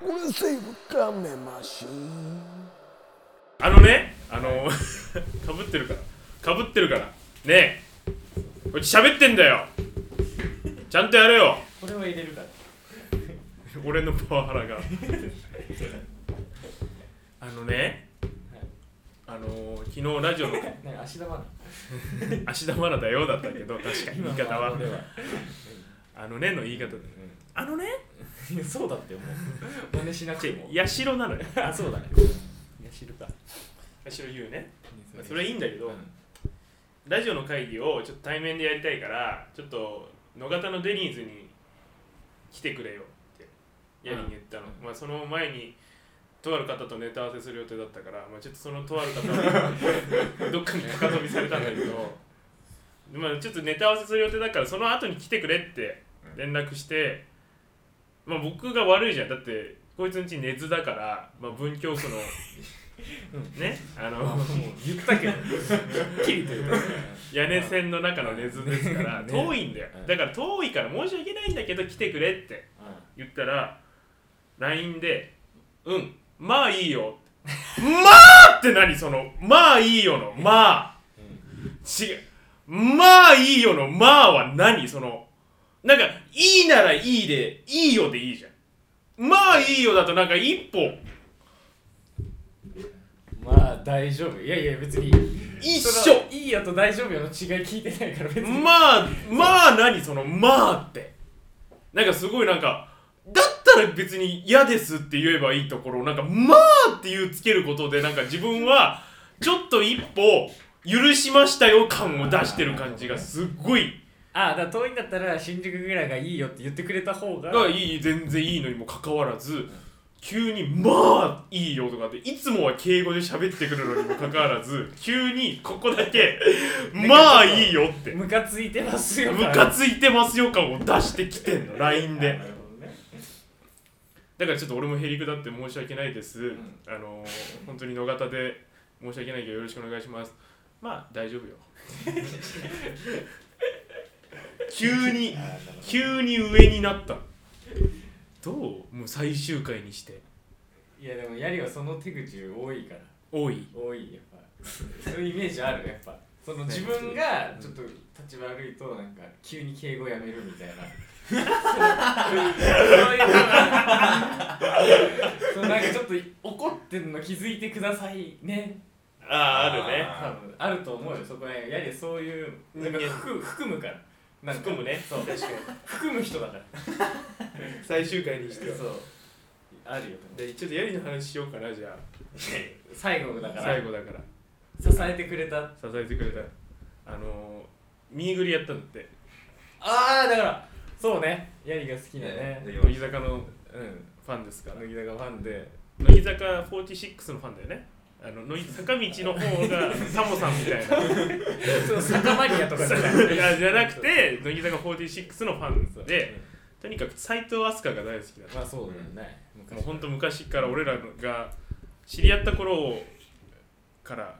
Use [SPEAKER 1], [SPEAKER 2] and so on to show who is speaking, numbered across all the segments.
[SPEAKER 1] うるせえかめまし
[SPEAKER 2] かぶってるからねえ、こっち喋ってんだよ。ちゃんとやれよ。
[SPEAKER 3] これは入れるから
[SPEAKER 2] 俺のパワハラが昨日ラジオの
[SPEAKER 3] 芦田愛
[SPEAKER 2] 芦田愛菜だよだったけど、確かに言い方は
[SPEAKER 3] では
[SPEAKER 2] の言い方で
[SPEAKER 3] そうだってもう真似しなくても
[SPEAKER 2] やしろなのよ。
[SPEAKER 3] あ、そうだね。やしるか。
[SPEAKER 2] やしろ言うね。それはいいんだけど、
[SPEAKER 3] うん
[SPEAKER 2] ラジオの会議をちょっと対面でやりたいから、ちょっと野方のデニーズに来てくれよってやりに言ったの。まあその前にとある方とネタ合わせする予定だったから、まあ、ちょっとそのとある方はどっかに高飛びされたんだけど、まあちょっとネタ合わせする予定だからその後に来てくれって連絡して、まあ僕が悪いじゃん。だってこいつんち根津だから、まあ、文京区のね、
[SPEAKER 3] もう言ったけど、はっきりと言った
[SPEAKER 2] 屋根線の中の根津ですから遠いんだよ。だから遠いから申し訳ないんだけど来てくれって言ったら LINE でうんまあいいよまあって何そのまあいいよのまあ違うまあいいよのまあは何そのなんかいいならいいでいいよでいいじゃん。まあいいよだとなんか一歩
[SPEAKER 3] まあ大丈夫。いやいや別に
[SPEAKER 2] 一緒
[SPEAKER 3] いいよと大丈夫よの違い聞いてないから別に
[SPEAKER 2] まあ何そのまあってなんかすごいなんかだったら別に嫌ですって言えばいいところをなんかまあっていうつけることでなんか自分はちょっと一歩許しましたよ感を出してる感じがすっごい
[SPEAKER 3] だから遠いんだったら新宿ぐらいがいいよって言ってくれた方が
[SPEAKER 2] 全然いいのにもかかわらず急にまあいいよとかっていつもは敬語で喋ってくるのにもかかわらず急にここだけまあいいよって
[SPEAKER 3] ムカついてますよ
[SPEAKER 2] ムカついてますよ感を出してきてんの LINE で。だからちょっと俺もへりくだって申し訳ないです、本当に野方で申し訳ないけどよろしくお願いします。まあ大丈夫よ急に上になったどうもう最終回にして
[SPEAKER 3] いやでもヤリはその手口多いから
[SPEAKER 2] 多い
[SPEAKER 3] やっぱそういうイメージあるやっぱその自分がちょっと立ち悪いとなんか急に敬語やめるみたいなそういうなんかちょっと怒ってんの気づいてくださいね。
[SPEAKER 2] あるね
[SPEAKER 3] 多分あると思うよそこはやりそういうなんか含むからなんか
[SPEAKER 2] 含むね
[SPEAKER 3] そう確かに含む人だから
[SPEAKER 2] 最終回にしては
[SPEAKER 3] そうあるよ
[SPEAKER 2] でちょっとやりの話しようかなじゃあ
[SPEAKER 3] 最後だから
[SPEAKER 2] 最後だから
[SPEAKER 3] 支えてくれた
[SPEAKER 2] 支えてくれたミーグリやったんだって
[SPEAKER 3] だからそうねヤリが好きなね
[SPEAKER 2] 乃木坂のファンですから
[SPEAKER 3] 乃木坂ファンで
[SPEAKER 2] 乃木坂46のファンだよね。乃木坂道の方がサモさんみたいな
[SPEAKER 3] そう坂マニアとかじゃな
[SPEAKER 2] くて乃木坂46のファンでとにかく齋藤飛鳥が大好きだった。
[SPEAKER 3] まあそうだよね、
[SPEAKER 2] もうほんと昔から俺らが知り合った頃から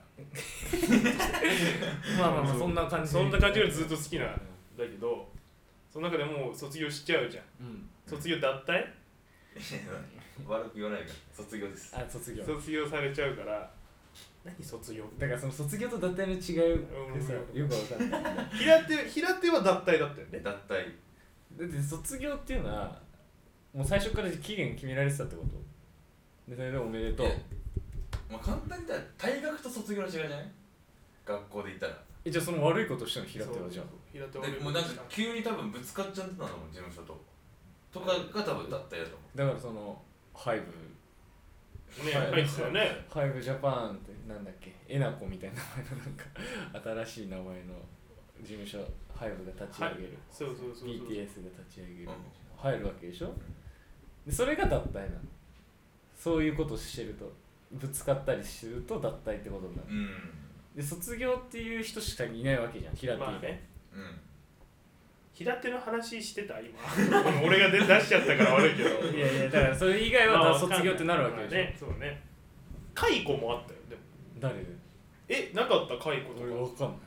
[SPEAKER 3] まあそんな感じ
[SPEAKER 2] でずっと好きなんだけど、その中でもう卒業しちゃうじゃん、卒業脱退
[SPEAKER 4] 悪く言わないから卒業です。
[SPEAKER 3] 卒
[SPEAKER 2] 業されちゃうから何卒業
[SPEAKER 3] だからその卒業と脱退の違いってさよくわかんない
[SPEAKER 2] 平手は脱退だったよね。
[SPEAKER 4] 脱退
[SPEAKER 3] だって卒業っていうのはもう最初から期限決められてたってことでそれでおめでとう
[SPEAKER 4] まあ簡単に言ったら退学と卒業の違いじゃない学校で言ったら
[SPEAKER 3] じゃあその悪いことしたの平手はじゃあ
[SPEAKER 2] 平手
[SPEAKER 4] でもうなんか急に多分ぶつかっちゃってたのも事務所とかが多分脱退だと思う。
[SPEAKER 3] だからそのハイブ
[SPEAKER 2] ね入ってたよね。
[SPEAKER 3] ハイブジャパンってなんだっけえなこみたいな名前のなんか新しい名前の事務所ハイブが立ち上げる、
[SPEAKER 2] そう
[SPEAKER 3] BTS が立ち上げる、入るわけでしょ。でそれが脱退なの。そういうことしてるとぶつかったりすると脱退ってことになる、で卒業っていう人しかいないわけじゃん平手以外、
[SPEAKER 2] ね、平手の話してた今俺が出しちゃったから悪いけど
[SPEAKER 3] いやだからそれ以外は卒業ってなるわけでしょ、
[SPEAKER 2] ね、そうね。解雇もあったよでも。
[SPEAKER 3] 誰で
[SPEAKER 2] なかった解雇とか。
[SPEAKER 3] 俺わかんない。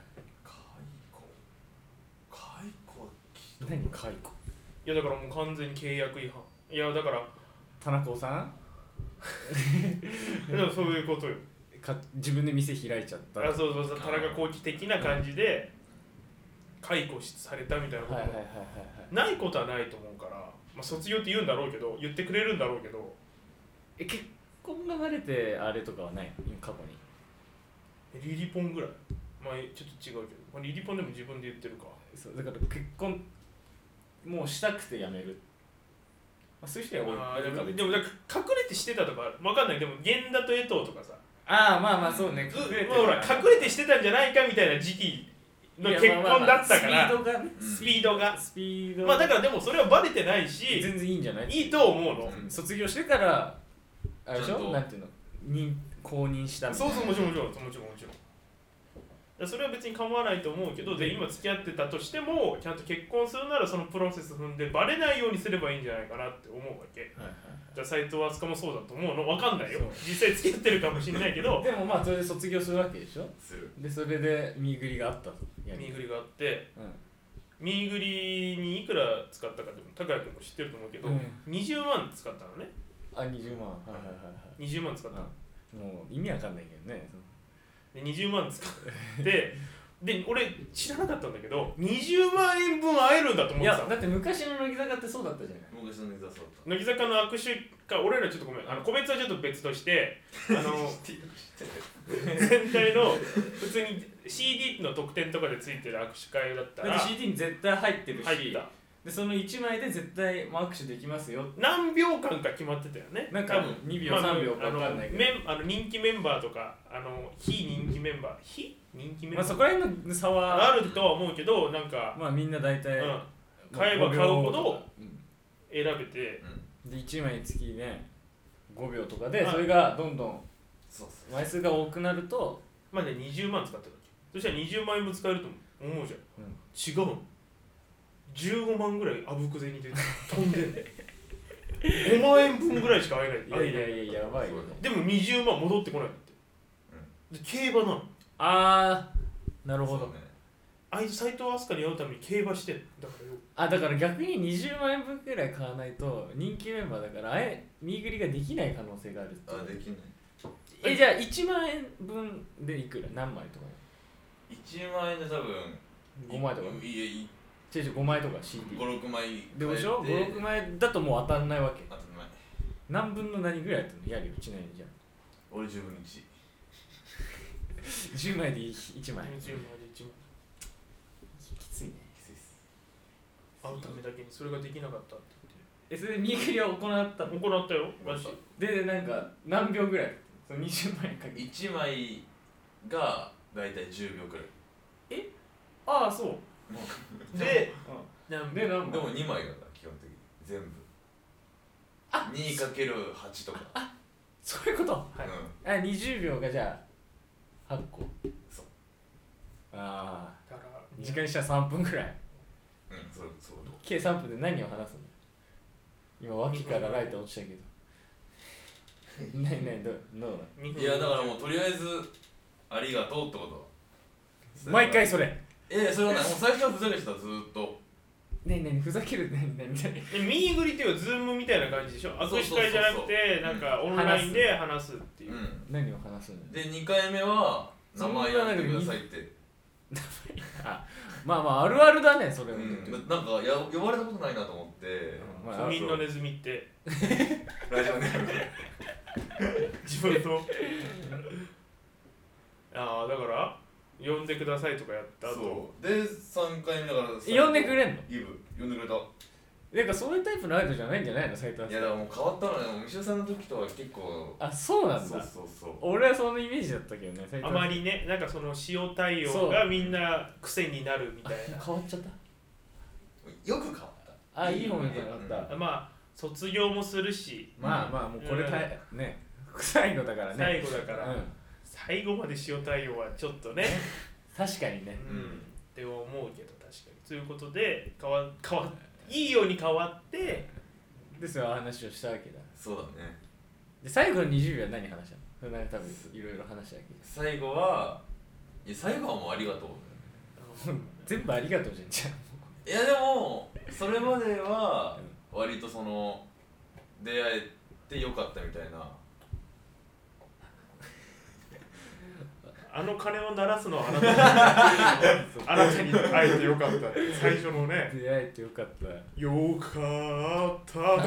[SPEAKER 4] 解雇
[SPEAKER 3] 何解雇
[SPEAKER 2] いやだからもう完全に契約違反。いやだから
[SPEAKER 3] 田中さん
[SPEAKER 2] でもそういうことよ。
[SPEAKER 3] 自分で店開いちゃった
[SPEAKER 2] あ、そうそうそう、田中幸喜的な感じで解雇されたみたいなこと、
[SPEAKER 3] はいはいはいはい
[SPEAKER 2] ないことはないと思うから、まあ、卒業って言うんだろうけど、言ってくれるんだろうけど。
[SPEAKER 3] 結婚がバレてあれとかはない過去に。
[SPEAKER 2] リリポンぐらい、まあちょっと違うけど、まあ、リリポンでも自分で言ってるか。
[SPEAKER 3] そうだから結婚もうしたくて辞める、まあ、そういう人は
[SPEAKER 2] あ
[SPEAKER 3] 多いか
[SPEAKER 2] でもなんか隠れてしてたとか分かんない。でも源田と江藤とかさ、
[SPEAKER 3] ああまあまあそうね、
[SPEAKER 2] ほら隠れてしてたんじゃないかみたいな時期の結婚だったから、スピードがまあだからでもそれはバレてないし
[SPEAKER 3] 全然いいんじゃない、
[SPEAKER 2] いいと思うの、
[SPEAKER 3] 卒業してからあれでし
[SPEAKER 4] ちゃんと
[SPEAKER 3] ょ、なんていうの公認したみたいな。
[SPEAKER 2] そうそう、もちろんもちろんもちろんもちろん。それは別に構わないと思うけど、で今付き合ってたとしてもちゃんと結婚するならそのプロセス踏んでバレないようにすればいいんじゃないかなって思うわけ。
[SPEAKER 3] はいはい
[SPEAKER 2] じゃあ斉藤飛鳥もそうだと思うの。分かんないよ
[SPEAKER 3] そう、
[SPEAKER 2] 実際付き合ってるかもしれないけど
[SPEAKER 3] でもまあそれで卒業するわけでしょ。
[SPEAKER 4] する。
[SPEAKER 3] でそれで見ぐりがあったと。
[SPEAKER 2] 見ぐりがあって、
[SPEAKER 3] うん
[SPEAKER 2] 見ぐりにいくら使ったかでも高谷君も知ってると思うけど、20万使ったのね。
[SPEAKER 3] あ、20万。はいはいはいはい。
[SPEAKER 2] 20万使ったの、
[SPEAKER 3] もう意味わかんないけどね。
[SPEAKER 2] で20万使ってで俺知らなかったんだけど20万円分会えるんだと思ってた。
[SPEAKER 3] いやだって昔の乃木坂ってそうだったじゃない。
[SPEAKER 4] 昔のネタそう
[SPEAKER 2] 乃木坂の握手か、俺らちょっとごめん、個別はちょっと別として全体の普通に CD の特典とかでついてる握手会だったら
[SPEAKER 3] だって CD に絶対入ってるし、
[SPEAKER 2] 入った。
[SPEAKER 3] でその1枚で絶対握手できますよ。
[SPEAKER 2] 何秒間か決まってたよね。
[SPEAKER 3] なんか2秒3秒か分かんないけど、
[SPEAKER 2] 人気メンバーとか非人気メンバー非人気メンバー、
[SPEAKER 3] まあそこら辺の差は
[SPEAKER 2] あるとは思うけど、なんか、
[SPEAKER 3] まあみんな大体、
[SPEAKER 2] 買えば買うほど
[SPEAKER 3] うん
[SPEAKER 2] 選べて、
[SPEAKER 3] で1枚につきね5秒とかで、それがどんどん
[SPEAKER 4] そうそう
[SPEAKER 3] 枚数が多くなると、
[SPEAKER 2] まあね、20万使ってたわけ。そしたら20万円分使えると思うじゃん。違うの。15万ぐらいあぶく銭で飛んでんね5万円分ぐらいしか会えない。
[SPEAKER 3] いやいやいややばいよね。
[SPEAKER 2] でも20万戻ってこないって、で競馬なの。
[SPEAKER 3] あーなるほど、
[SPEAKER 4] ね。
[SPEAKER 2] あいつ斉藤飛鳥に会うために競馬してんだからよ。
[SPEAKER 3] あだから逆に20万円分くらい買わないと人気メンバーだから見ぐりができない可能性があるって。
[SPEAKER 4] あ、できない。
[SPEAKER 3] じゃあ1万円分でいくら何枚とか
[SPEAKER 4] 1万円で多分
[SPEAKER 3] 5枚とか
[SPEAKER 4] いやい
[SPEAKER 3] 違う5枚とか CD
[SPEAKER 4] 5、6枚
[SPEAKER 3] でしょ。5、6枚だともう当たんないわけ。
[SPEAKER 4] あとない。
[SPEAKER 3] 何分の何ぐらいやってんのやるよちなみに。じゃあ
[SPEAKER 4] 俺10分の1。
[SPEAKER 3] 10枚で1枚。
[SPEAKER 2] 20万で1万
[SPEAKER 3] きついね。
[SPEAKER 4] きついっす。
[SPEAKER 2] 会うためだけにそれができなかったって
[SPEAKER 3] それで見ぐりを行ったの
[SPEAKER 2] 言って行ったよらしい。
[SPEAKER 3] でなんか何秒ぐらいその20万円かけて。
[SPEAKER 4] 1枚がだいたい10秒くらい。
[SPEAKER 3] ああそう
[SPEAKER 2] で、
[SPEAKER 3] で何
[SPEAKER 4] で
[SPEAKER 3] 枚
[SPEAKER 4] も2枚だから基本的に全部。
[SPEAKER 3] あ
[SPEAKER 4] 2×8 とか。
[SPEAKER 3] そういうこと。
[SPEAKER 2] はい
[SPEAKER 3] あ20秒がじゃあ8個。
[SPEAKER 4] そう。
[SPEAKER 3] あ
[SPEAKER 2] だから
[SPEAKER 3] あ時間にしたら3分ぐらい。
[SPEAKER 4] そう
[SPEAKER 3] 計3分で何を話すの。今脇からライト落ちたけど何どうなの。
[SPEAKER 4] いやだからもうとりあえずありがとうってこと
[SPEAKER 3] 毎回それ。
[SPEAKER 4] それはない。もう最初はふざけてたずーっと。
[SPEAKER 3] 何ふざける何
[SPEAKER 2] でミーグリっていうかズームみたいな感じでしょ。握手会じゃなくてなんかオンラインで話すっていう、
[SPEAKER 3] 何を話すの。
[SPEAKER 4] で2回目は名前やってくださいって
[SPEAKER 3] まあまああるあるだねそれは。
[SPEAKER 4] なんか呼ばれたことないなと思って
[SPEAKER 2] 不眠のネズミって
[SPEAKER 4] ラジオネーム
[SPEAKER 2] 自分のああだから呼んでくださいとかやった後
[SPEAKER 4] そうで3回目だから
[SPEAKER 3] 呼んでくれんの。
[SPEAKER 4] イブ呼んでくれた。
[SPEAKER 3] なんかそういうタイプのライトじゃないんじゃないの斉藤さん。
[SPEAKER 4] いやだからもう変わったのね。三代さんの時とは結構
[SPEAKER 3] あそうなんだ。
[SPEAKER 4] そう
[SPEAKER 3] 俺はそのイメージだったけどね。
[SPEAKER 2] あまりねなんかその塩対応がみんな癖になるみたいな。
[SPEAKER 3] 変わっちゃった。
[SPEAKER 4] よく変わった。
[SPEAKER 3] あいい方面じゃなかった。
[SPEAKER 2] まあ卒業もするし
[SPEAKER 3] まあまあもうこれね最後だからね。
[SPEAKER 2] 最後だから最後まで塩対応はちょっとね
[SPEAKER 3] 確かにね。
[SPEAKER 2] って思うけど確かにということでいいように変わって
[SPEAKER 3] でそういう話をしたわけだ。
[SPEAKER 4] そうだね。
[SPEAKER 3] で最後の20秒は何話したの。それなんか多分いろいろ話したわけ
[SPEAKER 4] 最後最後はもうありがとう。
[SPEAKER 3] 全部ありがとうじゃん。
[SPEAKER 4] いやでもそれまでは割とその出会えってよかったみたいな。
[SPEAKER 2] あの鐘を鳴らすのはあなたあなたに会えてよかった最初のね
[SPEAKER 3] 出会えてよかった
[SPEAKER 2] よかった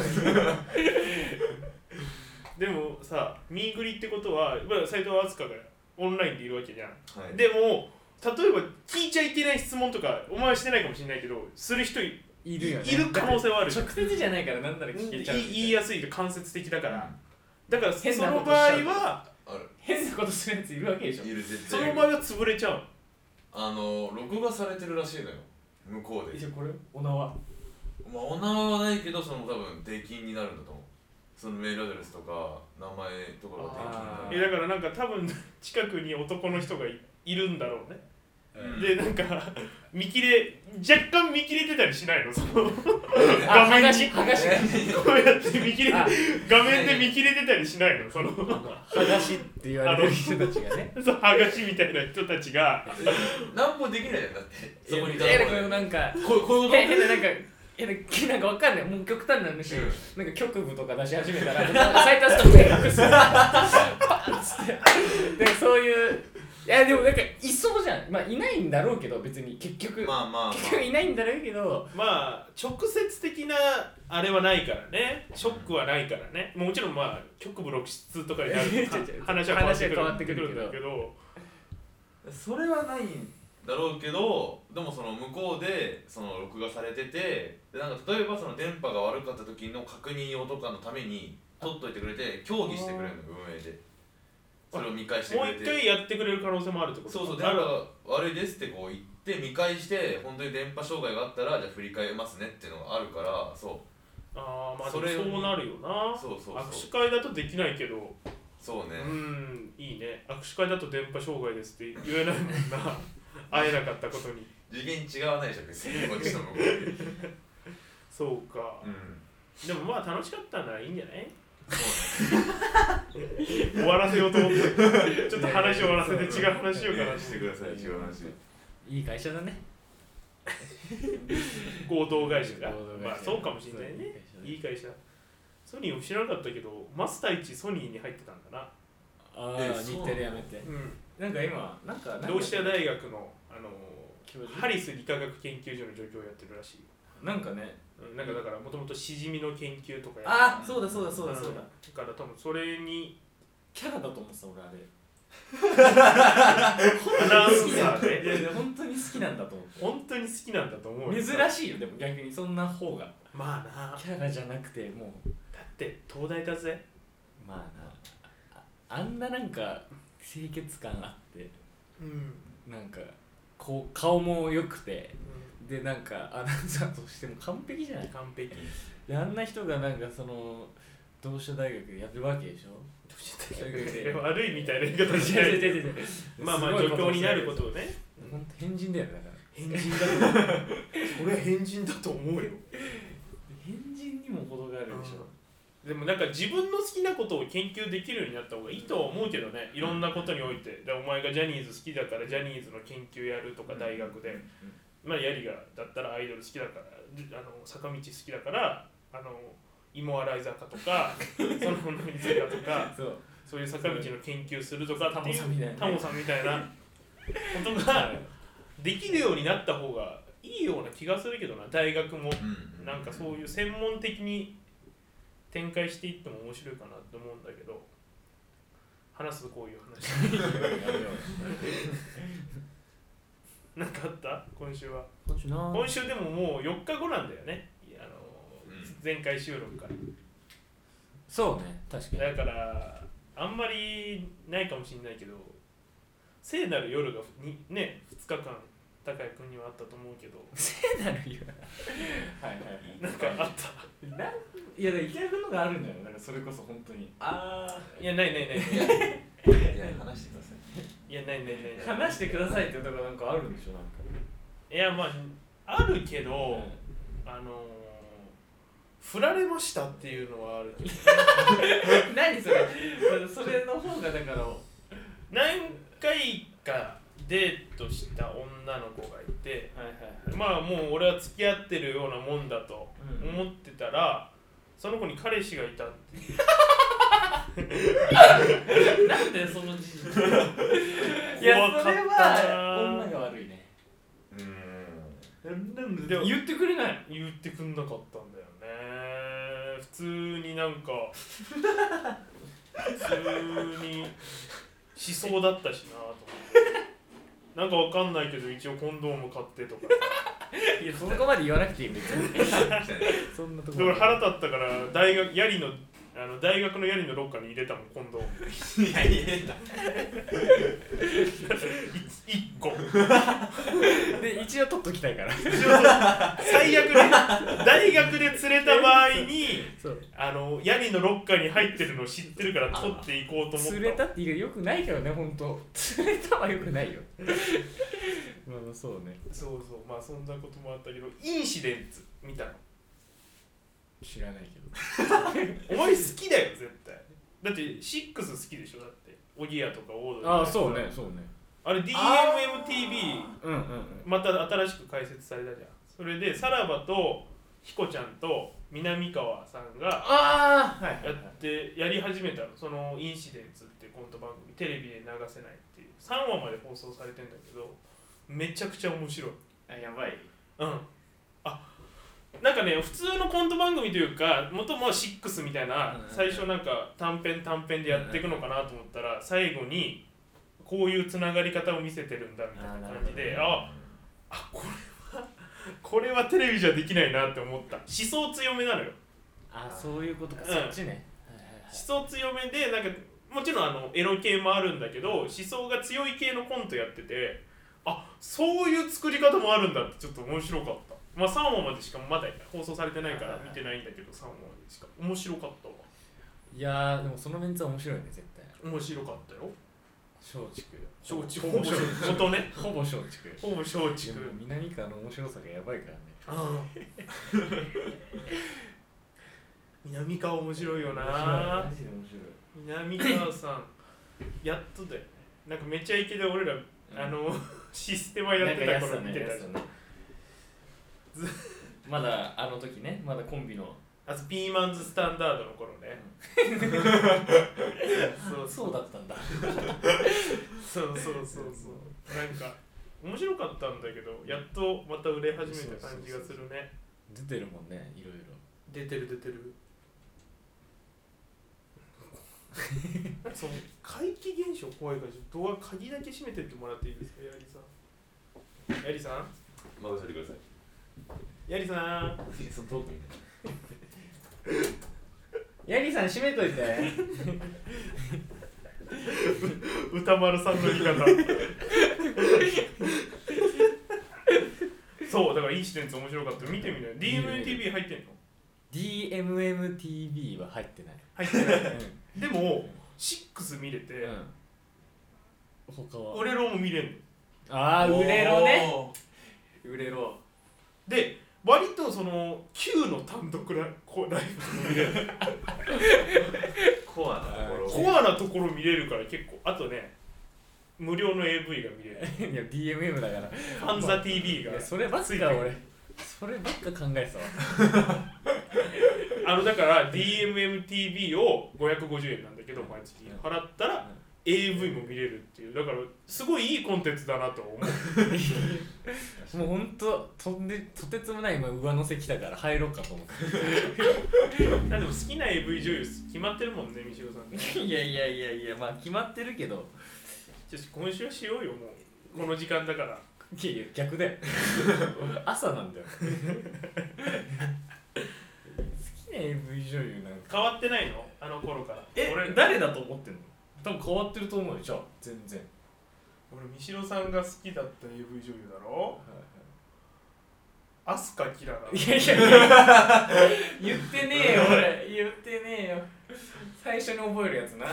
[SPEAKER 2] でもさミーグリってことは斉藤飛鳥がオンラインでいるわけじゃん、
[SPEAKER 4] はい、
[SPEAKER 2] でも例えば聞いちゃいけない質問とかお前はしてないかもしれないけどする人い
[SPEAKER 3] るよね、
[SPEAKER 2] いる可能性はある
[SPEAKER 3] 直接じゃないからなんなら聞けちゃう
[SPEAKER 2] 言いやすいと間接的だから、だからそ
[SPEAKER 3] 変な
[SPEAKER 2] の場合
[SPEAKER 3] ことしちゃう
[SPEAKER 2] は
[SPEAKER 3] 変なことするやついるわけでしょ。
[SPEAKER 4] いる絶
[SPEAKER 2] そ
[SPEAKER 4] 対いる。
[SPEAKER 2] の場合は潰れちゃう。
[SPEAKER 4] 録画されてるらしいのよ向こうで。
[SPEAKER 3] これお縄
[SPEAKER 4] まあお縄はないけど、その多分出禁になるんだと思う。そのメールアドレスとか名前とかが出禁になる。
[SPEAKER 2] だからなんか多分近くに男の人がいるんだろうね、
[SPEAKER 4] うん、
[SPEAKER 2] でなんか若干見切れてたりしないのその
[SPEAKER 3] 画面に
[SPEAKER 2] こうやって見切れ画面で見切れてたりしないのその
[SPEAKER 3] 剥がしって言われる人たちがね
[SPEAKER 2] そう剥がしみたいな人たちが
[SPEAKER 4] 何もできないじゃんだってそこにいた
[SPEAKER 3] らなんか
[SPEAKER 4] こういうこと
[SPEAKER 3] 変ななんかわかんないもう極端な話、なんか局部とか出し始めたら斉藤さんが隠すパンっつってでそういういやでもなんかいそうじゃん。まあいないんだろうけど別に結局結局いないんだろうけど
[SPEAKER 2] まあ直接的なあれはないからね、ショックはないからね。もちろんまあ局部露出とかになると話は変わってくるんだけど
[SPEAKER 4] それはないんだろうけど、でもその向こうでその録画されてて、でなんか例えばその電波が悪かった時の確認用とかのために取っといてくれて協議してくれるの運営で。それを見返してくれて
[SPEAKER 2] もう一回やってくれる可能性もあるってこと？
[SPEAKER 4] そうそう、電波が悪いですってこう言って見返して本当に電波障害があったらじゃあ振り返りますねっていうのがあるから、そう
[SPEAKER 2] まあそうなるよな。
[SPEAKER 4] そう
[SPEAKER 2] 握手会だとできないけど、
[SPEAKER 4] そうね、
[SPEAKER 2] いいね。握手会だと電波障害ですって言えないもんな会えなかったことに
[SPEAKER 4] 次元違わないでしょ別にこっちの向こう
[SPEAKER 2] そうか、でもまあ楽しかったならいいんじゃない？終わらせようと思ってちょっと話終わらせて違う話しようかな
[SPEAKER 4] してください。違う話。
[SPEAKER 3] いい会社だね
[SPEAKER 2] 合同会社がまあそうかもしれないね。いい会社。ソニーを知らなかったけどマスター1ソニーに入ってたんだな。
[SPEAKER 3] 日テレやめて、なんか今なんか
[SPEAKER 2] 同志社大学のハリス理化学研究所の助教をやってるらしい。
[SPEAKER 3] なんかね、
[SPEAKER 2] なんかだからもともとしじみの研究とか
[SPEAKER 3] やってる。そうだだ
[SPEAKER 2] から多分それに
[SPEAKER 3] キャラだと思ってた俺あれ
[SPEAKER 2] アナウンサーで
[SPEAKER 3] いや本当に好きなんだと思って。
[SPEAKER 2] 本当に好きなんだと思うよ。
[SPEAKER 3] 珍しいよでも逆にそんな方が。
[SPEAKER 2] まあな。
[SPEAKER 3] キャラじゃなくてもう
[SPEAKER 2] だって東大だぜ。
[SPEAKER 3] まあな。あんななんか清潔感あって、なんかこう顔も良くて、でなんかアナウンサーとしても完璧じゃない。
[SPEAKER 2] 完璧。
[SPEAKER 3] であんな人がなんかその同志社大学でやるわけでしょ。
[SPEAKER 2] 悪いみたいな言い方しない。まあまあ助教になることをね。
[SPEAKER 3] 本当変人だよね。だから
[SPEAKER 2] 変人だと思う。俺は変人だと思うよ。
[SPEAKER 3] 変人にも程があるでしょ。
[SPEAKER 2] でもなんか自分の好きなことを研究できるようになった方がいいとは思うけどね。いろんなことにおいて。でお前がジャニーズ好きだからジャニーズの研究やるとか大学で。まあヤリがだったらアイドル好きだから坂道好きだから芋洗い坂とかその何坂とかそういう坂道の研究するとかっていうタモさんみたいなことができるようになった方がいいような気がするけどな。大学もなんかそういう専門的に展開していっても面白いかなと思うんだけど、話すとこういう話なんかあった今週は。今週でももう4日後なんだよね。前回収録から。
[SPEAKER 3] そうね、確かに。
[SPEAKER 2] だからあんまりないかもしれないけど、聖なる夜がね2日間高井君にはあったと思うけど。
[SPEAKER 3] 聖なる夜はい
[SPEAKER 2] なんかあった。
[SPEAKER 3] いや池田君のがあるんだよ。なんかそれこそ本当に。
[SPEAKER 2] いやない。
[SPEAKER 4] いや話してください。
[SPEAKER 2] いやない。
[SPEAKER 3] 話してくださいって言うとこなんかあるんでしょなんか。
[SPEAKER 2] いやまああるけど、振られましたっていうのはあるけど
[SPEAKER 3] 何それそれの方がだから
[SPEAKER 2] 何回かデートした女の子がいて、まあもう俺は付き合ってるようなもんだと思ってたら、その子に彼氏がいたっていう
[SPEAKER 3] なんでその事実い
[SPEAKER 2] や
[SPEAKER 3] やそれ
[SPEAKER 2] 怖かったな
[SPEAKER 3] は女が悪いね。
[SPEAKER 2] でも
[SPEAKER 3] 言ってくれない。
[SPEAKER 2] 言ってくんなかったんだよね。普通になんか普通にしそうだったしなと思ってなんかわかんないけど一応コンドーム買ってとか
[SPEAKER 3] いやそこまで言わなくていい別にそんなところ
[SPEAKER 2] だから腹立ったから大学のヤリのロッカーに入れたもんコンドーム
[SPEAKER 4] いや入れた
[SPEAKER 2] 1個
[SPEAKER 3] で一応取っときたいから
[SPEAKER 2] 最悪ね大学で釣れた場合に
[SPEAKER 3] そう
[SPEAKER 2] ヤリのロッカーに入ってるのを知ってるから取っていこうと思った
[SPEAKER 3] 釣れたって言うよくないけどね本当釣れたはよくないよまあそうね
[SPEAKER 2] そうまあそんなこともあったけどインシデンツ見たの
[SPEAKER 3] 知らないけど
[SPEAKER 2] お前好きだよ絶対だって6好きでしょだってオギアとかオードリー
[SPEAKER 3] ああそうねそうね
[SPEAKER 2] あれ DMMTV
[SPEAKER 3] うんうんうん
[SPEAKER 2] また新しく開設されたじゃんそれでさらばとヒコちゃんと南川さんが
[SPEAKER 3] ああはい
[SPEAKER 2] やり始めたのそのインシデンツってコント番組テレビで流せないっていう3話まで放送されてんだけどめちゃくちゃ面白い
[SPEAKER 3] あやばい
[SPEAKER 2] なんかね普通のコント番組というか元も6みたいな
[SPEAKER 3] うん
[SPEAKER 2] 最初なんか短編でやっていくのかなと思ったら最後にこういうつながり方を見せてるんだみたいな感じでこれはテレビじゃできないなって思った思想強めなのよ
[SPEAKER 3] あそういうことか、
[SPEAKER 2] うん
[SPEAKER 3] そっちね、
[SPEAKER 2] 思想強めでなんかもちろんエロ系もあるんだけど思想が強い系のコントやっててそういう作り方もあるんだってちょっと面白かったまあ3話までしかまだ放送されてないから見てないんだけど3話までしか面白かったわ
[SPEAKER 3] いやーでもそのメンツは面白いね絶対
[SPEAKER 2] 面白かったよ
[SPEAKER 3] 松竹
[SPEAKER 2] 松竹ほぼ松竹ね
[SPEAKER 3] ほぼ松竹
[SPEAKER 2] ほぼ松竹
[SPEAKER 3] でも南川の面白さがやばいからね
[SPEAKER 2] 南川面白いよな
[SPEAKER 3] マジで面白い
[SPEAKER 2] 南川さんやっとだよねなんかめちゃイケで俺ら、システマやってた頃見てたし、
[SPEAKER 3] まだあの時ねまだコンビの
[SPEAKER 2] あとピーマンズスタンダードの頃ね、
[SPEAKER 3] そうだったんだ
[SPEAKER 2] そうなんか面白かったんだけどやっとまた売れ始めた感じがするね
[SPEAKER 3] 出てるもんねいろいろ
[SPEAKER 2] 出てるその怪奇現象怖いからドア鍵だけ閉めてってもらっていいですかヤリさん
[SPEAKER 4] 任せてください
[SPEAKER 2] ヤリさん
[SPEAKER 4] そのトークみたい
[SPEAKER 3] ヤギさん閉めといて
[SPEAKER 2] 歌丸さんの言い方そうだからインシデンツ面白かった見てみない DMMTV 入ってんの
[SPEAKER 3] DMMTV は入ってない
[SPEAKER 2] 入ってないでも6見れて、
[SPEAKER 3] 他は
[SPEAKER 2] ウレロも見れんの
[SPEAKER 3] ああウレロねウレロ
[SPEAKER 2] で割とその Q の単独ライブも見れる
[SPEAKER 4] コアなところ
[SPEAKER 2] コアなところ見れるから結構あとね無料の AV が見れる
[SPEAKER 3] いや DMM だから
[SPEAKER 2] ファンザ TV が、
[SPEAKER 3] そればっか俺そればっか考えてたわ
[SPEAKER 2] だから DMMTV を550円なんだけど毎月払ったら AV も見れるっていうだからすごいいいコンテンツだなと思う
[SPEAKER 3] もうほんととてつもない今上乗せ来たから入ろうかと思って
[SPEAKER 2] でも好きな AV 女優決まってるもんね三代さんね
[SPEAKER 3] いやまあ決まってるけど
[SPEAKER 2] 今週はしようよもうこの時間だから
[SPEAKER 3] いや逆だよ朝なんだよ好きな AV 女優なんか
[SPEAKER 2] 変わってないのあの頃から
[SPEAKER 3] 俺誰だと思ってんの多分変わってると思うよじゃあ全然
[SPEAKER 2] 俺三代さんが好きだった AV 女優だろ飛鳥キラだ
[SPEAKER 3] いや言ってねえよ俺言ってねえよ最初に覚えるやつな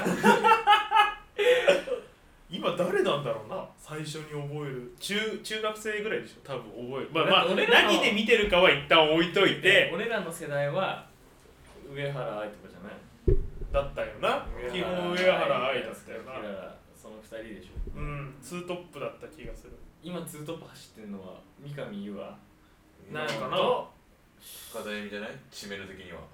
[SPEAKER 2] 今誰なんだろうな最初に覚える中学生ぐらいでしょ多分覚えるまあ何で見てるかは一旦置いといて
[SPEAKER 3] 俺らの世代は上原愛とかじゃない
[SPEAKER 2] だったよな基本上原愛だったよな
[SPEAKER 3] その2人でしょ
[SPEAKER 2] ツートップだった気がする
[SPEAKER 3] 今ツートップ走ってるのは三上優愛
[SPEAKER 2] なんかな
[SPEAKER 4] 深田恵美じゃない締める的には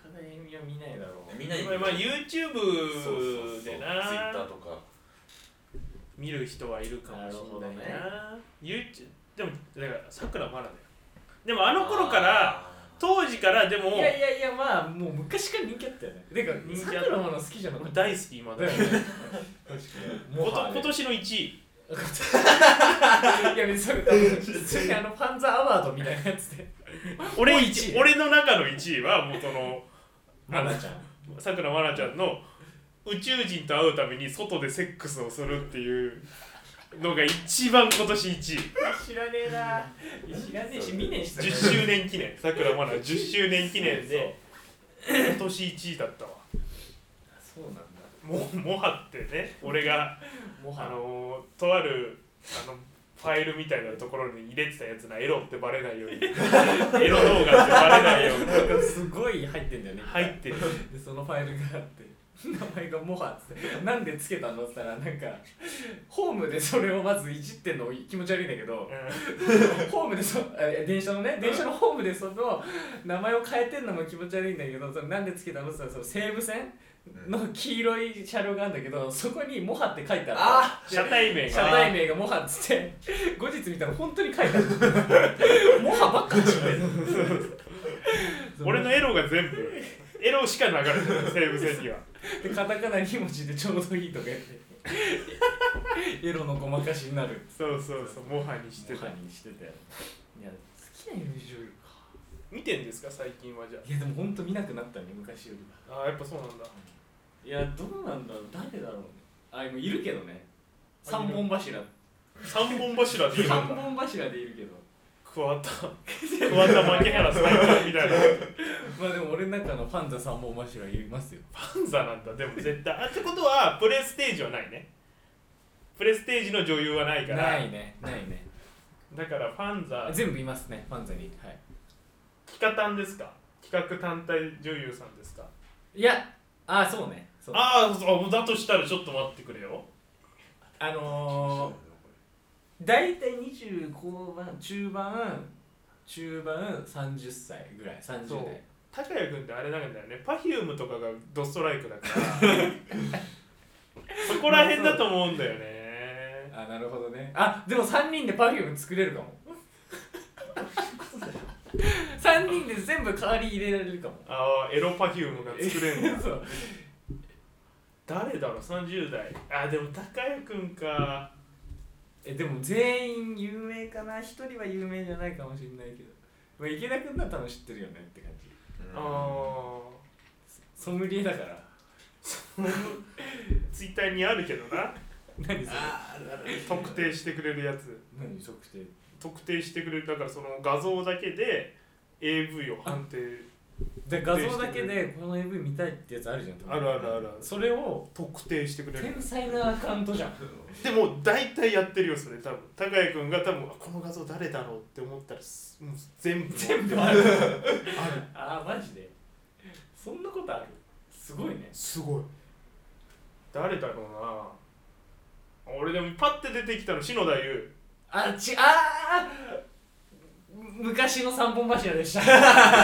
[SPEAKER 3] 田恵美は見ないだろう。
[SPEAKER 4] 見ない
[SPEAKER 2] まあ YouTube でな
[SPEAKER 4] Twitter とか
[SPEAKER 2] 見る人はいるかもしれないな。YouTube でもだからさくらまなだよ。でもあの頃から当時からでも
[SPEAKER 3] いやまあもう昔から人気あったよね。てか
[SPEAKER 2] 人気あった
[SPEAKER 3] さくらまな好きじゃなかった。
[SPEAKER 2] 大好き今だよね。今年の1位。
[SPEAKER 3] いや別にそれファンザアワードみたいなやつで
[SPEAKER 2] 俺
[SPEAKER 3] 1位
[SPEAKER 2] 俺の中の1位はもうその
[SPEAKER 3] まなちゃん
[SPEAKER 2] さくらまなちゃんの宇宙人と会うために外でセックスをするっていうのが一番今年1位。
[SPEAKER 3] 知らねえな。知らねえし見ねえし。
[SPEAKER 2] 10周年記念さくらまな10周年記念で今年1位だったわ。
[SPEAKER 3] そうなんだ。
[SPEAKER 2] もはってね、俺が
[SPEAKER 3] もは
[SPEAKER 2] とあるファイルみたいなところに入れてたやつな、エロってバレないようにエロ動画ってバレないように
[SPEAKER 3] なんかすごい入ってんだよね。
[SPEAKER 2] 入ってる。
[SPEAKER 3] でそのファイルがあって名前がモハっつってなんでつけたのって言ったらなんかホームでそれをまずいじってんの気持ち悪いんだけど、ホームで電車のホームでその名前を変えてんのも気持ち悪いんだけど、それなんでつけたのって言ったらその西武線の黄色い車両があるんだけど、そこにモハって書いてある。
[SPEAKER 2] 車体名
[SPEAKER 3] がモハっつって後日見たら本当に書いてある。モハばっかりしてる。
[SPEAKER 2] 俺のエロが全部エロしか流れてる西武線には。
[SPEAKER 3] でカタカナ2文字でちょうどいいとか言ってエロのごまかしになる。
[SPEAKER 2] そうモハにしてた。
[SPEAKER 3] モハにしてたよ。いや好きな MV 女優か。
[SPEAKER 2] 見てんですか最近は。じゃ
[SPEAKER 3] いやでもほんと見なくなったね昔よりは。
[SPEAKER 2] あやっぱそうなんだ。
[SPEAKER 3] いやどうなんだろう、誰だろうね。あもういるけどね。三本柱で
[SPEAKER 2] 三本柱でいるんだ。
[SPEAKER 3] 三本柱でいるけど
[SPEAKER 2] 桑田牧原最高みたいな。
[SPEAKER 3] まあでも俺の中のファンザ三本柱いますよ。
[SPEAKER 2] ファンザなんだ。でも絶対ってことはプレステージはないね。プレステージの女優はないから。
[SPEAKER 3] ないね
[SPEAKER 2] だからファンザ
[SPEAKER 3] 全部いますねファンザに。はい。
[SPEAKER 2] 企画単ですか。企画単体女優さんですか。
[SPEAKER 3] いやそうね。そう
[SPEAKER 2] そうだとしたらちょっと待ってくれよ。
[SPEAKER 3] 大体20後半中盤30歳ぐらい30
[SPEAKER 2] そう
[SPEAKER 3] 代。
[SPEAKER 2] 高谷君ってあれなんだよね。Perfumeとかがドストライクだからそこら辺だと思うんだよね。
[SPEAKER 3] なるほどね。でも3人で Perfume 作れるかも。3人で全部代わり入れられるかも。
[SPEAKER 2] エロPerfumeが作れるんだ。
[SPEAKER 3] そう
[SPEAKER 2] 誰だろう30代。でも高谷君か。
[SPEAKER 3] でも全員有名かな。一人は有名じゃないかもしれないけど、まあ、池田君だったら知ってるよねって感じ。ソムリエだから
[SPEAKER 2] ツイッターにあるけどな。
[SPEAKER 3] 何それ。
[SPEAKER 2] 特定してくれるやつ。
[SPEAKER 3] 何特
[SPEAKER 2] 定してくれる。だからその画像だけで AV を判定
[SPEAKER 3] で画像だけでこの AV 見たいってやつあるじゃん。
[SPEAKER 2] ある。
[SPEAKER 3] それを
[SPEAKER 2] 特定してくれる。
[SPEAKER 3] 天才なアカウントじゃん。
[SPEAKER 2] でも大体やってるよそれ。多分高谷君が多分この画像誰だろうって思ったらもう全部
[SPEAKER 3] あるマジでそんなことある。すごいね。
[SPEAKER 2] すごい。誰だろうな。俺でもパッて出てきたの篠田優。
[SPEAKER 3] 昔の三本柱でした。惜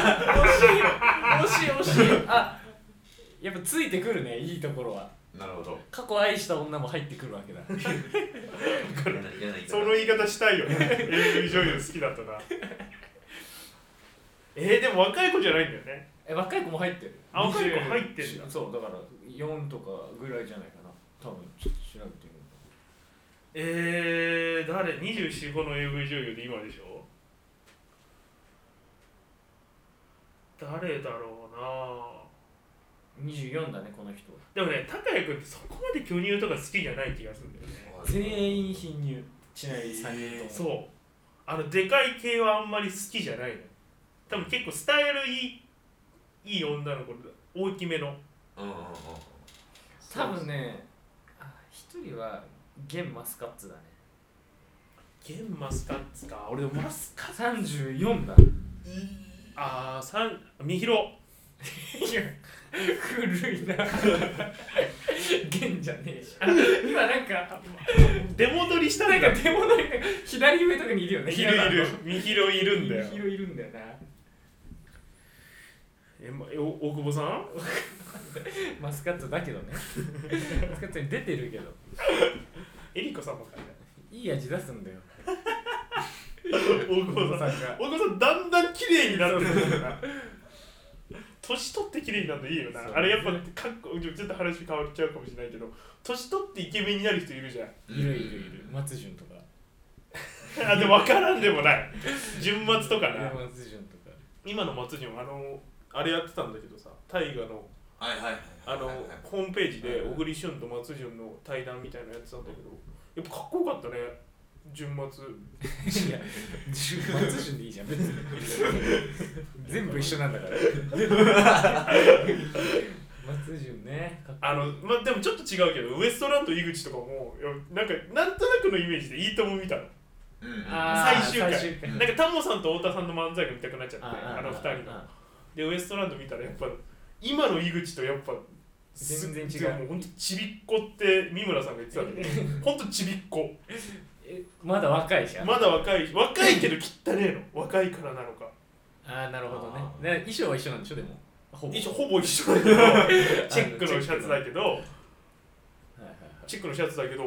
[SPEAKER 3] しい。やっぱついてくるね、いいところは。
[SPEAKER 4] なるほど。
[SPEAKER 3] 過去愛した女も入ってくるわけだ。
[SPEAKER 2] その言い方したいよね。AV 女優好きだとな。でも若い子じゃないんだよね。
[SPEAKER 3] 若い子も入ってる。
[SPEAKER 2] 若い子入ってるんだ。
[SPEAKER 3] そうだから4とかぐらいじゃないかな。多分ちょっと調べてみる。
[SPEAKER 2] 誰 ?24、5の AV 女優で今でしょ。誰だろうな。
[SPEAKER 3] 24だねこの人。
[SPEAKER 2] でもね、高谷君ってそこまで巨乳とか好きじゃない気がするんだよね。
[SPEAKER 3] 全員貧乳。ちなみに3人とも。
[SPEAKER 2] そう。でかい系はあんまり好きじゃないの。多分結構スタイルいい女の子大きめの。
[SPEAKER 3] 多分ね、一人はゲンマスカッツだね。
[SPEAKER 2] ゲンマスカッツか。俺でもマスカッツ
[SPEAKER 3] 34だ。
[SPEAKER 2] みひろ。
[SPEAKER 3] いや古いな。ゲンじゃねえし。今なんか
[SPEAKER 2] 出戻りしたんだ。
[SPEAKER 3] なんか出戻り左上とかにいるよね。
[SPEAKER 2] みひろいるんだよ。
[SPEAKER 3] みひろいるんだよな。
[SPEAKER 2] 大久保さん
[SPEAKER 3] マスカットだけどねマスカットに出てるけど
[SPEAKER 2] エリコさんもかね
[SPEAKER 3] いい味出すんだよ
[SPEAKER 2] 大久保さん
[SPEAKER 3] が
[SPEAKER 2] 大久保さんだんだん綺麗になってるんだよな年取って綺麗になるのいいよな、あれやっぱちょっと話変わっちゃうかもしれないけど年取ってイケメンになる人いるじゃん。
[SPEAKER 3] いる松潤とか
[SPEAKER 2] あでも分からんでもない純松とかな。
[SPEAKER 3] 松潤とか
[SPEAKER 2] 今の松潤あれやってたんだけどさ、大河のホームページで小栗旬と松潤の対談みたいなのやってたんだけど、やっぱかっこよかったね純松。
[SPEAKER 3] いや松潤でいいじゃん別に全部一緒なんだから松潤ね
[SPEAKER 2] でもちょっと違うけどウエストランド井口とかもなんとなくのイメージでいいとも見たの、最終回なんかタモさんと太田さんの漫才が見たくなっちゃって2人のでウエストランド見たらやっぱ今の井口とやっぱ
[SPEAKER 3] 全然違う。
[SPEAKER 2] もうほんとちびっこって三村さんが言ってたんだけどほんとちびっこ
[SPEAKER 3] まだ若いじゃん。
[SPEAKER 2] まだ若いけど汚ねえの若いからなのか。
[SPEAKER 3] なるほどね。で衣装は一緒なんでしょでも
[SPEAKER 2] ほぼ一緒だけどチェックのシャツだけどチェックのシャツだけど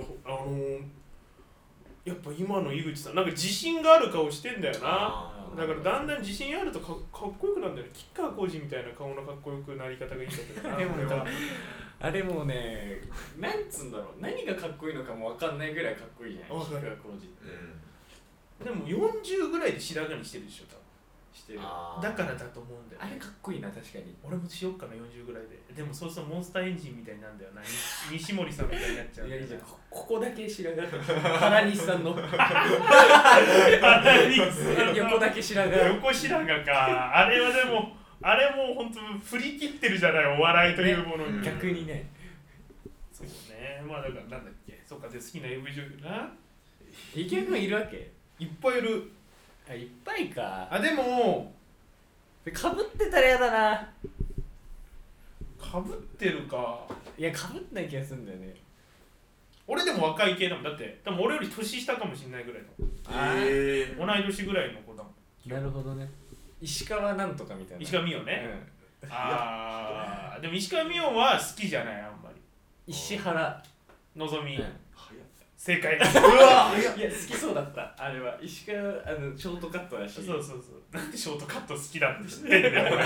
[SPEAKER 2] やっぱ今の井口さんなんか自信がある顔してんだよな。だからだんだん自信あるとかっこよくなるんだよね。吉川晃司みたいな顔のかっこよくなり方がいいんだけどな。
[SPEAKER 3] でもあれもね、なんつうんだろう、何がかっこいいのかもわかんないぐらいかっこいいじゃん、吉川晃司って。
[SPEAKER 2] でも40ぐらいで白髪にしてるでしょ、多分。
[SPEAKER 3] してる。
[SPEAKER 2] だからだと思うんだよ、
[SPEAKER 3] ね。あれかっこいいな、確かに。
[SPEAKER 2] 俺もしよっかな、40ぐらいで。でもそうするとモンスターエンジンみたいになるんだよな。西森さんみたいになっちゃう。
[SPEAKER 3] いやいや、ここだけ白髪。原西さんの。横だけ白髪。
[SPEAKER 2] 横白髪か。あれはでも、あれもう本当振り切ってるじゃない、お笑いというものに、
[SPEAKER 3] ね、逆にね。
[SPEAKER 2] そうね、まあだからなんだっけ、そうか、で好きな AV 女優な。
[SPEAKER 3] 池谷君いるわけ？
[SPEAKER 2] いっぱいいる。
[SPEAKER 3] あ、いっぱいか。
[SPEAKER 2] あ、でも
[SPEAKER 3] かぶってたらやだな。
[SPEAKER 2] かぶってるか。
[SPEAKER 3] いや、かぶってない気がするんだよね。
[SPEAKER 2] 俺でも若い系だもん。だって多分俺より年下かもしれないぐらいの。同い年ぐらいの子だもん。
[SPEAKER 3] なるほどね。石川なんとかみたいな。
[SPEAKER 2] 石川美代ね、うん、ああでも石川美代は好きじゃない、あんまり。
[SPEAKER 3] 石原
[SPEAKER 2] のぞみ、
[SPEAKER 3] うん、
[SPEAKER 2] 正解。
[SPEAKER 3] うわいや好きそうだった。あれは石川ショートカットだし。
[SPEAKER 2] そうなんでショートカット好きだって知ってんだよ俺。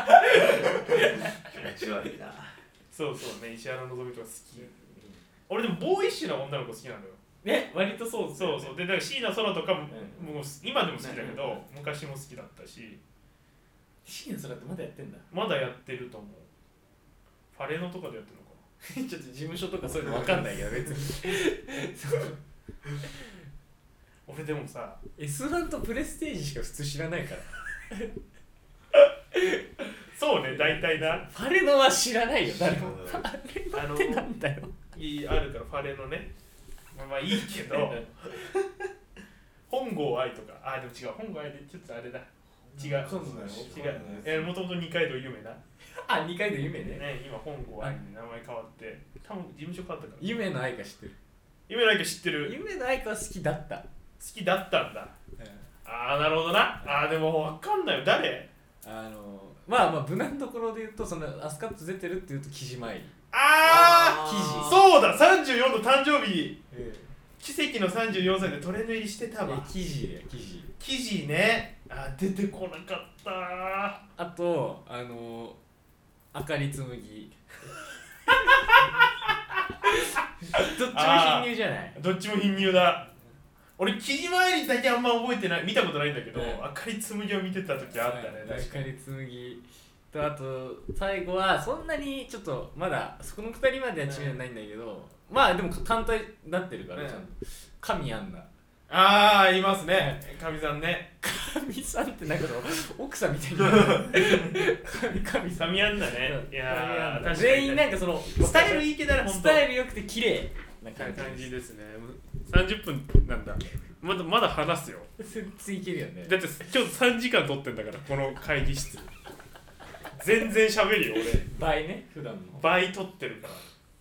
[SPEAKER 4] 気持ち悪いな。
[SPEAKER 2] そうね、石原のぞみとか好き。俺でもボーイッシュな女の子好きなのよ。
[SPEAKER 3] ね、割とそう
[SPEAKER 2] ですよね。そうでだから椎名空とかも、もう今でも好きだけど、昔も好きだったし。
[SPEAKER 3] 椎名空ってまだやってんだ。
[SPEAKER 2] まだやってると思う。ファレノとかでやってるのかな。
[SPEAKER 3] ちょっと事務所とかそういうの分かんないけど別に。
[SPEAKER 2] 俺でもさ
[SPEAKER 3] S1 とプレステージしか普通知らないから。
[SPEAKER 2] そうね、大体な。
[SPEAKER 3] ファレノは知らないよ誰も。ファレノってなんだよ。
[SPEAKER 2] あるからファレノね。まあいいけど本郷愛とか、でも違う、本郷愛でちょっとあれだ、違う、もともと二階堂夢な。
[SPEAKER 3] 二階堂夢ね。
[SPEAKER 2] 今本郷愛に名前変わって多分事務所変わったから。
[SPEAKER 3] 夢の愛か知ってる。
[SPEAKER 2] 夢の愛か知ってる。
[SPEAKER 3] 夢の愛かは好きだった。
[SPEAKER 2] 好きだったんだ、なるほどな。でも分かんないよ、誰。
[SPEAKER 3] まあ無難どころで言うと、そのアスカット出てるっていうと木島愛理。
[SPEAKER 2] 記事。そうだ、34の誕生日、奇跡の34歳でトレンド入りしてたわ。
[SPEAKER 3] 記事
[SPEAKER 2] ね。出てこなかった。
[SPEAKER 3] あとあかりつむぎ。どっちも貧乳じゃない？
[SPEAKER 2] どっちも貧乳だ。俺木島愛理だけあんま覚えてない、見たことないんだけど、あかりつむぎを見てた時あったね。
[SPEAKER 3] あかりつむぎと、あと最後はそんなにちょっとまだそこの2人までは知名ないんだけど、まあでも単体になってるからちゃんと神アンナ。
[SPEAKER 2] いますね、神さんね。
[SPEAKER 3] 神さんってなんか奥さんみたいな。
[SPEAKER 2] 神アンナね。いやー、
[SPEAKER 3] 全員なんかその
[SPEAKER 2] スタイルいいけだね、
[SPEAKER 3] スタイル良くて綺麗な
[SPEAKER 2] 感じですね。30分なんだ。まだ話すよ。
[SPEAKER 3] 全然いけるよね。
[SPEAKER 2] だって今日3時間撮ってんだから、この会議室。全然喋るよ俺。
[SPEAKER 3] 倍ね、普段の
[SPEAKER 2] 倍撮ってるから。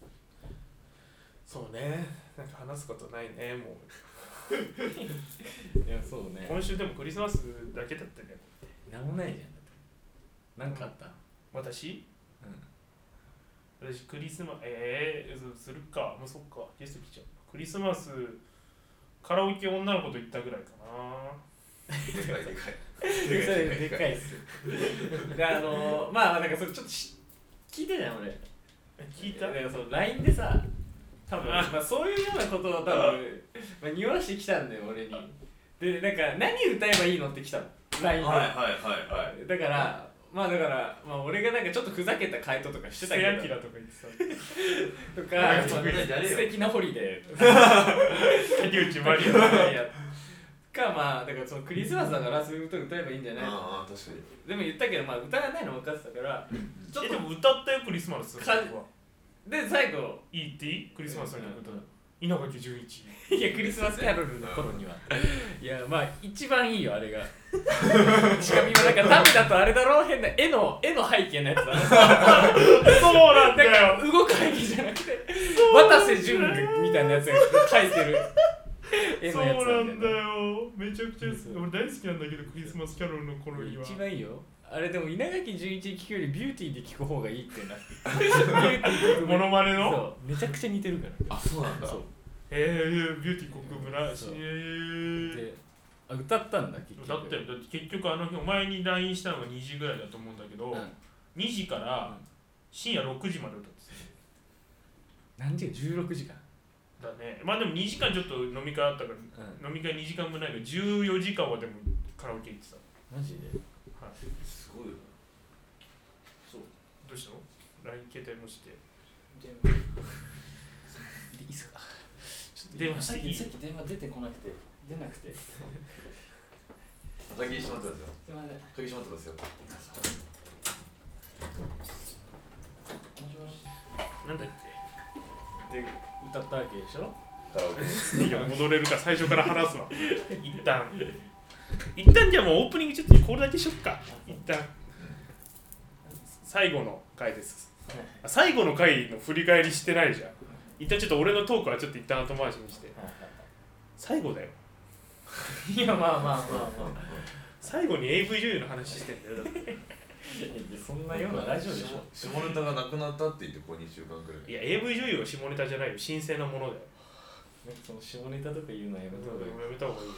[SPEAKER 2] そうね、なんか話すことないね、もう。
[SPEAKER 3] いや、そうね。
[SPEAKER 2] 今週でもクリスマスだけだったね。
[SPEAKER 3] なんもないじゃん。なんかあった？
[SPEAKER 2] 私クリスマスするかもうそっかゲスト来ちゃう。クリスマスカラオケ女の子と行ったぐらいかな。
[SPEAKER 4] でかい
[SPEAKER 3] それでかいっすまあなんかそれちょっと聞いてない俺。
[SPEAKER 2] 聞いた？
[SPEAKER 3] なんかその LINE でさ多分まあそういうようなことを多分まあ匂わしてきたんだよ俺に。でなんか何歌えばいいのって来たの LINE で。
[SPEAKER 4] はい
[SPEAKER 3] だからまあ俺がなんかちょっとふざけた回答とかしてたけど
[SPEAKER 2] 布施明とか言ってた
[SPEAKER 3] とか、素敵なホリデー
[SPEAKER 2] 竹内まりや
[SPEAKER 3] かまあだからそのクリスマスだからそういう歌歌えばいいんじゃない。
[SPEAKER 4] ああ確かに。
[SPEAKER 3] でも言ったけどまあ歌わないの分かってたから
[SPEAKER 2] ちょっとでも歌ったよクリスマス
[SPEAKER 3] で最後
[SPEAKER 2] いいっていいクリスマスの曲歌稲垣潤一。
[SPEAKER 3] いやクリスマスキャロルの頃にはいやまあ一番いいよあれがしかも今なんか涙とあれだろ変な絵の背景のやつだ
[SPEAKER 2] そうなんだよ。
[SPEAKER 3] 動く背景じゃなくて渡瀬淳みたいなやつが描いてる絵のやつ
[SPEAKER 2] そうなんだよ。めちゃくちゃ俺大好きなんだけどクリスマスキャロルの頃には
[SPEAKER 3] 一番いいよあれ。でも稲垣潤一聴くよりビューティーで聴く方がいいってな
[SPEAKER 2] モノマネの
[SPEAKER 3] そうめちゃくちゃ似てるから。
[SPEAKER 4] あそうなんだ。
[SPEAKER 3] そう
[SPEAKER 2] ビューティー国村
[SPEAKER 3] で歌ったんだ結局。
[SPEAKER 2] だって結局あの日お前に LINE したのが2時ぐらいだと思うんだけど、2時から深夜6時まで歌ってた。
[SPEAKER 3] 何時間16時間
[SPEAKER 2] だね。まあでも2時間ちょっと飲み会あったから、飲み会2時間もないから14時間はでもカラオケ行ってた。
[SPEAKER 3] マジで。
[SPEAKER 2] はい。
[SPEAKER 4] すごいよ。
[SPEAKER 2] そうどうしたの ?LINE 携帯もして
[SPEAKER 3] いいっすか。
[SPEAKER 2] 電話
[SPEAKER 3] さっき電話出てこなくて出なくて
[SPEAKER 4] 鍵閉まってますよ。
[SPEAKER 3] すいません。
[SPEAKER 4] 鍵閉まってますよ。
[SPEAKER 2] なんだっ
[SPEAKER 3] で歌ったわけでしょ。
[SPEAKER 4] カラオケ。
[SPEAKER 2] けいや戻れるか最初から話すわ一旦じゃあもうオープニングちょっとこれだけしよっか。一旦最後の回です。最後の回の振り返りしてないじゃん。一旦ちょっと俺のトークはちょっと一旦後回しにして、最後だよ。
[SPEAKER 3] いやまあ
[SPEAKER 2] 最後に AV 女優の話してんだよ。だって
[SPEAKER 3] そんなようなラジオでしょ。
[SPEAKER 4] 下ネタがなくなったって言ってここ2週間くらい。
[SPEAKER 2] いや AV 女優は下ネタじゃないよ。神聖なものだよ。
[SPEAKER 3] その下ネタとか言うのはやめた方がいい。
[SPEAKER 2] やめた方がいい。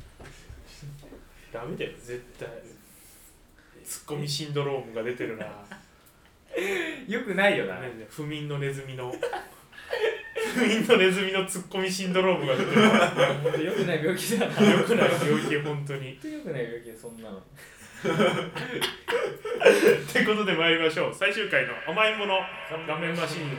[SPEAKER 2] ダメだよ絶対。ツッコミシンドロームが出てるな。
[SPEAKER 3] よくないよな。
[SPEAKER 2] 不眠のネズミのツッコミシンドロームが出てる。
[SPEAKER 3] よくない病気だな。
[SPEAKER 2] よくない病気本当に。
[SPEAKER 3] よくない病気そんなの。
[SPEAKER 2] ってことで参りましょう。最終回の甘いもの画面マシン。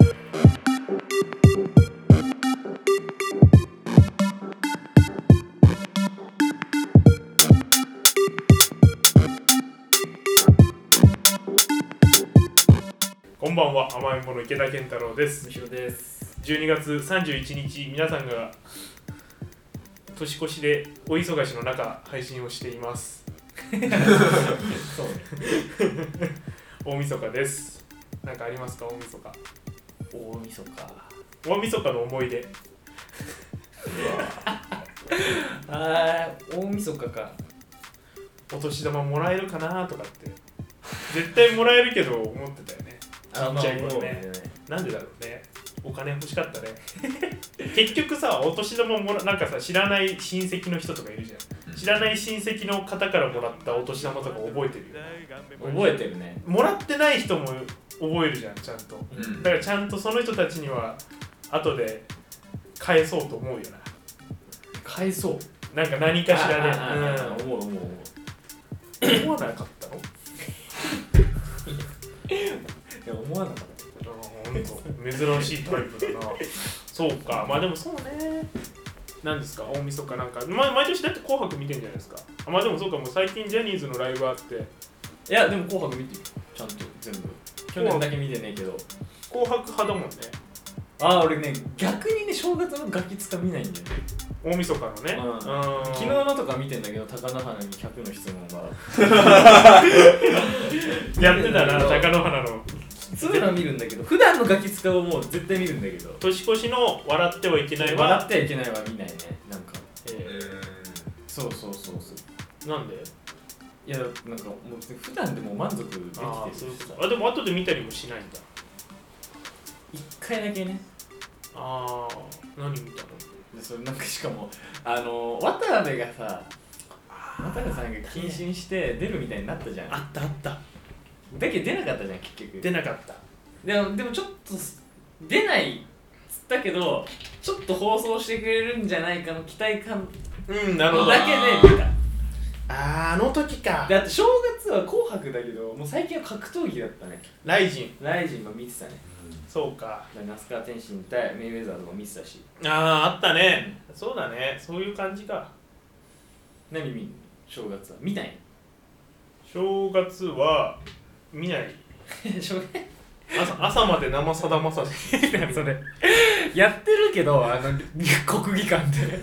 [SPEAKER 2] こんばんは、甘いもの池田健太郎です。
[SPEAKER 3] むしろです。
[SPEAKER 2] 12月31日、皆さんが年越しでお忙しの中配信をしています。
[SPEAKER 3] そう
[SPEAKER 2] 大晦日です。なんかありますか、大晦日。
[SPEAKER 3] 大晦日。
[SPEAKER 2] 大晦日の思い出。
[SPEAKER 3] 大晦日か。
[SPEAKER 2] お年玉もらえるかなとかって絶対もらえるけど思ってたよね。ちっちゃい頃ね。なんでだろうね。お金欲しかったね。結局さ、お年玉もなんかさ、知らない親戚の人とかいるじゃん。知らない親戚の方からもらったお年玉とか覚えてるよ。
[SPEAKER 3] 覚えてるね。
[SPEAKER 2] もらってない人も覚えるじゃん、ちゃんと。だからちゃんとその人たちには後で返そうと思うよな。
[SPEAKER 3] 返そう。
[SPEAKER 2] なんか何かしらね。
[SPEAKER 3] 思う。
[SPEAKER 2] 思わなかったの？
[SPEAKER 3] いや思わなかった。
[SPEAKER 2] 珍しいタイプだな。そうか、まあでもそうね。何ですか、大晦日なんか、毎年だって紅白見てんじゃないですか。まあでもそうか、もう最近ジャニーズのライブあって。
[SPEAKER 3] いやでも紅白見てるちゃんと全部。去年だけ見てねえけど。
[SPEAKER 2] 紅白派だもんね。
[SPEAKER 3] 俺ね逆にね正月のガキ使見ないんだよね。
[SPEAKER 2] 大晦日のね。
[SPEAKER 3] 昨日のとか見てんだけど、貴乃花に100の質問が
[SPEAKER 2] やってたな、貴乃花の。
[SPEAKER 3] そういうのは見るんだけど、普段のガキ使をもう絶対見るんだけど、
[SPEAKER 2] 年越しの笑ってはいけないは
[SPEAKER 3] 笑ってはいけないは見ないね。なんかそう。
[SPEAKER 2] なんで？
[SPEAKER 3] いやなんかもう普段でも満足できてるしさ。
[SPEAKER 2] あでも後で見たりもしないんだ。
[SPEAKER 3] 一回だけね。
[SPEAKER 2] ああ何見たの？
[SPEAKER 3] でそれなんかしかも渡部がさ、渡部さんが謹慎して出るみたいになったじゃん。
[SPEAKER 2] あったあった。
[SPEAKER 3] だけど出なかったじゃん結局。
[SPEAKER 2] 出なかった。
[SPEAKER 3] でもちょっと出ないっつったけどちょっと放送してくれるんじゃないかの期待感
[SPEAKER 2] なるほど
[SPEAKER 3] だけで見た。
[SPEAKER 2] あの時か。
[SPEAKER 3] だって正月は紅白だけどもう最近は格闘技だったね。
[SPEAKER 2] ライジン
[SPEAKER 3] は見てたね。
[SPEAKER 2] そうか。
[SPEAKER 3] 那須川天心対メイウェザーとか見てたし。
[SPEAKER 2] あったね、そうだね、そういう感じか。
[SPEAKER 3] 何見んの正月は？見ない
[SPEAKER 2] 正月は見ない朝まで生さだまさし
[SPEAKER 3] それやってるけど国技館で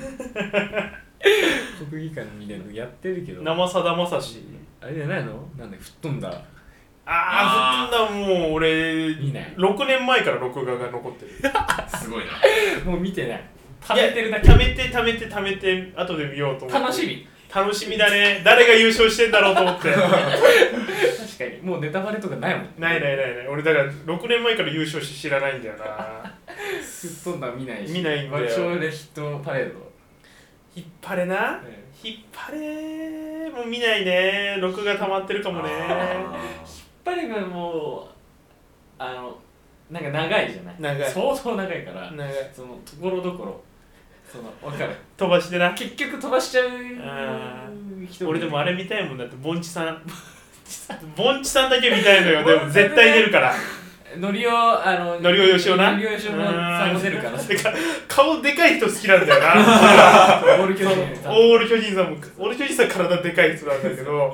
[SPEAKER 3] 国技館みたいなのやってるけど
[SPEAKER 2] 生さだまさし
[SPEAKER 3] あれじゃないの？なんで吹っ飛んだ。
[SPEAKER 2] 吹っ飛んだ。もう俺
[SPEAKER 3] 見ない。
[SPEAKER 2] 6年前から録画が残ってる
[SPEAKER 4] すごいな。
[SPEAKER 3] もう見てない。貯めてるだけ。
[SPEAKER 2] 貯めて後で見ようと思って。楽しみだね。誰が優勝してんだろうと思って
[SPEAKER 3] 確かにもうネタバレとかないもん。
[SPEAKER 2] ない俺だから6年前から優勝し知らないんだよな
[SPEAKER 3] 吹っ飛んだ見ないし。
[SPEAKER 2] 見ないんだよ。
[SPEAKER 3] 爆笑でヒットパレード
[SPEAKER 2] 引っ張れな、引っ張れもう見ないね。録画溜まってるかもね。
[SPEAKER 3] 引っ張れがもうなんか長いじゃない。
[SPEAKER 2] 長い。
[SPEAKER 3] 相当長いから
[SPEAKER 2] 長い。
[SPEAKER 3] そのところどころ分かる。
[SPEAKER 2] 飛ばしてな。
[SPEAKER 3] 結局飛ばしちゃう人。
[SPEAKER 2] 俺でもあれ見たいもんだって。ぼんちさんだけ見たいのよ。でも絶対出るから
[SPEAKER 3] のりおよしおさんも出るから
[SPEAKER 2] 顔でかい人好きなんだよな
[SPEAKER 3] オール巨人
[SPEAKER 2] さんもオール巨人さん体でかい人なんだけど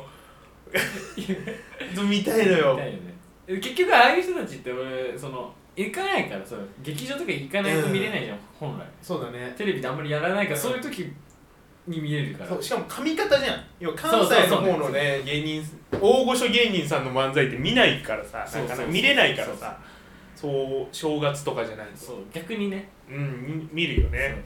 [SPEAKER 2] 見たいのよ。
[SPEAKER 3] 結局ああいう人たちって俺行かないからさ、劇場とか行かないと見れないじゃん、本来。
[SPEAKER 2] そうだね。
[SPEAKER 3] テレビであんまりやらないから、そういう時に見れるから。
[SPEAKER 2] しかも髪型じゃん。要は関西の方のね芸人、大御所芸人さんの漫才って見ないからさ、見れないからさ、そう正月とかじゃないと。
[SPEAKER 3] そう逆にね。
[SPEAKER 2] 見るよね。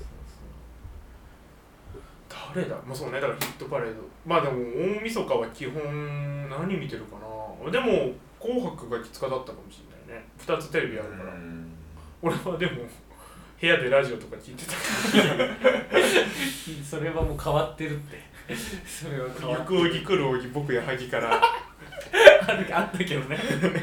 [SPEAKER 2] 誰だ。まあそうね、だからヒットパレード。まあでも大晦日は基本何見てるかな。でも紅白がきつかだったかもしれないね。2つテレビあるから。俺はでも部屋でラジオとか聞いてた
[SPEAKER 3] それはもう変わってるってそれは変わってる。
[SPEAKER 2] 行く扇来る扇僕やはぎから
[SPEAKER 3] あったけどね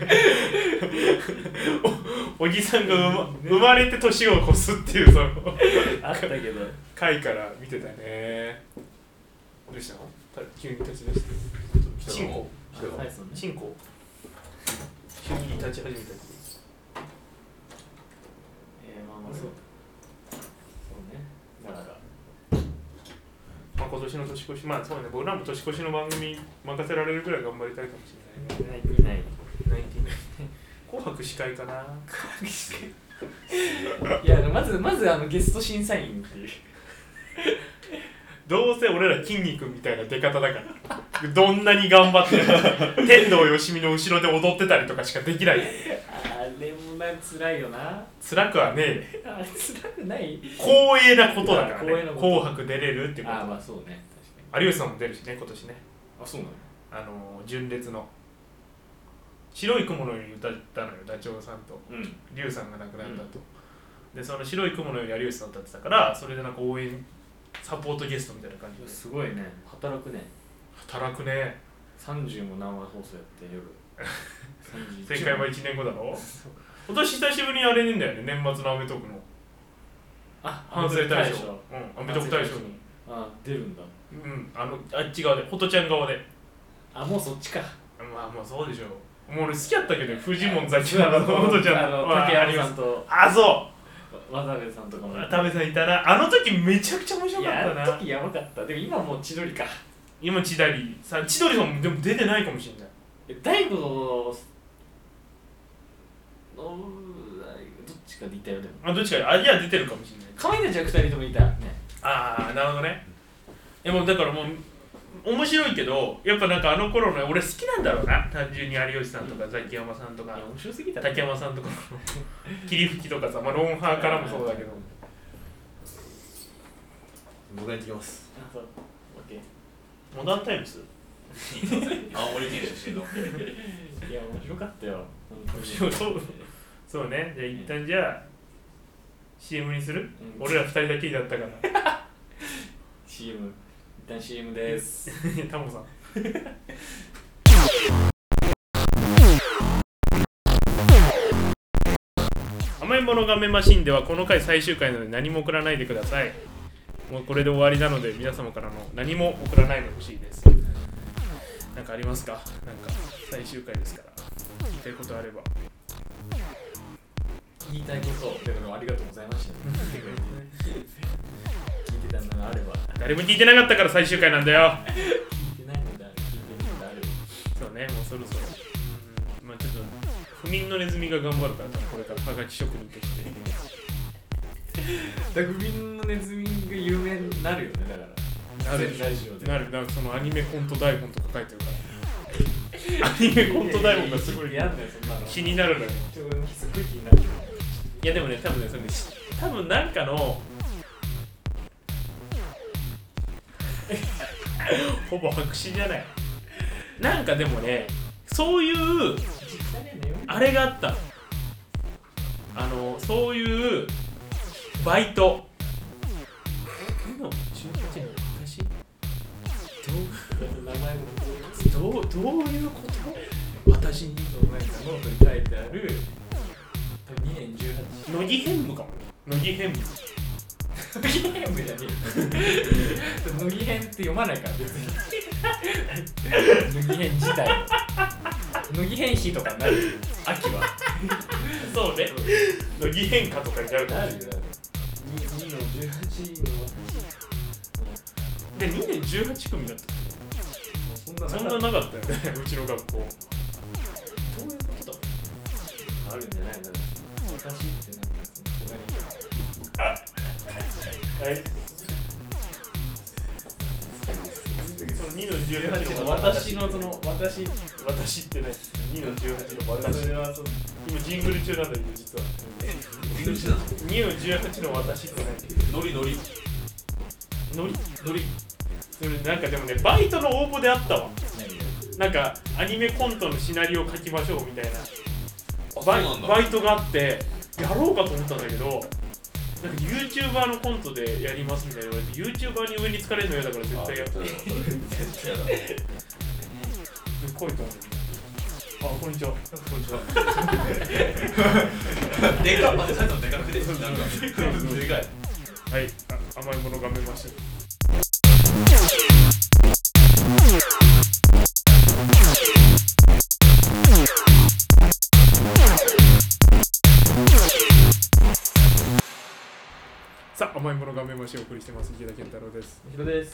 [SPEAKER 2] おぎさんが生まれて年を越すっていう
[SPEAKER 3] あったけど
[SPEAKER 2] 回から見てたね。どうしたの？急に立ち出してチンコ急に立ち始めたけど
[SPEAKER 3] まあそうね。だから
[SPEAKER 2] まあ今年の年越し、まあそうね、僕らも年越しの番組任せられるぐらい頑張りたいかもしれないね。
[SPEAKER 3] ない
[SPEAKER 2] 紅白司会かな。
[SPEAKER 3] いやまずゲスト審査員っていう
[SPEAKER 2] どうせ俺ら筋肉みたいな出方だからどんなに頑張って天童よしみの後ろで踊ってたりとかしかできない。
[SPEAKER 3] あれも辛いよな。
[SPEAKER 2] 辛くはねえ。
[SPEAKER 3] あれ辛くない。
[SPEAKER 2] 光栄なことだからね。紅白出れるってこと。
[SPEAKER 3] まあそうね。
[SPEAKER 2] 確かに有吉さんも出るしね今年ね。
[SPEAKER 3] あそうなの。
[SPEAKER 2] 純烈の白い雲のように歌ったのよ、ダチョウさんと龍さんが亡くなったと。でその白い雲のように有吉さん歌ってたから、それでなんか応援サポートゲストみたいな感じで。
[SPEAKER 3] すごいね。働くね。30も生放送やって夜
[SPEAKER 2] 正解は1年後だろ今年久しぶりにあれねんだよね、年末のアメトークの反省大賞。アメトーク大賞に
[SPEAKER 3] 出るんだ。
[SPEAKER 2] あっち側で、ホトちゃん側で。
[SPEAKER 3] もうそっちか。
[SPEAKER 2] まあそうでしょう。もう俺好きやったけど、フジモンザキヤマのホトちゃん
[SPEAKER 3] 竹山さんと
[SPEAKER 2] そう
[SPEAKER 3] 渡部さんとかも
[SPEAKER 2] 渡部さんいたな。あの時めちゃくちゃ面白かったな。
[SPEAKER 3] あの時やばかった。でも今もう千鳥か。
[SPEAKER 2] 今千鳥さんもでも出てないかもしれない。
[SPEAKER 3] 大悟のどっちかでいたよね。
[SPEAKER 2] どっちかいや出てるかもしれない。
[SPEAKER 3] かまいたちは2人ともいたね。
[SPEAKER 2] なるほどね。もうだからもう面白いけど、やっぱなんかあの頃の俺好きなんだろうな。単純に有吉さんとかザキヤマさんとか
[SPEAKER 3] 面白すぎた
[SPEAKER 2] 竹山さんとか霧吹きとかさ、ロンハーからもそうだけど。
[SPEAKER 4] 僕がやってきます。
[SPEAKER 2] モダンタイムス
[SPEAKER 4] 青森県出身の。
[SPEAKER 3] いや面白かったよ。
[SPEAKER 2] そうね。じゃあ一旦じゃあ CM にする？俺ら2人だけだったから。
[SPEAKER 3] CM 一旦 CM です。
[SPEAKER 2] タモさん。甘いものがめマシンではこの回最終回なので何も送らないでください。もうこれで終わりなので皆様からの何も送らないでほしいです。なんかありますか？なんか最終回ですから言いたいことあれば。
[SPEAKER 3] 言いたいことでもありがとうございました。聞いてたのがあれば。
[SPEAKER 2] 誰も聞いてなかったから最終回なんだよ。
[SPEAKER 3] 聞いてないのだ。聞いてるのがある。
[SPEAKER 2] そうね、もうそろそろ。まあちょっと不眠のネズミが頑張るからこれからハガキ職人として。
[SPEAKER 3] 不眠のネズミが有名になるよね、だから。
[SPEAKER 2] なる、なんかそのアニメコント台本とか書いてるから。アニメコント台本がすごい気になるのよ。
[SPEAKER 3] すごい気になる。
[SPEAKER 2] いやでもね、多分なんかのほぼ白紙じゃない。なんかでもね、そういうあれがあったの。そういうバイト。今18の昔どういうこと？私に
[SPEAKER 3] ノートに書いてある2年18。
[SPEAKER 2] 乃木編部かも。乃木編部。
[SPEAKER 3] 乃木編部じゃねえ。乃木編って読まないから別に。乃木編自体。乃木編誌とかになる。秋は。
[SPEAKER 2] そうね。乃木変化とかになるかもしれない。
[SPEAKER 3] 2の18の
[SPEAKER 2] で2年18組だった。そんななかったよね、うちの学校。どういうことだ？
[SPEAKER 3] あるんじゃないの？私ってなんか
[SPEAKER 2] はい。その2の18の私のその私ってない。2の18の私。今ジングル中なんだけど実は。2の18の私ってない。ノリ。それなんかでもね、バイトの応募であったわ。なんかアニメコントのシナリオを書きましょうみたいなバイトがあってやろうかと思ったんだけど、なんか YouTuber のコントでやりますみたいな言われて YouTuber に上に疲れるの嫌だから絶対やって絶対やだ声とあ、こんにちは。
[SPEAKER 4] でかっ、まず最初のでかくてでかい。
[SPEAKER 2] はい、甘いものがめました。さあ、甘いものがめましお送りしてます池田健太郎です。
[SPEAKER 3] ひろです。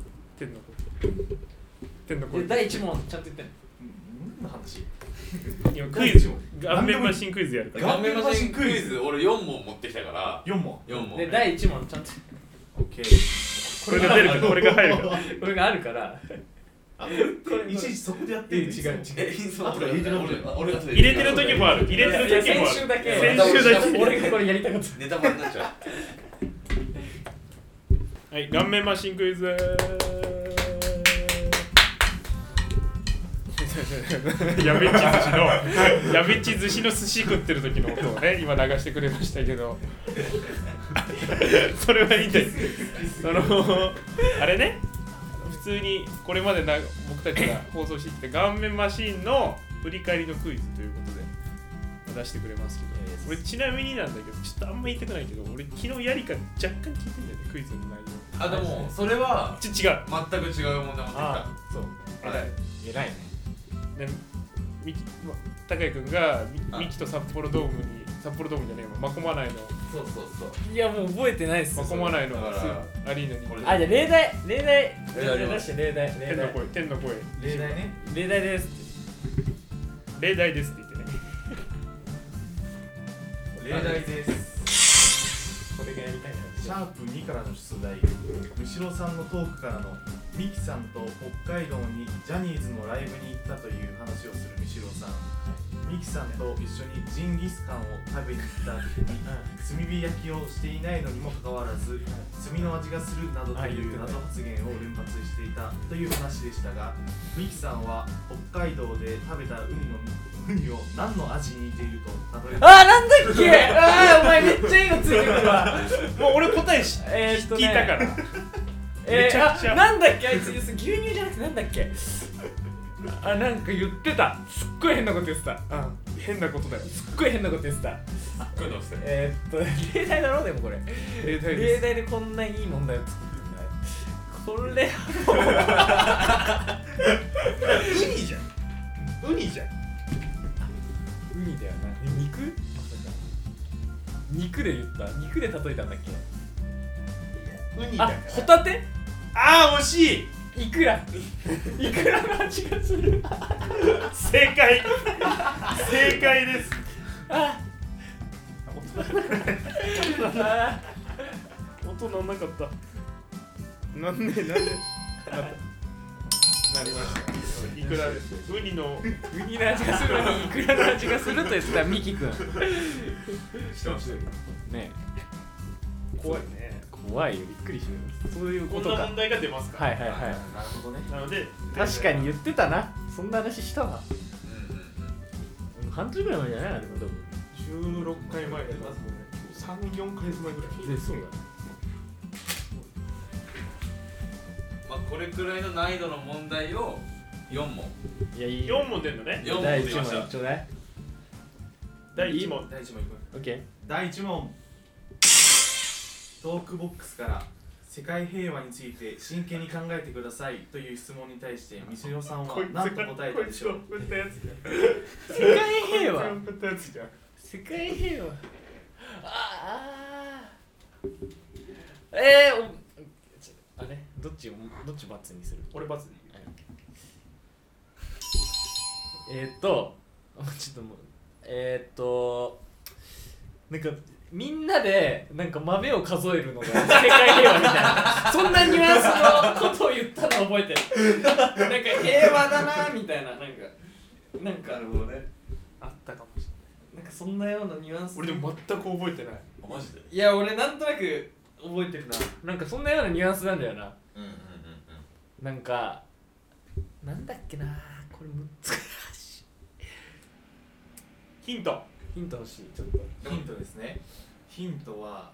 [SPEAKER 2] 天の声。
[SPEAKER 3] 第1問ちゃんと言ってんの。
[SPEAKER 4] 何の話？
[SPEAKER 2] 今クイズ顔面マシンクイズやるから。
[SPEAKER 4] 顔面マシンクイズ俺4問持ってきたから
[SPEAKER 1] 4問
[SPEAKER 3] で第1問ちゃんと
[SPEAKER 1] オッケー。
[SPEAKER 2] これが出るかこれが入るか
[SPEAKER 3] これがあるから
[SPEAKER 1] これいちいちそこでやってる。違う
[SPEAKER 4] ヒント俺
[SPEAKER 2] 入れてる時もある。入れてる時もある。
[SPEAKER 3] 先週だけ
[SPEAKER 2] 俺
[SPEAKER 3] がこれやりたかった。
[SPEAKER 4] ネタバレになっちゃ
[SPEAKER 2] う。はい、顔面マシンクイズやべっち寿司の寿司食ってる時の音をね今流してくれましたけどそれはいいんですそのあれね普通にこれまで僕たちが放送してきた顔面マシーンの振り返りのクイズということで出してくれますけど、俺ちなみになんだけどちょっとあんま言いたくないけど俺昨日やりか若干聞いてんだよねクイズの内容。
[SPEAKER 4] でもそれは
[SPEAKER 2] 違う
[SPEAKER 4] 全く違う問題持ってきた。
[SPEAKER 2] そう
[SPEAKER 4] はい
[SPEAKER 3] 偉いね。
[SPEAKER 2] で高井君がミキと札幌ドームじゃねえよマコマ内の
[SPEAKER 3] いやもう覚えてないっす。
[SPEAKER 2] マコマ内のアリーナに
[SPEAKER 3] じゃあ例題出して例題
[SPEAKER 2] 天の声
[SPEAKER 3] 例題ね例題です
[SPEAKER 2] 例題ですって言ってね
[SPEAKER 1] 例題です。
[SPEAKER 3] これがやりたいな。
[SPEAKER 1] シャープ2からの出題。後ろさんのトークからのミキさんと北海道にジャニーズのライブに行ったという話をする三代さん。 ミキさんと一緒にジンギスカンを食べに行った時に炭火焼きをしていないのにもかかわらず炭の味がするなどという謎発言を連発していたという話でしたが、ミキさんは北海道で食べたウニを何の味に似ていると例えば
[SPEAKER 3] なんだっけお前めっちゃいいのついてくるわ
[SPEAKER 2] もう俺答え聞いたからめちゃくちゃ
[SPEAKER 3] なんだっけあいつ牛乳じゃなくてなんだっけなんか言ってたすっごい変なこと言ってた
[SPEAKER 2] 変なことだよ
[SPEAKER 3] すっごい変なこと言ってた
[SPEAKER 4] これどうして
[SPEAKER 3] 例題だろでもこれ
[SPEAKER 2] 例題
[SPEAKER 3] 例題でこんないい問題を作ってんだこれ
[SPEAKER 2] ウニじゃんウニじゃん
[SPEAKER 3] ウニだよな肉肉で言った肉で例えたんだっけ
[SPEAKER 2] ウニだよ
[SPEAKER 3] ホタテ
[SPEAKER 2] 惜しい
[SPEAKER 3] イクラの味がする
[SPEAKER 2] 正解正解です音なんなかったなんでなりましたイクラですウニの
[SPEAKER 3] 味がするのにイクラの味がすると言ってたミキ君
[SPEAKER 4] してましたよ
[SPEAKER 3] ね
[SPEAKER 2] 怖いね
[SPEAKER 3] 怖いよびっくりしますそういう
[SPEAKER 2] こ
[SPEAKER 3] ことか
[SPEAKER 2] んな問題が出ますから
[SPEAKER 3] はいはいはい
[SPEAKER 1] なるほどね。
[SPEAKER 2] なので
[SPEAKER 3] 確かに言ってたなそんな話したわ
[SPEAKER 4] うん
[SPEAKER 3] 半年ぐらい前じゃないなでも多分
[SPEAKER 2] 16回前でますもんね3、4ヶ月前ぐらい
[SPEAKER 3] でそうだ
[SPEAKER 4] まあこれくらいの難易度の問題を4問
[SPEAKER 3] いやいい
[SPEAKER 2] 4問出んのね
[SPEAKER 4] 4問
[SPEAKER 3] 第1
[SPEAKER 4] 出ました
[SPEAKER 3] 問ちょうだい
[SPEAKER 2] 第1問
[SPEAKER 1] 第1問いく。
[SPEAKER 3] オッケー
[SPEAKER 1] 第1問。トークボックスから世界平和について真剣に考えてくださいという質問に対してみすよさんは何と答えたでしょう。
[SPEAKER 2] こいつが振ったやつ
[SPEAKER 3] 世界平和
[SPEAKER 2] こいつが振ったやつじゃん
[SPEAKER 3] 世界平和あれどっち罰にする
[SPEAKER 2] 俺罰で
[SPEAKER 3] ちょっともうなんかみんなでなんか豆を数えるのが世界平和みたいなそんなニュアンスのことを言ったの覚えてるなんか平和だなみたいななんか
[SPEAKER 4] なるほどね
[SPEAKER 2] あったかもしれ
[SPEAKER 3] なんかそんなようなニュアンス
[SPEAKER 2] ない俺でも全く覚えてない
[SPEAKER 4] マジで
[SPEAKER 3] いや俺なんとなく覚えてるななんかそんなようなニュアンスなんだよななんかなんだっけなこれ難しい
[SPEAKER 2] ヒント
[SPEAKER 3] ヒント欲しいちょっと
[SPEAKER 1] ヒントですね。ヒントは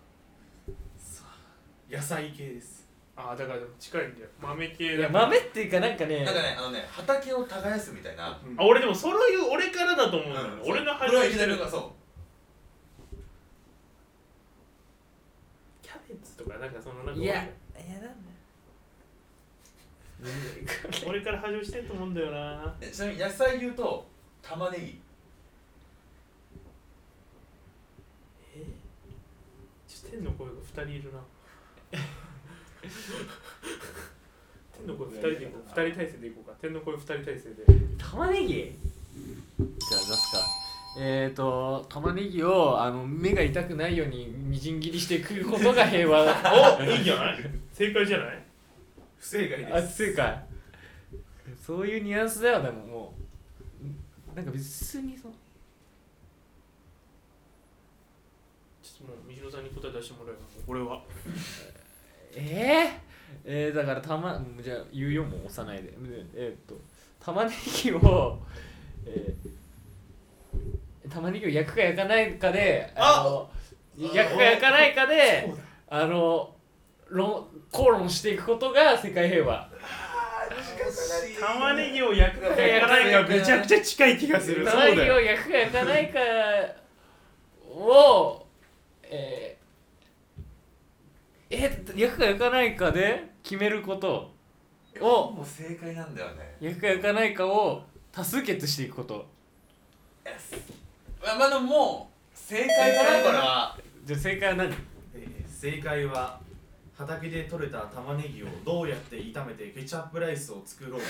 [SPEAKER 1] 野菜系です。
[SPEAKER 2] だからでも近いんだよ豆系
[SPEAKER 3] いや
[SPEAKER 2] だから
[SPEAKER 3] 豆っていうかなんかね
[SPEAKER 4] なんかね畑を耕すみたいな
[SPEAKER 2] 俺でもそういう俺からだと思うんだよね俺の
[SPEAKER 4] これは
[SPEAKER 2] 話してる
[SPEAKER 4] 左がそう
[SPEAKER 2] キャベツとかなんかそのなんか
[SPEAKER 3] いやなんだ
[SPEAKER 2] 俺から始めしてると思うんだよな
[SPEAKER 4] ちなみに野菜言うと玉ねぎ
[SPEAKER 2] 天の声が2人いるな天の声2人でいこう2人体制でいこうか天の声2人体制で
[SPEAKER 3] 玉ねぎじゃあ出すか玉ねぎを目が痛くないようにみじん切りしていくことが平和
[SPEAKER 2] おいいんじゃない正解じゃない
[SPEAKER 1] 不正解です。
[SPEAKER 3] あ正解そういうニュアンスだよでももうなんか別にそう
[SPEAKER 2] ちょっともうみひろさんに答え出してもらうよ俺は
[SPEAKER 3] だからじゃあ言うよもう押さないで玉ねぎを玉ねぎを焼くか焼かないかで焼くか焼かないかで口論していくことが世界平和
[SPEAKER 2] 玉ねぎを焼くか焼かないかめちゃくちゃ近い気がする
[SPEAKER 3] 玉ねぎを焼くか焼かないかを焼くか焼かないかで決めることを
[SPEAKER 4] もう正解なんだよね
[SPEAKER 3] 焼くか焼かないかを多数決していくこと
[SPEAKER 4] まあでももう正解かなこれは
[SPEAKER 3] じゃあ正解は何
[SPEAKER 1] 正解は畑で採れた玉ねぎをどうやって炒めてケチャップライスを作ろうか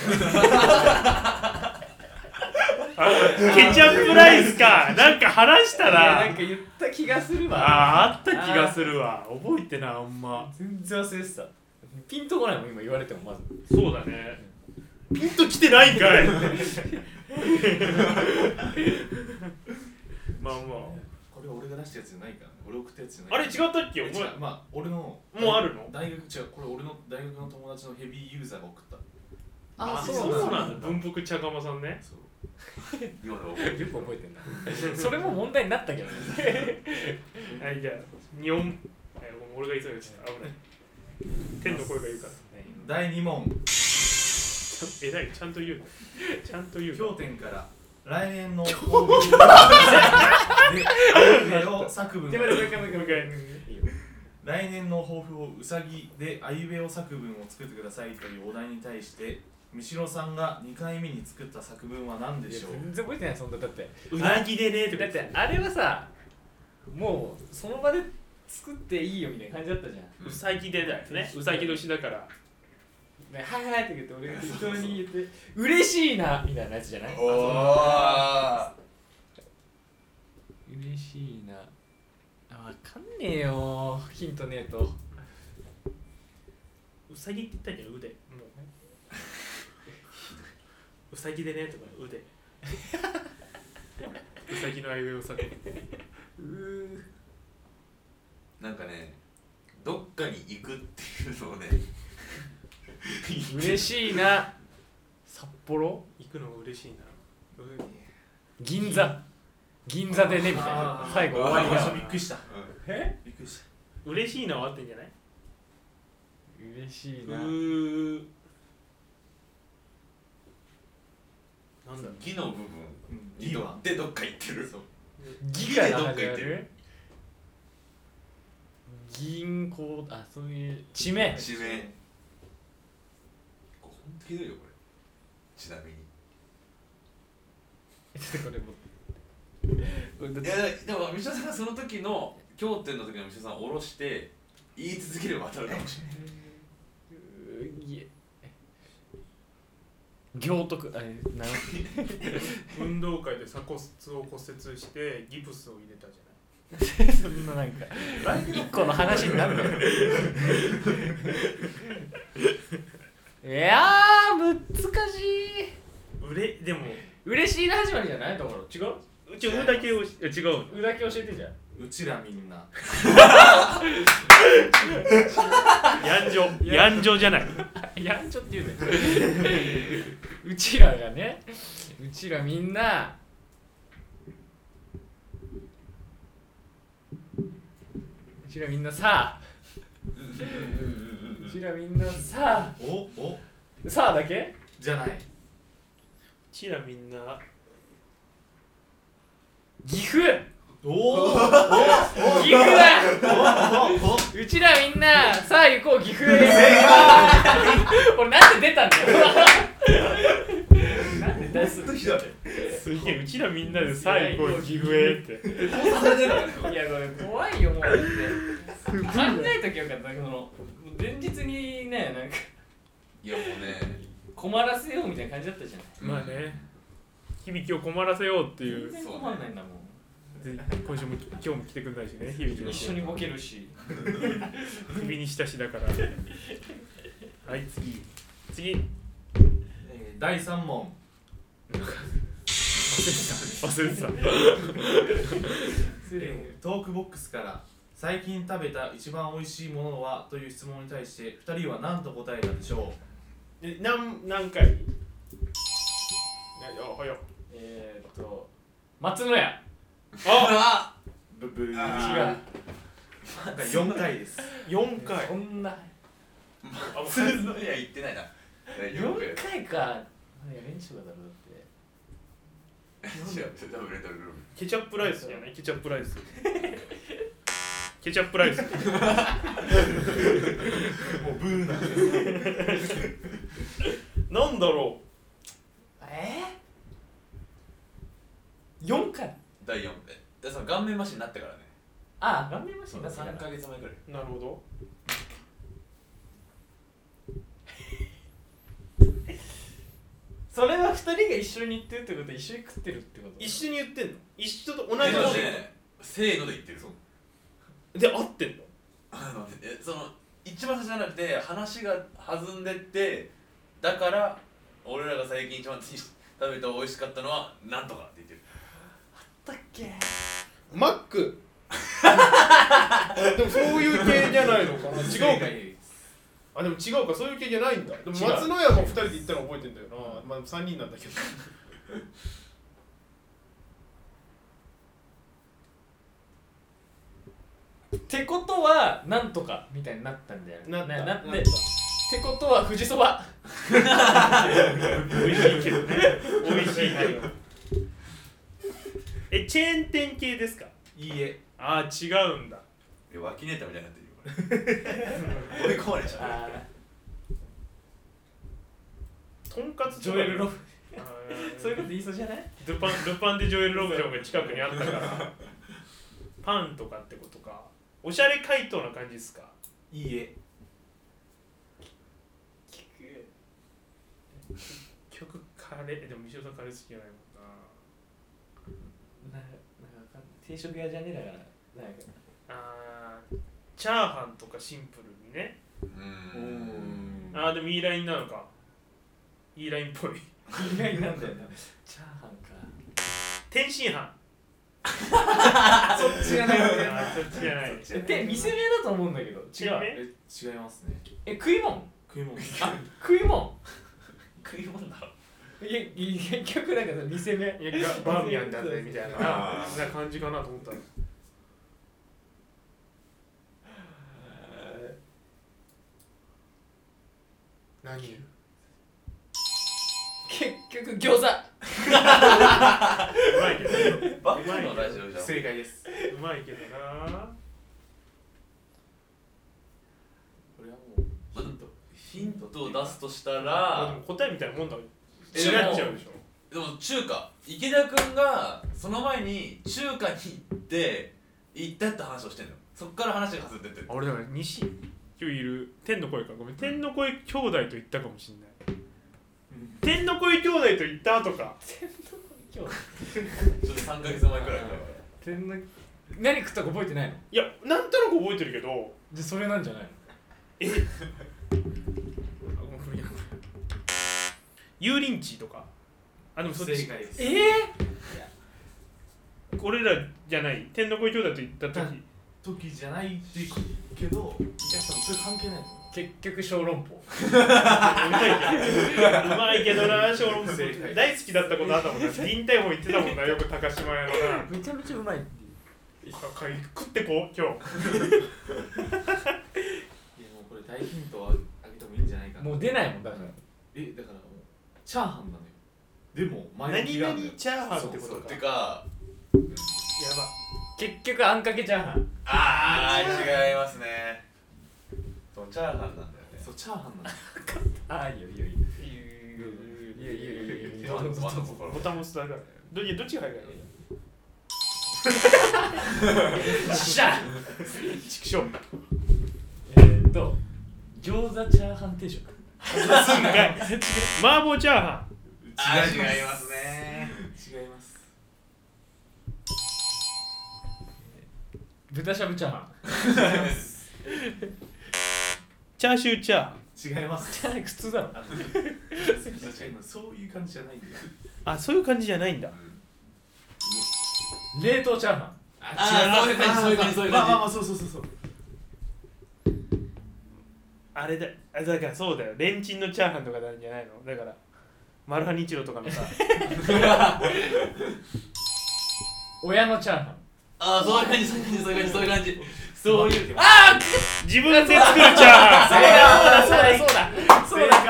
[SPEAKER 2] ケチャップライスかなんか話したら
[SPEAKER 3] なんか言った気がするわ
[SPEAKER 2] あった気がするわ覚えてないあんま
[SPEAKER 3] 全然忘れてたピンとこないもん今言われてもまず
[SPEAKER 2] そうだねピンときてないんかいまあま
[SPEAKER 1] これ俺が出したやつじゃないからね。俺送ったやつじゃ
[SPEAKER 2] あ。あ
[SPEAKER 1] ない。
[SPEAKER 2] れ違ったっけ？お前
[SPEAKER 1] 違う。まあ俺の
[SPEAKER 2] もうあるの？
[SPEAKER 1] 大学違う。これ俺の大学の友達のヘビーユーザーが送った。
[SPEAKER 3] あ
[SPEAKER 2] そうなんだ。文福茶釜さんね。
[SPEAKER 1] そう。
[SPEAKER 4] 今の
[SPEAKER 3] よく覚えてんなそれも問題になったけどね
[SPEAKER 2] はいじゃあ日本俺が言いそうです危ない天の声が言うから
[SPEAKER 1] 第2問。
[SPEAKER 2] 偉いちゃんと言うちゃんと言う
[SPEAKER 1] 経典から来年の抱負であいうえお作文。来年の抱負をうさぎであいうえお作文を作ってくださいというお題に対して三代さんが2回目に作った作文は何でしょう。
[SPEAKER 3] 全然覚えてないそんなだって
[SPEAKER 2] うなぎでねとか
[SPEAKER 3] だってあれはさもうその場で作っていいよみたいな感じだったじゃん
[SPEAKER 2] うさぎでだよねうさぎ年だから
[SPEAKER 3] ねはいはいって言って俺が適当に言って嬉しいなみたいなやつじゃない
[SPEAKER 4] おー
[SPEAKER 3] 嬉しいなわかんねえよヒントねえと
[SPEAKER 2] うさぎって言ったんじゃん腕もううさぎでねとか腕うさぎのあいうえお作文
[SPEAKER 4] なんかねどっかに行くっていうのをね
[SPEAKER 3] 嬉しいな札幌
[SPEAKER 2] 行くの嬉しいな
[SPEAKER 3] 銀座でねみたいな最後終わりが
[SPEAKER 1] びっくりした。
[SPEAKER 3] え
[SPEAKER 1] びっくりした。
[SPEAKER 2] 嬉しいのは合ってんじゃない
[SPEAKER 3] 嬉しいな
[SPEAKER 2] なんだろう
[SPEAKER 4] 木の部分
[SPEAKER 1] いいわ。
[SPEAKER 4] でどっか行ってる
[SPEAKER 3] ギから
[SPEAKER 4] どっか
[SPEAKER 3] 始ま
[SPEAKER 4] 行ってる
[SPEAKER 3] る銀行あそういう地名
[SPEAKER 4] 地名ほんとひどいよこれちなみに
[SPEAKER 3] ちょっとこれも
[SPEAKER 4] いやでも三代さんがその時の経典の時の三代さんを下ろして言い続ければ当たるかもしれない
[SPEAKER 3] 行徳あれな
[SPEAKER 2] 運動会で鎖骨を骨折してギプスを入れたじゃない
[SPEAKER 3] そんななんか一個の話になるんだよいやー難しい
[SPEAKER 2] でも
[SPEAKER 3] 嬉しいな始まりじゃないところ違う
[SPEAKER 2] うちうだけを違う
[SPEAKER 3] うだけ教えてじゃん
[SPEAKER 1] うちらみんな。
[SPEAKER 2] やんじょじゃない
[SPEAKER 3] やんちょって言うねうちらがねうちらみんなうちらみんなさうちらみんなさ
[SPEAKER 1] お
[SPEAKER 3] さあだけ
[SPEAKER 1] じゃない。
[SPEAKER 2] うちらみんな
[SPEAKER 3] 岐阜
[SPEAKER 1] おお
[SPEAKER 3] 岐阜だうちらみんなさあ行こう岐阜へ俺なんで出たんだよなんで出す
[SPEAKER 4] ひどい
[SPEAKER 2] すげえうちらみんなでさあ行こう岐阜へって
[SPEAKER 4] 放送されてるからね
[SPEAKER 3] いやこれ怖いよもうだって考えときゃよかったその前日にねなんか
[SPEAKER 4] いやもうね
[SPEAKER 3] 困らせようみたいな感じだったじゃん
[SPEAKER 2] まあね響を困らせようっていう
[SPEAKER 3] 全然困んないんだもん
[SPEAKER 2] で今週も今日も来てくんないしね響の
[SPEAKER 3] 一緒にボケるし
[SPEAKER 2] 首に親しだからはい次
[SPEAKER 1] 第3問。
[SPEAKER 2] 忘れてた
[SPEAKER 1] トークボックスから最近食べた一番美味しいものはという質問に対して2人は何と答えたでしょ
[SPEAKER 2] 何回早っ
[SPEAKER 3] 松野屋
[SPEAKER 4] あ
[SPEAKER 1] う。ブブー。
[SPEAKER 4] あ
[SPEAKER 1] 4回です。
[SPEAKER 2] 4回
[SPEAKER 3] そんな
[SPEAKER 4] 松野屋行ってないな
[SPEAKER 3] 4回かやめにしようかだろうだって
[SPEAKER 4] 違うダブル
[SPEAKER 2] ケチャップライスじゃないケチャップライスケチャップライス
[SPEAKER 1] もうブーなんです。
[SPEAKER 2] なんだろ
[SPEAKER 3] 4回
[SPEAKER 4] 第4でその顔面マシンになってからね
[SPEAKER 3] ああ顔面マシンだった
[SPEAKER 4] 3ヶ月前くらいう
[SPEAKER 2] なるほど
[SPEAKER 3] それは2人が一緒に行ってるってことは一緒に食ってるってこと
[SPEAKER 2] 一緒に言ってんの一緒と同じ
[SPEAKER 4] でも
[SPEAKER 2] の
[SPEAKER 4] ねせーので言ってる
[SPEAKER 2] で合ってんの
[SPEAKER 4] その一番最初じゃなくて話が弾んでってだから俺らが最近一番食べた美味しかったのはなんとかって言ってる。
[SPEAKER 3] だっけ
[SPEAKER 5] マックでもそういう系じゃないのかな。違うか。あ、でも違うか、そういう系じゃないんだ。でも松野屋も2人で行ったの覚えてんだよな。まあ3人なんだけど
[SPEAKER 3] ってことはなんとかみたいになったんだよ。
[SPEAKER 5] なった
[SPEAKER 3] なってってことは富士そば。
[SPEAKER 2] 美味しいけどね。美味しいけど。チェーン店系ですか？
[SPEAKER 1] いいえ。
[SPEAKER 2] ああ、違うんだ。
[SPEAKER 4] 脇ネタみたいになってるよこれ追い込まれちゃう。
[SPEAKER 2] とんかつ
[SPEAKER 3] ジョエルロブ
[SPEAKER 2] あ
[SPEAKER 3] そういうこと言いそうじゃない？
[SPEAKER 2] ルパンでジョエルロブションが近くにあったからパンとかってことか。おしゃれ回答な感じですか？
[SPEAKER 1] いいえ。
[SPEAKER 2] 結局カレーでも西尾さんカレー好きじゃないもんな。
[SPEAKER 3] なんか定食屋じゃねえだからなんか
[SPEAKER 2] チャーハンとかシンプルにね。でもいいラインなのか。いいラインっぽい。
[SPEAKER 3] 意外なんだよな。チャーハンか。
[SPEAKER 2] 天津飯。
[SPEAKER 3] そっちじゃない。
[SPEAKER 2] そっちじゃない。
[SPEAKER 3] 店名だと思うんだけど。違う。
[SPEAKER 1] 違いますね。
[SPEAKER 3] 食い物？
[SPEAKER 1] 食い物。
[SPEAKER 3] 食い物。
[SPEAKER 4] 食い物だろ。
[SPEAKER 3] いや結局なんかさ店名。
[SPEAKER 2] いやバーミヤンだぜみたいな感じかなと思ったの。何？
[SPEAKER 3] 結局餃子。
[SPEAKER 2] うまいけど。
[SPEAKER 4] バカのラジオじゃん。
[SPEAKER 1] 正解です。
[SPEAKER 2] うまいけどな。
[SPEAKER 1] これはもう
[SPEAKER 4] ヒントを出すとした
[SPEAKER 2] でも
[SPEAKER 4] ら、
[SPEAKER 2] 答えみたいなもんだ。なっ
[SPEAKER 4] で
[SPEAKER 2] ちゃ
[SPEAKER 4] も
[SPEAKER 2] うでしょ。
[SPEAKER 4] でも中華、池田くんがその前に中華に行ったって話をしてんの。そっから話が弾んでってる。
[SPEAKER 2] 俺だから西今日いる天の声か。ごめん、天の声兄弟と言ったかもしれない。天の声兄弟と言った後か。
[SPEAKER 3] 天の声兄弟。
[SPEAKER 4] ちょっと3ヶ月前くらいから。
[SPEAKER 3] 天の何食ったか覚えてないの？
[SPEAKER 2] いや、なんとなく覚えてるけど。
[SPEAKER 3] でそれなんじゃないの？
[SPEAKER 2] 油淋鶏とか。あ、でもそっち。
[SPEAKER 1] 正解です。
[SPEAKER 2] 俺らじゃない。天の声兄弟と言った時。
[SPEAKER 1] 時じゃないってけど、お客さんそれ関係ないと思う。
[SPEAKER 3] 結局小籠包。
[SPEAKER 2] うまいけどな、小籠包大好きだったことあったもんな。臨海も言ってたもんな、よく高島屋のな。
[SPEAKER 3] めちゃめちゃうまいっていう。
[SPEAKER 2] 食ってこう、今日。
[SPEAKER 1] いやもうこれ大ヒントをあげてもいいんじゃないかな。
[SPEAKER 3] もう出ないもんだから。
[SPEAKER 1] だからもうチャーハンなのよ。でも前
[SPEAKER 2] 何々チャーハンってことか。
[SPEAKER 4] てか、
[SPEAKER 2] や
[SPEAKER 3] 結局あんかけチャーハン。
[SPEAKER 4] 違いますね。そうチャーハンなんだよね。
[SPEAKER 1] そうチャーハンなのよ。
[SPEAKER 3] いいよいいよいいよ。いや
[SPEAKER 2] ば。ボタン押すだから。どっちが早いか
[SPEAKER 3] しゃ
[SPEAKER 2] ちくしょう。
[SPEAKER 3] 餃子チャーハン定食。
[SPEAKER 2] 麻婆チャーハン。
[SPEAKER 4] 違いますね。
[SPEAKER 1] 違います。
[SPEAKER 3] 豚しゃぶチャーハン。
[SPEAKER 2] チャーシューチャーハン。
[SPEAKER 1] 違います。
[SPEAKER 3] じゃない普通だろ。
[SPEAKER 1] そういう感じじゃないんだよ。
[SPEAKER 2] あ、そういう感じじゃないんだ。
[SPEAKER 3] 冷凍チャーハン。
[SPEAKER 4] そういう感じ、そういう感じ、そういう感
[SPEAKER 1] まあそう。
[SPEAKER 2] あれだ、だからそうだよ。レンチンのチャーハンとかなんじゃないの。だからマルハニチロとかのさ。
[SPEAKER 3] 親のチャーハン。
[SPEAKER 4] そういう感じ、そういう感じ。
[SPEAKER 3] そういう。
[SPEAKER 2] 自分で作るチャーハン。
[SPEAKER 3] そうだ。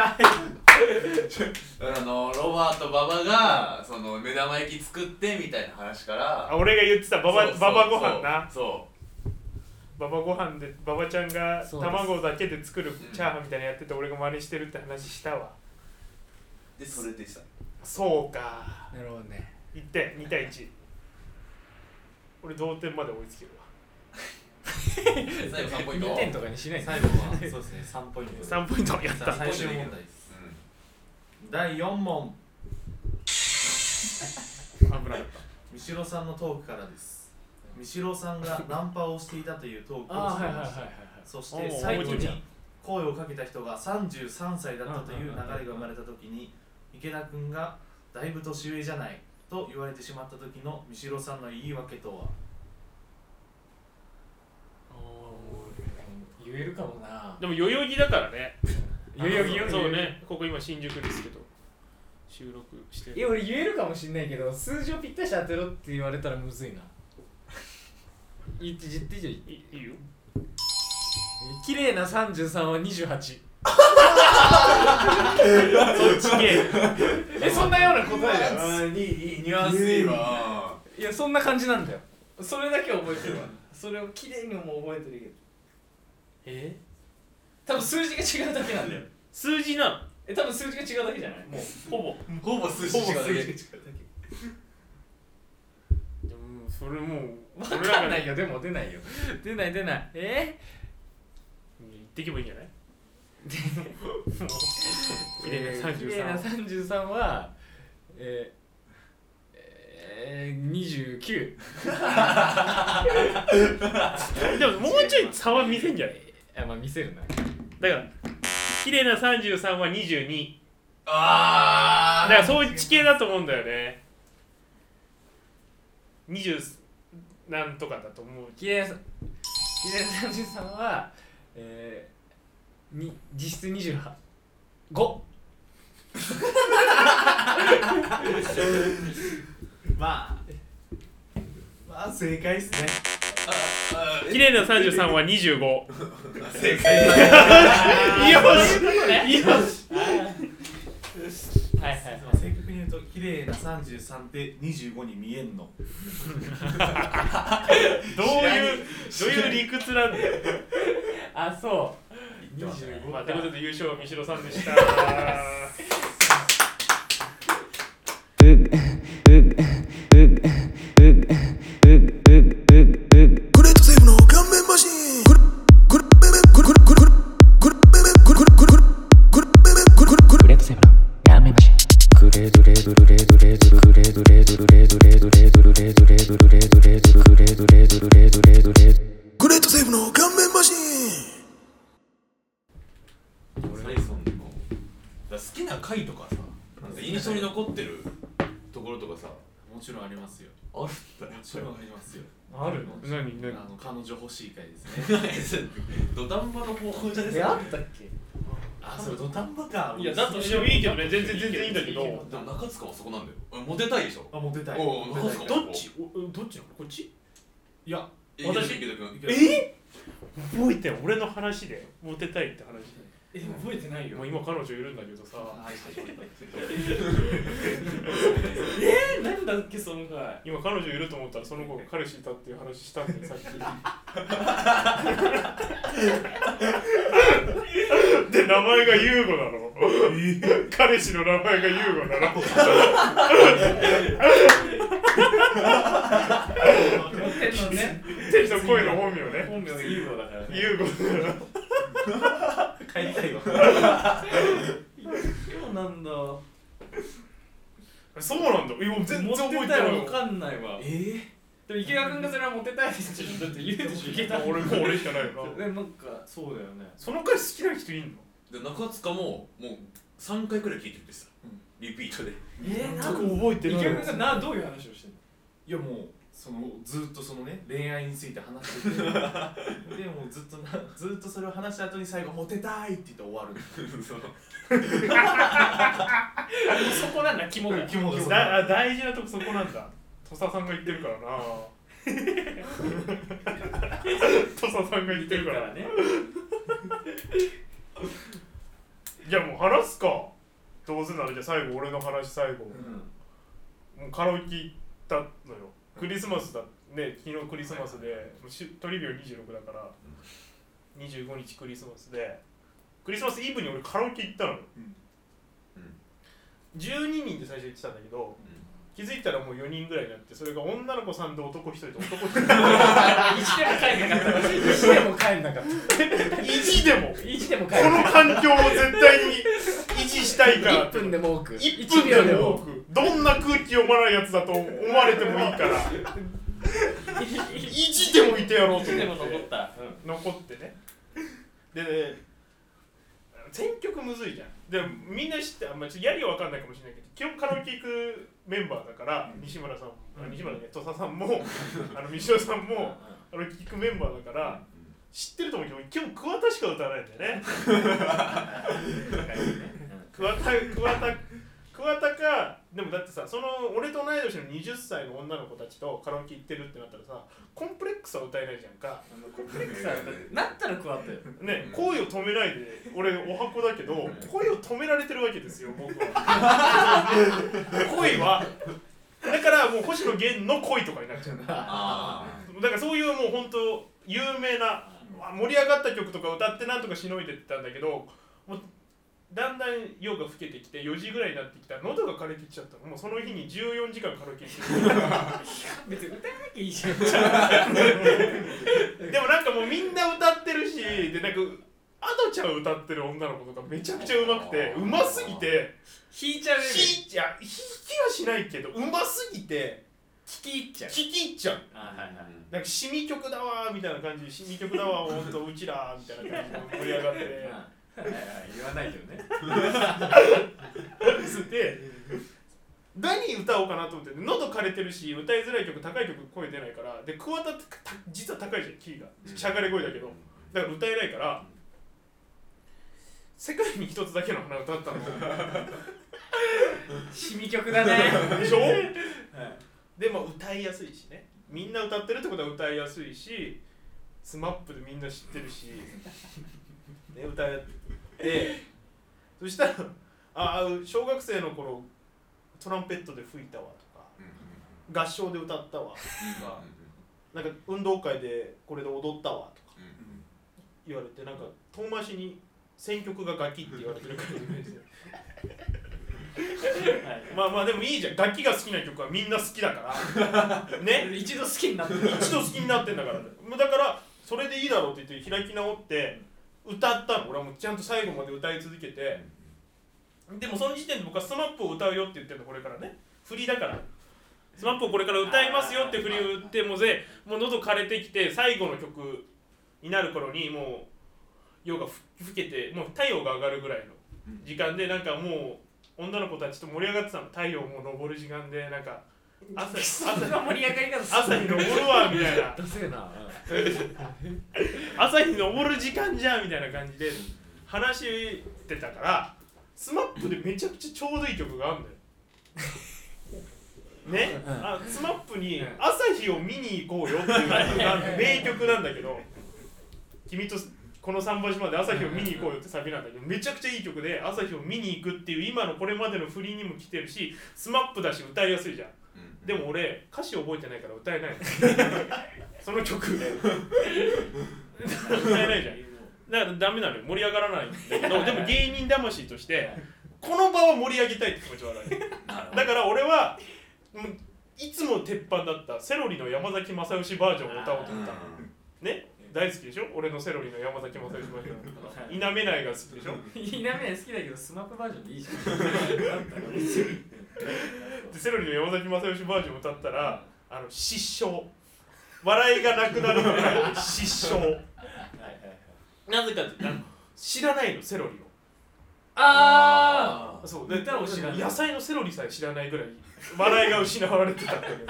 [SPEAKER 4] ロバート馬場がその目玉焼き作ってみたいな話から。
[SPEAKER 2] 俺が言ってたババご飯な。
[SPEAKER 4] そう。
[SPEAKER 2] ババご飯でババちゃんが卵だけで作るチャーハンみたいなのやってて、俺が真似してるって話したわ。
[SPEAKER 4] でそれでした。
[SPEAKER 2] そうか。
[SPEAKER 3] なるほどね。
[SPEAKER 2] 1点、2対1。俺同点まで追いつけるわ。
[SPEAKER 4] 最後3ポイント。
[SPEAKER 3] 2点とかにしない。
[SPEAKER 1] 最後はそうですね、3ポイント。
[SPEAKER 2] 3ポイントやった。
[SPEAKER 1] 最終問題です。第4問。
[SPEAKER 2] 危なかった。
[SPEAKER 1] 三代さんのトークからです。三代さんがナンパをしていたというトークをしていました。そして最後に声をかけた人が33歳だったという流れが生まれた時に、池田君がだいぶ年上じゃないと言われてしまった時の三代さんの言い訳とは。
[SPEAKER 3] 言えるかもな。
[SPEAKER 2] でも代々木だからね。
[SPEAKER 3] 代々木よ。
[SPEAKER 2] そうね。ここ今新宿ですけど収録してる。
[SPEAKER 3] 俺言えるかもしんないけど、数字をぴったし当てろって言われたらむずいな。言ってじゃい
[SPEAKER 2] いよ。
[SPEAKER 3] 綺麗な33は28。
[SPEAKER 2] そっち系。
[SPEAKER 3] そんなような答えだよ。
[SPEAKER 4] ニュアンスいいわ。
[SPEAKER 3] いや、そんな感じなんだよ。それだけは覚えてるわ。それを綺麗にも覚えてるけど。多分数字が違うだけなんだよ。
[SPEAKER 2] 数字なの？
[SPEAKER 3] 多分数字が違うだけじゃない？もう
[SPEAKER 4] ほぼ数字違うだけ。
[SPEAKER 2] でもそれもう
[SPEAKER 3] 分かんないよ。でも出ないよ。出ない。
[SPEAKER 2] 言ってけばいいんじゃない？綺麗な33。
[SPEAKER 3] 綺麗な33は29。
[SPEAKER 2] でももうちょい差は見せんじゃない？
[SPEAKER 3] まあ見せるな。
[SPEAKER 2] だから綺麗な33は22。
[SPEAKER 4] あ
[SPEAKER 2] だからそういう地形だと思うんだよね。20なんとかだと思う。
[SPEAKER 3] 綺麗な33は実質28。5。
[SPEAKER 1] まあ正解っすね。
[SPEAKER 2] 綺麗な33は25。
[SPEAKER 4] 正解。
[SPEAKER 2] よし。
[SPEAKER 3] はい。
[SPEAKER 1] 正確に言うと綺麗な33って25に見えんの。
[SPEAKER 2] どういう理屈なんだよ。
[SPEAKER 3] あ、そう。25。
[SPEAKER 2] まあということで優勝は三代さんでした。
[SPEAKER 6] グレートセーブの顔面マシン。グレートセーブの顔面マシン。グレードレードルレードレードルレードレードルレードレードレードルレードレードルレードレードルレードレードルレードレードレード。グレートセーブの顔面マシン。
[SPEAKER 4] サイソンの好きな回とかさ、なんか印象に残ってるところとかさ、
[SPEAKER 1] もちろんありますよ。
[SPEAKER 4] あるんだよ。
[SPEAKER 1] もちろんありますよ。
[SPEAKER 3] あるの？
[SPEAKER 2] 何
[SPEAKER 1] 彼女欲しい会ですね。
[SPEAKER 4] 土壇場の方法じゃね
[SPEAKER 3] あったっけ？
[SPEAKER 1] あ、それ土壇場か。
[SPEAKER 2] いやだとしてもいいけどね。全然いいんだけど。
[SPEAKER 4] でも中塚はそこなんだよ。モテたいでしょ。
[SPEAKER 1] あ、モテたい。
[SPEAKER 4] おう
[SPEAKER 1] モテたい
[SPEAKER 2] どっちなの？こっち？
[SPEAKER 1] いや、
[SPEAKER 2] 私
[SPEAKER 4] 池田君。
[SPEAKER 2] 覚えて俺の話でモテたいって話。
[SPEAKER 3] でも覚えてないよ。
[SPEAKER 2] もう今彼女いるんだけどさ。
[SPEAKER 3] なんだっけその回。
[SPEAKER 2] 今彼女いると思ったらその子が彼氏いたっていう話したんでさっき。で名前がユーゴなの。彼氏の名前がユーゴなの。天の声の本名ね。
[SPEAKER 3] 本名がユーゴだからね。
[SPEAKER 2] ユーゴ。
[SPEAKER 1] 帰りたいわ。
[SPEAKER 3] そうなんだ。
[SPEAKER 2] そうなんだ。いや全然覚えてない
[SPEAKER 3] わかんないわ。でも池田君がそれはモテたいですよ。だって言うでしょ池田。
[SPEAKER 2] 俺しかないよな。
[SPEAKER 3] でなんかそうだよね。
[SPEAKER 2] その回好きな人いんの？
[SPEAKER 4] で中塚ももう3回くらい聞いてるってさ、リピートで。
[SPEAKER 2] 全く覚えてない。
[SPEAKER 3] 池田君がどういう話をしてんの？
[SPEAKER 1] いやもうずっとそのね恋愛について話しててでもずっとそれを話した後に最後モテたいって言って終わる。
[SPEAKER 3] そこなんだ肝が。
[SPEAKER 2] 大事なとこそこなんだ。土佐さんが言ってるからな。土佐さんが言ってるからね。いやもう話すか。どうせならじゃあ最後俺の話最後。もうカラオケ行ったのよ。クリスマスだね、昨日クリスマスで、トリビア26だから25日クリスマスでクリスマスイブに俺カラオケ行ったのよ。12人で最初行ってたんだけど、気づいたらもう4人ぐらいになって、それが女の子3で男1人と男1人。
[SPEAKER 3] 意地でも帰んなかった。
[SPEAKER 2] 意地でも
[SPEAKER 3] 意地でも帰
[SPEAKER 2] こ
[SPEAKER 3] んなかった。
[SPEAKER 2] の環境を絶対に維持したいから
[SPEAKER 3] 1分でも多く。
[SPEAKER 2] 1分でも多くどんな空気読まないやつだと思われてもいいから意地でもいてやろうと思って
[SPEAKER 3] 意地でも残った。
[SPEAKER 2] 残ってね。でね、 選曲むずいじゃん。でもみんな知ってあんまりやりは分かんないかもしれないけど、基本カラオケ行くメンバーだから、西村さん、西村ね、土佐さんも三島さんもカラオケ行くメンバーだから、知ってると思うけど、基本桑田しか歌わないんだよね。桑田か、でもだってさ、その俺と同い年の20歳の女の子たちとカラオケ行ってるってなったらさ、コンプレックスは歌えないじゃんか。
[SPEAKER 3] コンプレックスはなったら加わったよ
[SPEAKER 2] ね、声を止めないで、俺お箱だけど、声を止められてるわけですよ、僕は。声は、だからもう星野源の恋とかになっちゃう。だからそういうもう本当有名な盛り上がった曲とか歌ってなんとかしのいでったんだけど、もうだんだん夜が更けてきて4時ぐらいになってきたら喉が枯れてきちゃったの。もうその日に14時間カラオケしてる。
[SPEAKER 3] 別に歌わなきゃいいじゃん。
[SPEAKER 2] でもなんかもうみんな歌ってるし、でなんかアドちゃん歌ってる女の子とかめちゃくちゃうまくて、うますぎて
[SPEAKER 3] 弾いちゃうレベル。
[SPEAKER 2] 弾きはしないけどうますぎて
[SPEAKER 3] 聴き入っちゃう。
[SPEAKER 2] 聴き入っちゃう。なんかシミ曲だわーみたいな感じで、シミ曲だわーほんとうちらーみたいな感じで盛り上がって。
[SPEAKER 3] 言わないけどね。
[SPEAKER 2] で何歌おうかなと思って喉枯れてるし歌いづらい曲、高い曲声出ないから、で桑田って実は高いじゃん、キーがしゃがれ声だけど、だから歌えないから世界に一つだけの花歌ったの。
[SPEAKER 3] シミ曲だね。
[SPEAKER 2] でしょ、でも歌いやすいしね、みんな歌ってるってことは歌いやすいし、スマップでみんな知ってるしね、歌ってそしたら小学生の頃トランペットで吹いたわとか、合唱で歌ったわとか、なんか運動会でこれで踊ったわとか言われて、なんか遠回しに選曲がガキって言われてる感じですよ。まあでもいいじゃん、楽器が好きな曲はみんな好きだからね。
[SPEAKER 3] 一度好きになってんだ
[SPEAKER 2] から、だからそれでいいだろうって言って開き直って歌ったの。俺はもうちゃんと最後まで歌い続けて、でもその時点で僕はスマップを歌うよって言ってるの、これからね振りだから、スマップをこれから歌いますよって振りを打ってもう喉枯れてきて最後の曲になる頃にもう夜が更けて、もう太陽が上がるぐらいの時間で、なんかもう女の子たちと盛り上がってたの。太陽も昇る時間で、なんか朝に昇るわみたいな朝に昇る時間じゃんみたいな感じで話してたから、スマップでめちゃくちゃちょうどいい曲があるんだよね。スマップに朝日を見に行こうよっていう曲がある、名曲なんだけど、君とこの桟橋まで朝日を見に行こうよってサビなんだけど、めちゃくちゃいい曲で、朝日を見に行くっていう今のこれまでの振りにも来てるし、スマップだし歌いやすいじゃん。でも俺歌詞覚えてないから歌えないの。その曲で歌えないじゃん。だからダメなのよ、盛り上がらないんだけど、でも芸人魂としてこの場を盛り上げたいって気持ちはある。だから俺はいつも鉄板だったセロリの山崎正義バージョンを歌おうと思ったね。大好きでしょ、俺のセロリの山崎正義バージョン。否めないが好きでしょ。
[SPEAKER 3] 否めない好きだけどスマップバージョンでいいじゃん。
[SPEAKER 2] でセロリの山崎正義バージョンを歌ったら失笑、笑いがなくなるぐらい失笑。なぜかって知らないの、セロリを。そうで、野菜のセロリさえ知らないぐらい笑いが失われてたんだけど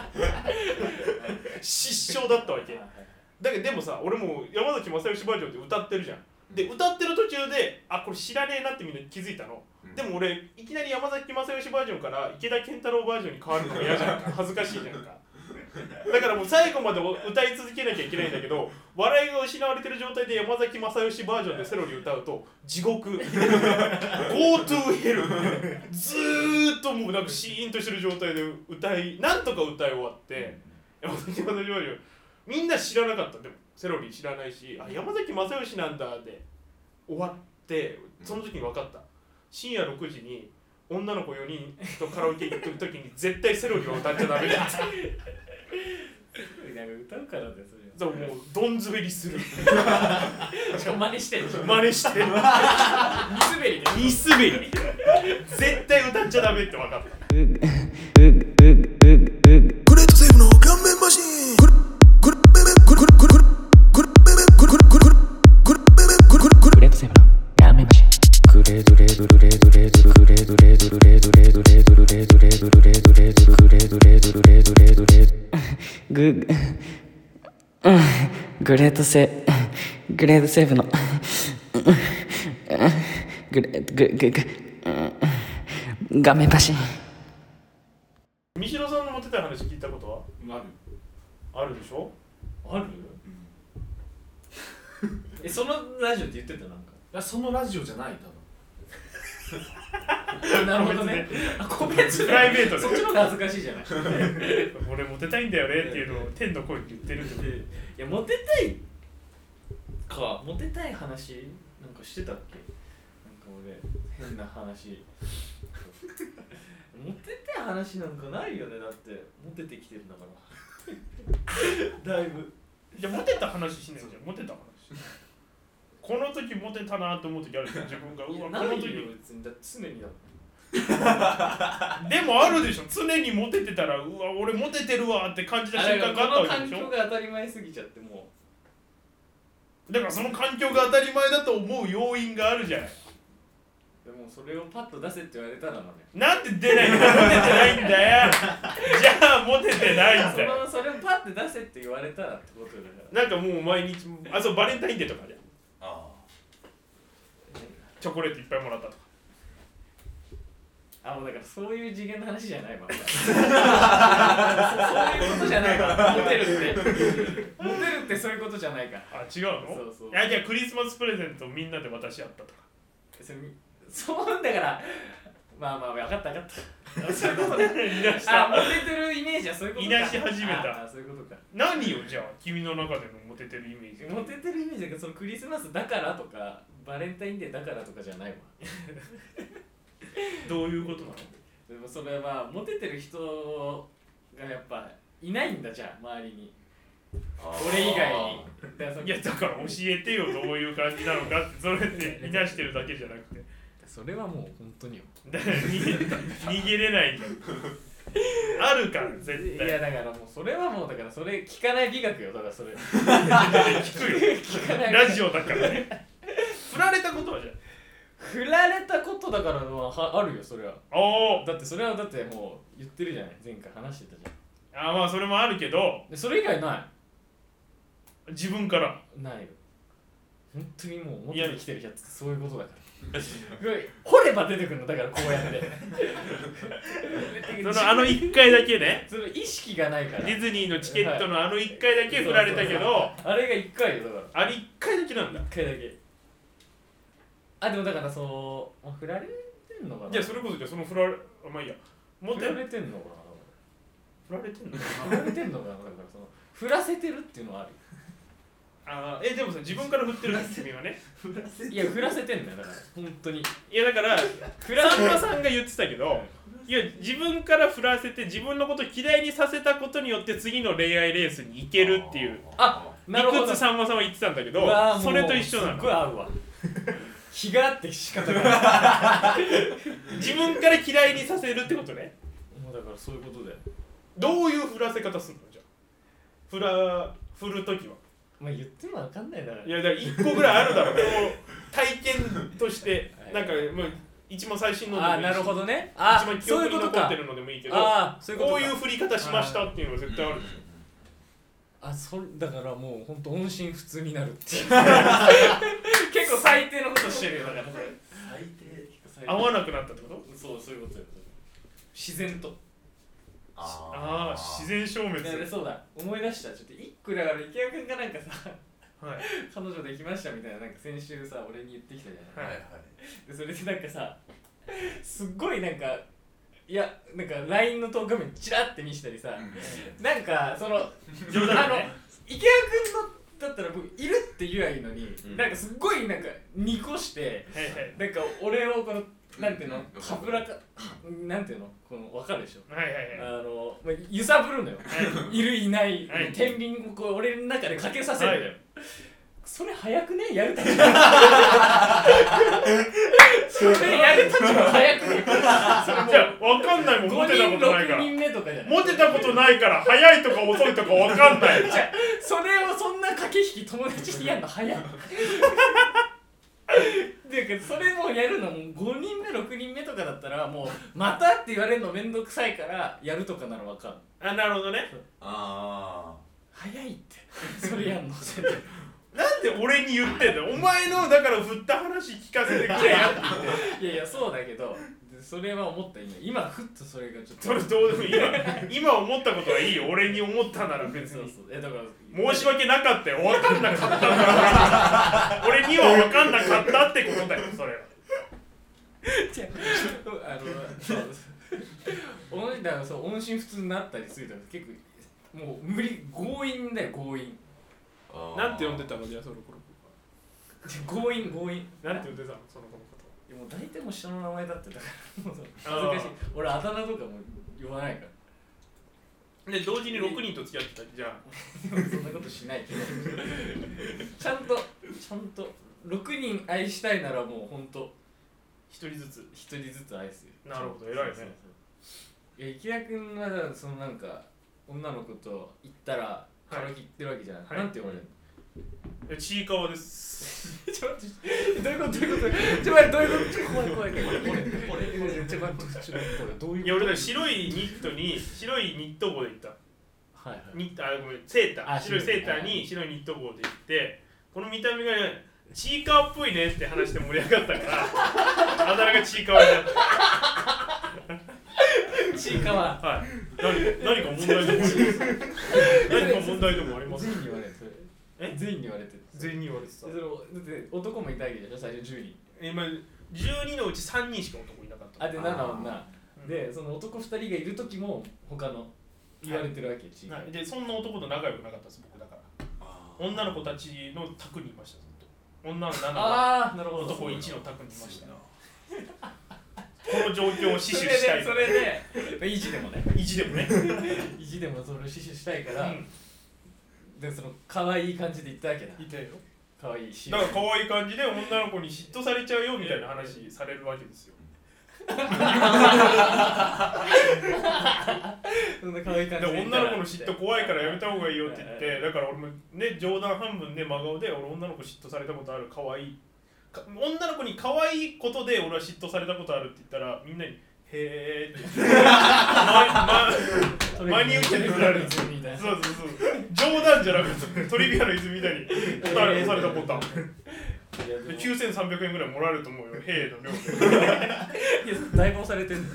[SPEAKER 2] 失笑だったわけだけど、でもさ、俺も山崎正義バージョンって歌ってるじゃん。で歌ってる途中でこれ知らねえなってみんな気づいたの。でも俺いきなり山崎正義バージョンから池田健太郎バージョンに変わるのが嫌じゃんか。恥ずかしいじゃんか。だからもう最後まで歌い続けなきゃいけないんだけど、笑いが失われてる状態で山崎正義バージョンでセロリ歌うと地獄Go to hell ずーっともうなんかシーンとしてる状態でなんとか歌い終わって、山崎正義バージョンみんな知らなかった。でもセロリ知らないし、山崎正義なんだで終わって、その時に分かった。深夜6時に女の子4人とカラオケ行く時に絶対セロリを歌っちゃダメだって
[SPEAKER 3] 歌うからだよそれ。
[SPEAKER 2] そう、もうどん滑りする。
[SPEAKER 3] しかも真似してる。
[SPEAKER 2] 真似してる。
[SPEAKER 3] 荷滑りで。
[SPEAKER 2] 荷滑り。絶対歌っちゃダメって分かった。
[SPEAKER 6] グレートセーブの顔面マシン。グレートセーブの顔面マシン。ググレードセーブの画面端。
[SPEAKER 2] 三代さんのモテたい話聞いたことはあるでしょ。
[SPEAKER 3] ある？そのラジオって言ってたなんか。
[SPEAKER 1] そのラジオじゃない
[SPEAKER 3] なるほどね。個別
[SPEAKER 2] プライベートで
[SPEAKER 3] そっちの方が恥ずかしいじゃない。
[SPEAKER 2] 俺モテたいんだよねっていうのを天の声って言ってるんで。
[SPEAKER 3] いやモテたいか、モテたい話なんかしてたっけ？なんか俺変な話モテたい話なんかないよね。だってモテてきてるんだからだいぶ。
[SPEAKER 2] じゃあモテた話しないじゃん。モテた話この時モテたなと思う時あるじゃん。自分が
[SPEAKER 3] いや
[SPEAKER 2] この時
[SPEAKER 3] ないよ別に。だって常にだもん。
[SPEAKER 2] でもあるでしょ。常にモテてたらうわ俺モテてるわって感じた瞬間があったわけでしょ。
[SPEAKER 3] この環境が当たり前すぎちゃっても
[SPEAKER 2] だからその環境が当たり前だと思う要因があるじゃない。
[SPEAKER 3] でもそれをパッと出せって言われたらね。
[SPEAKER 2] なんで出ないんだよ。モテてないんだよ。じゃあモテてないんだよ。
[SPEAKER 3] それをパッと出せって言われたらってことだから。
[SPEAKER 2] なんかもう毎日そうバレンタインデーとかじゃん。チョコレートいっぱいもらったとか。
[SPEAKER 3] もうだからそういう次元の話じゃないわ。そういうことじゃないわ。モテるってそういうことじゃないから。
[SPEAKER 2] 違うの？
[SPEAKER 3] そう。
[SPEAKER 2] いやじゃあクリスマスプレゼントみんなで渡し合ったとか。
[SPEAKER 3] そうだからまあ分かったそういうことね。モテてるイメージはそういうことか。
[SPEAKER 2] いなし始めた。
[SPEAKER 3] そういうことか。
[SPEAKER 2] 何よじゃあ君の中でのモテてるイメージ。
[SPEAKER 3] モテてるイメージだけど、そのクリスマスだからとかバレンタインデーだからとかじゃないわ。
[SPEAKER 2] どういうことなの？
[SPEAKER 3] でもそれはモテてる人がやっぱいないんだ。じゃあ周りに俺以外に。
[SPEAKER 2] いやだから教えてよどういう感じなのかって。それっていなしてるだけじゃなくて。
[SPEAKER 3] それはもう本当によ。
[SPEAKER 2] だから逃げれないんだよ。あるから絶対。
[SPEAKER 3] いやだからもうそれはもうだからそれ聞かない美学よ。だからそれ
[SPEAKER 2] 聞くよ。ラジオだからね。振られたことはじゃ
[SPEAKER 3] 振られたことだからあるよそれは。だってそれはだってもう言ってるじゃない。前回話してたじゃん。
[SPEAKER 2] まあそれもあるけど。
[SPEAKER 3] でそれ以外ない。
[SPEAKER 2] 自分から
[SPEAKER 3] ないよ。本当にもう持ってきてるやつってそういうことだから。掘れば出てくるのだからこうやって
[SPEAKER 2] その1回だけね。
[SPEAKER 3] その意識がないから
[SPEAKER 2] ディズニーのチケットの1回だけ振られたけど、
[SPEAKER 3] あれが1回よ。だから
[SPEAKER 2] あれ1回だけなんだ。
[SPEAKER 3] 1回だけ。でもだから振られてんのかな。
[SPEAKER 2] いやそれこそじゃあその振られまあいいや。
[SPEAKER 3] 振られてんのか
[SPEAKER 2] な。振られてんのか
[SPEAKER 3] な。振られてんのかな。だから振らせてるっていうのはある。
[SPEAKER 2] でもさ自分から振ってるんです君はね。
[SPEAKER 3] いや振らせてんだよだから本当に。い
[SPEAKER 2] やだからさんまさんが言ってたけど、いや自分から振らせて自分のことを嫌いにさせたことによって次の恋愛レースに行けるっていう。
[SPEAKER 3] なるほど。
[SPEAKER 2] いくつさんまさんは言ってたんだけど、それと一緒なの。
[SPEAKER 3] すっごい合うわ。気があって仕方がない。
[SPEAKER 2] 自分から嫌いにさせるってことね。
[SPEAKER 3] もうだからそういうことで。
[SPEAKER 2] どういう振らせ方するのじゃあ。振るときは。
[SPEAKER 3] 言っても分かんないだろ。
[SPEAKER 2] いやだから1個ぐらいあるだろう。体験としてなんかもう一番最新のでもいいし。
[SPEAKER 3] なるほどね。
[SPEAKER 2] 一番記憶に残ってるのでもいいけど、こういう振り方しましたっていうのは絶対ある。
[SPEAKER 3] だからもう本当音信不通になるっていう。結構最低のことしてるよだから。最低。
[SPEAKER 2] 合わなくなったってこと？
[SPEAKER 3] そういうことよ。自然と。
[SPEAKER 2] 自然消滅。
[SPEAKER 3] そうだ思い出した。ちょっと一個だから池谷君がなんかさ、彼女できましたみたいななんか先週さ俺に言ってきたじゃない。でそれでなんかさすっごいなんかいやなんか LINE の投稿面チラって見せたりさ、なんかその池谷君のだったら僕いるって言えばいいのに、なんかすっごいなんか2個してなんか俺をこのなんていうのはぶらかなんていうのこの分かるでしょ。揺さぶるのよ。いるいない天秤をこう俺の中でかけさせるのよ。それ早くねやるたち。それやるたちも早くね。
[SPEAKER 2] じゃあ分かんないもん。モテたことないから。
[SPEAKER 3] 6人目とかじゃない。
[SPEAKER 2] モテたことないから早いとか遅いとか分かんない。
[SPEAKER 3] じゃあそれをそんな駆け引き友達にやるの早い。でそれもやるのも5人目6人目とかだったらもうまたって言われるのめんどくさいからやるとかなら分かる。
[SPEAKER 2] なるほどね。
[SPEAKER 3] 早いってそれやんの
[SPEAKER 2] なんで俺に言ってんの。お前のだから振った話聞かせてくれよって
[SPEAKER 3] いやいやそうだけどそれは思った今ふっとそれがちょっと
[SPEAKER 2] それどうでもいい今思ったことはいいよ。俺に思ったなら別に
[SPEAKER 3] そうだから
[SPEAKER 2] 申し訳なかったよ。分かんなかったんだ俺には分かんなかったってことだよそれは。
[SPEAKER 3] だからそう音信不通になったりすると結構もう無理強引だよ強引
[SPEAKER 2] なんて呼んでたのじゃあその頃
[SPEAKER 3] 強引
[SPEAKER 2] なんて呼んでたのその子のこと。
[SPEAKER 3] もう大体もう下の名前だってだからもう恥ずかしい俺あだ名とかも言わないから
[SPEAKER 2] で同時に6人と付き合ってたじゃあ
[SPEAKER 3] そんなことしないけどちゃんと6人愛したいならもうほんと
[SPEAKER 2] 1人ずつ
[SPEAKER 3] 愛すよ。
[SPEAKER 2] なるほど偉いね。
[SPEAKER 3] いや池田君はそのなんか女の子と行ったらカラオケ行ってるわけじゃん、
[SPEAKER 2] はい、
[SPEAKER 3] なんて言われるの？
[SPEAKER 2] ちいかわです
[SPEAKER 3] ちょっと待ってどういうことちょっと待ってどういうこと怖いちょっと待ってどういうこと。
[SPEAKER 2] いや俺白いニット帽で行った。
[SPEAKER 3] はいはい。
[SPEAKER 2] ごめんセーター白いセーターに白いニット帽で行ってこの見た目がちいかわっぽいねって話で盛り上がったからあだ名がちいかわになった。
[SPEAKER 3] ちいかわ。
[SPEAKER 2] はい。何か問題でもあります。何か問題でもあります。
[SPEAKER 3] 全員に言われて全員に言われて
[SPEAKER 2] 全員に言われてた。
[SPEAKER 3] だって男もいたわけでしょ最初10人。
[SPEAKER 2] 今12のうち3人しか男いなかった。
[SPEAKER 3] で7女でその男2人がいる時も他の言われてるわけ、
[SPEAKER 2] はい、でそんな男と仲良くなかったです僕だから。女の子たちの宅にいましたずっと。女の7が男1の宅にいました。この状況を死守したい。
[SPEAKER 3] それで意地でもね
[SPEAKER 2] 意地でも
[SPEAKER 3] それを死守したいから、でその可愛い感じで言ったわけだ。
[SPEAKER 2] いたよ。
[SPEAKER 3] 可愛いし。
[SPEAKER 2] だから可愛い感じで女の子に嫉妬されちゃうよみたいな話されるわけですよ。
[SPEAKER 3] そんな可愛い感じで。
[SPEAKER 2] 女の子の嫉妬怖いからやめた方がいいよって言って、だから俺もね冗談半分で真顔で俺女の子嫉妬されたことある可愛い。女の子に可愛いことで俺は嫉妬されたことあるって言ったらみんなにへーって真に受けてくれるんですよ。そう冗談じゃなくてトリビアの泉みたいに答えされたことある。9300円ぐらいもらえると思うよへーの量で。
[SPEAKER 3] 代行されてんの。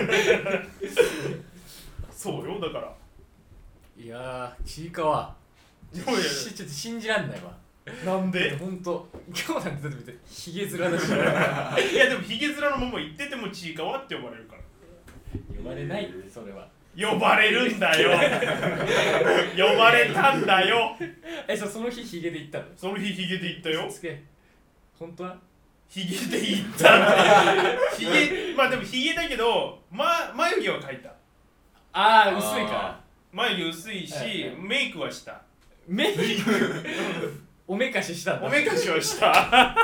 [SPEAKER 2] そうよだから。い
[SPEAKER 3] やーちいかわちょっと信じらんないわ。
[SPEAKER 2] なんで？
[SPEAKER 3] ほんと今日なんてだってヒゲ面だし。
[SPEAKER 2] いやでもヒゲ面のまま言っててもちいかわって呼ばれるから。
[SPEAKER 3] 呼ばれないってそれは。
[SPEAKER 2] 呼ばれるんだよ。呼ばれたんだよ。
[SPEAKER 3] その日ヒゲで行ったの？
[SPEAKER 2] その日ヒゲで行ったよ。
[SPEAKER 3] 本当は？
[SPEAKER 2] ヒゲで行ったんだよ。ヒゲまあでもヒゲだけど眉毛は描いた。
[SPEAKER 3] 薄いから。
[SPEAKER 2] 眉毛薄いし、メイクはした。
[SPEAKER 3] メイクおめかししたんだ。
[SPEAKER 2] おめかしはした。若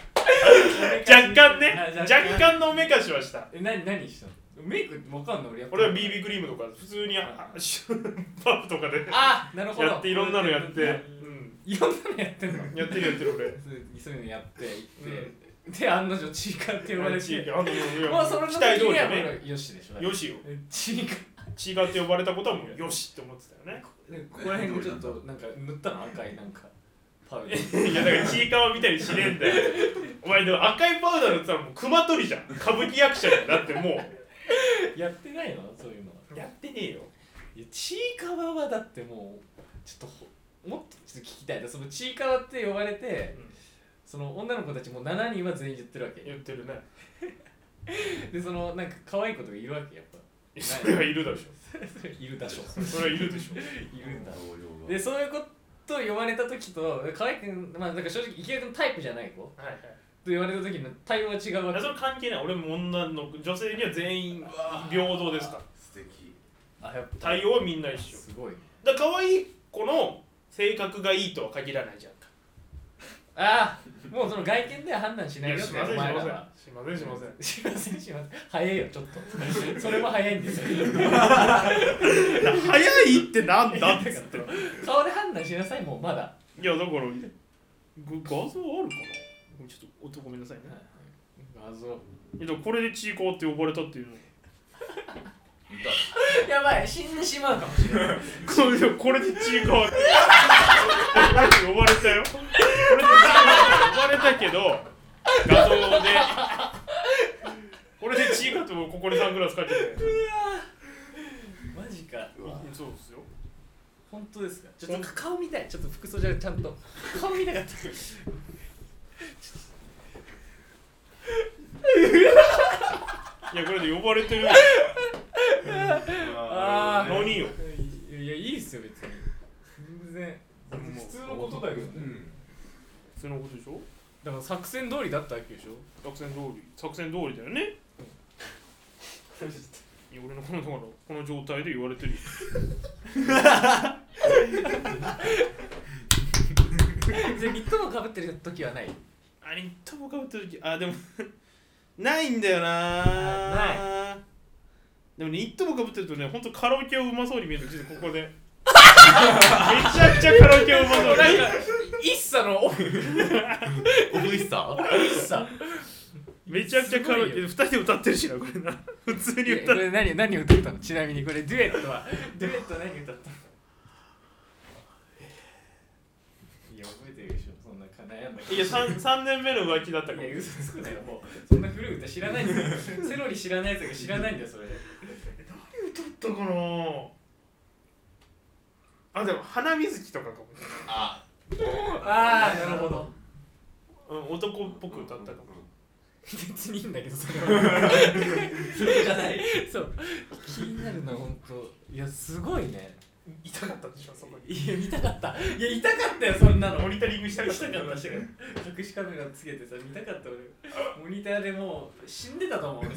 [SPEAKER 2] 干ね、若干のおめかしはした。
[SPEAKER 3] 何したの？メイクわかんない
[SPEAKER 2] 俺は BB クリームとか普通にパープとかで
[SPEAKER 3] なるほど
[SPEAKER 2] やっていろんなのやって、
[SPEAKER 3] いろんなのやってんの？
[SPEAKER 2] やってる俺。
[SPEAKER 3] そういうのやってで案の定ちいかって呼ばれて、
[SPEAKER 2] まあ
[SPEAKER 3] それの時にはよしでしょ。
[SPEAKER 2] よしよ。
[SPEAKER 3] ちいか
[SPEAKER 2] って呼ばれたことはもうよしって思ってたよね。
[SPEAKER 3] ここら辺にちょっとなんか塗ったの赤いなんかパウダ
[SPEAKER 2] ー。いやだからちいかわみたいにしねえんだよ。お前でも赤いパウダー塗ってたらもう熊取りじゃん。歌舞伎役者だってもう。
[SPEAKER 3] やってないのそういうの。
[SPEAKER 2] やってねえよ。
[SPEAKER 3] いやちいかわはだってもうちょっともっとちょっと聞きたいな。そのちいかわって呼ばれて、その女の子たちも7人は全員言ってるわけ。
[SPEAKER 2] 言ってるね。
[SPEAKER 3] でそのなんか可愛い子とかいるわけやっぱ。
[SPEAKER 2] それはいるでしょ。
[SPEAKER 3] いるでしょ。
[SPEAKER 2] それはいるでしょ。
[SPEAKER 3] いるんだ。でそういうこと言われた時と河合君なんか正直池谷君タイプじゃない子。はいはい。と言われた時の対応は違うわけ。
[SPEAKER 2] それ関係ない。俺も女の女性には全員平等ですから。
[SPEAKER 4] 素敵。
[SPEAKER 2] 対応はみんな一緒。
[SPEAKER 3] すごい。
[SPEAKER 2] だから可愛い子の性格がいいとは限らないじゃんか。
[SPEAKER 3] もうその外見では判断しないよって。
[SPEAKER 2] しません。
[SPEAKER 3] 早いよちょっと。それも早いんですよ。
[SPEAKER 2] 早いってなんだって
[SPEAKER 3] 顔で判断しなさいもうまだ。
[SPEAKER 2] いやだから画像あるかな。ちょっとごめんなさいね。
[SPEAKER 3] 画像。
[SPEAKER 2] これでチーコーって呼ばれたっていうの。
[SPEAKER 3] やばい、死んでしまうかもしれない。
[SPEAKER 2] これで血変わって呼ばれたよ。これで呼ばれたけど画像でこれで血がとここにサングラスかけて。
[SPEAKER 3] マジか。
[SPEAKER 2] そうですよ。
[SPEAKER 3] 本当ですか。ちょっと顔見たい。ちょっと服装じゃちゃんと顔見たかった。
[SPEAKER 2] いやこれで呼ばれてる。
[SPEAKER 3] ああ。
[SPEAKER 2] 何よ。
[SPEAKER 3] いやいいっすよ別に。全然普通のことだけどね。
[SPEAKER 2] 普通のことでしょ。
[SPEAKER 3] だから作戦通りだったわけでしょ。
[SPEAKER 2] 作戦通りだよね。いや俺のこの状態で言われてるよ。
[SPEAKER 3] ニットもかぶってる時はない。
[SPEAKER 2] ニットもかぶってる時でもないんだよな。
[SPEAKER 3] ない。
[SPEAKER 2] でもニットもかぶってるとね、ほんとカラオケをうまそうに見える。実はここでめちゃくちゃカラオケをうまそうに。なんか
[SPEAKER 3] 一茶のオフ
[SPEAKER 4] 一茶
[SPEAKER 2] めちゃくちゃカラオケで2人で歌ってるしな、これな。普通に歌ってる。
[SPEAKER 3] これ何歌ったの。ちなみにこれデュエットは何歌ったの。いや覚えてるでしょ。そんな悩んだ。
[SPEAKER 2] いや 3年目の浮気だったから。
[SPEAKER 3] いや嘘つくなよ。もうそんな古い歌知らないんだよ。セロリ知らないやつが知らないんだよそれ。
[SPEAKER 2] 何歌ったかな。でも花水木とかかも。
[SPEAKER 3] ああなるほど。
[SPEAKER 2] 男っぽく歌ったかも。
[SPEAKER 3] 別にいいんだけどそれはそれじゃない。そう気になるな本当。いやすごいね。
[SPEAKER 2] 痛かったでしょそこに。
[SPEAKER 3] いや見たかった。いや痛かったよそんなの。
[SPEAKER 2] モニタリングしたかった。
[SPEAKER 3] 隠しカメラつけてさ見たかった俺。モニターでもう死んでたと思う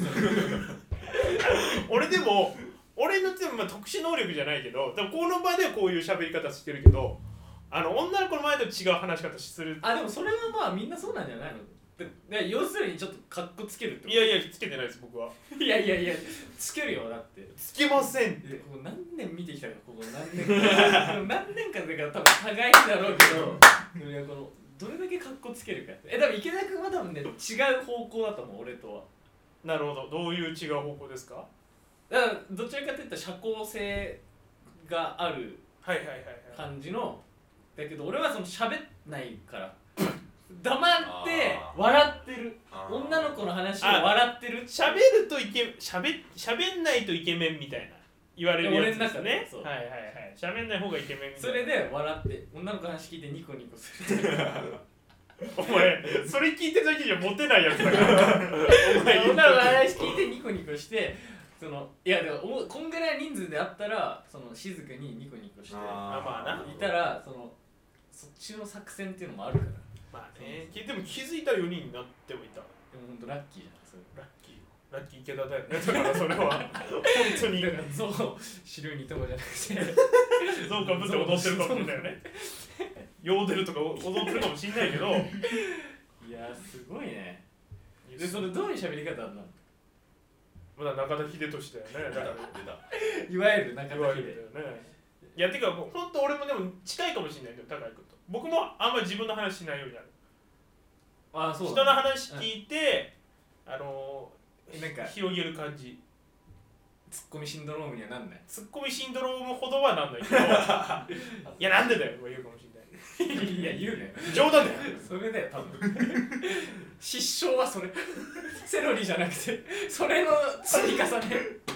[SPEAKER 2] 俺でも俺の特殊能力じゃないけど、でもこの場ではこういう喋り方してるけど、女の子の前で違う話し方する。
[SPEAKER 3] でもそれはまあみんなそうなんじゃないの。で要するにちょっとカッコつけるってこと。
[SPEAKER 2] いやつけてないです僕は。
[SPEAKER 3] いやつけるよだって。
[SPEAKER 2] つけませんって。
[SPEAKER 3] ここ何年見てきたかここ何年か何年かだから多分互いだろうけどいやこのどれだけカッコつけるか。多分池田君は多分ね違う方向だと思う俺とは。
[SPEAKER 2] なるほど。どういう違う方向ですか。
[SPEAKER 3] だからどちらかといったら社交性がある感じのだけど俺はその喋んないから黙って笑ってる女の子の話を笑ってる。
[SPEAKER 2] 喋んないとイケメンみたいな言われるやつですね。喋んない方がイケメンみたいな。
[SPEAKER 3] それで笑って女の子の話聞いてニコニコする。
[SPEAKER 2] お前それ聞いてるだけじゃモテないやつだからお前
[SPEAKER 3] 女の子の話聞いてニコニコしていやでもこんぐらい人数であったら静かにニコニコして
[SPEAKER 2] まあない
[SPEAKER 3] たらそっちの作戦っていうのもあるから。
[SPEAKER 2] まあね。でも気づいたら4人になってもいた。
[SPEAKER 3] でもほんとラッキーじゃんそれ。
[SPEAKER 2] ラッキー池田だよね。だからそれは本当に
[SPEAKER 3] そう白いにともじゃなくて
[SPEAKER 2] ゾウかぶって踊ってるかもしれないよね。ヨーデルとか踊ってるかもしれないけど。い
[SPEAKER 3] やすごいね。でそれどういう喋り方なの。
[SPEAKER 2] まだ中田秀俊だよね。だから
[SPEAKER 3] いわゆる中田秀
[SPEAKER 2] だよね。いやてか本当俺もでも近いかもしれないけど高井君と。僕もあんまり自分の話しないようになる。
[SPEAKER 3] そう
[SPEAKER 2] 人の話聞いて、
[SPEAKER 3] なんか
[SPEAKER 2] 広げる感じ。
[SPEAKER 3] ツッコミシンドロームにはなんない。
[SPEAKER 2] ツッコミシンドロームほどはなんないけどいやなんでだよとか言うかもしれない。
[SPEAKER 3] いや言うね。
[SPEAKER 2] 冗談だよ。
[SPEAKER 3] それだよ多分失笑はそれセロリじゃなくてそれの積み重ね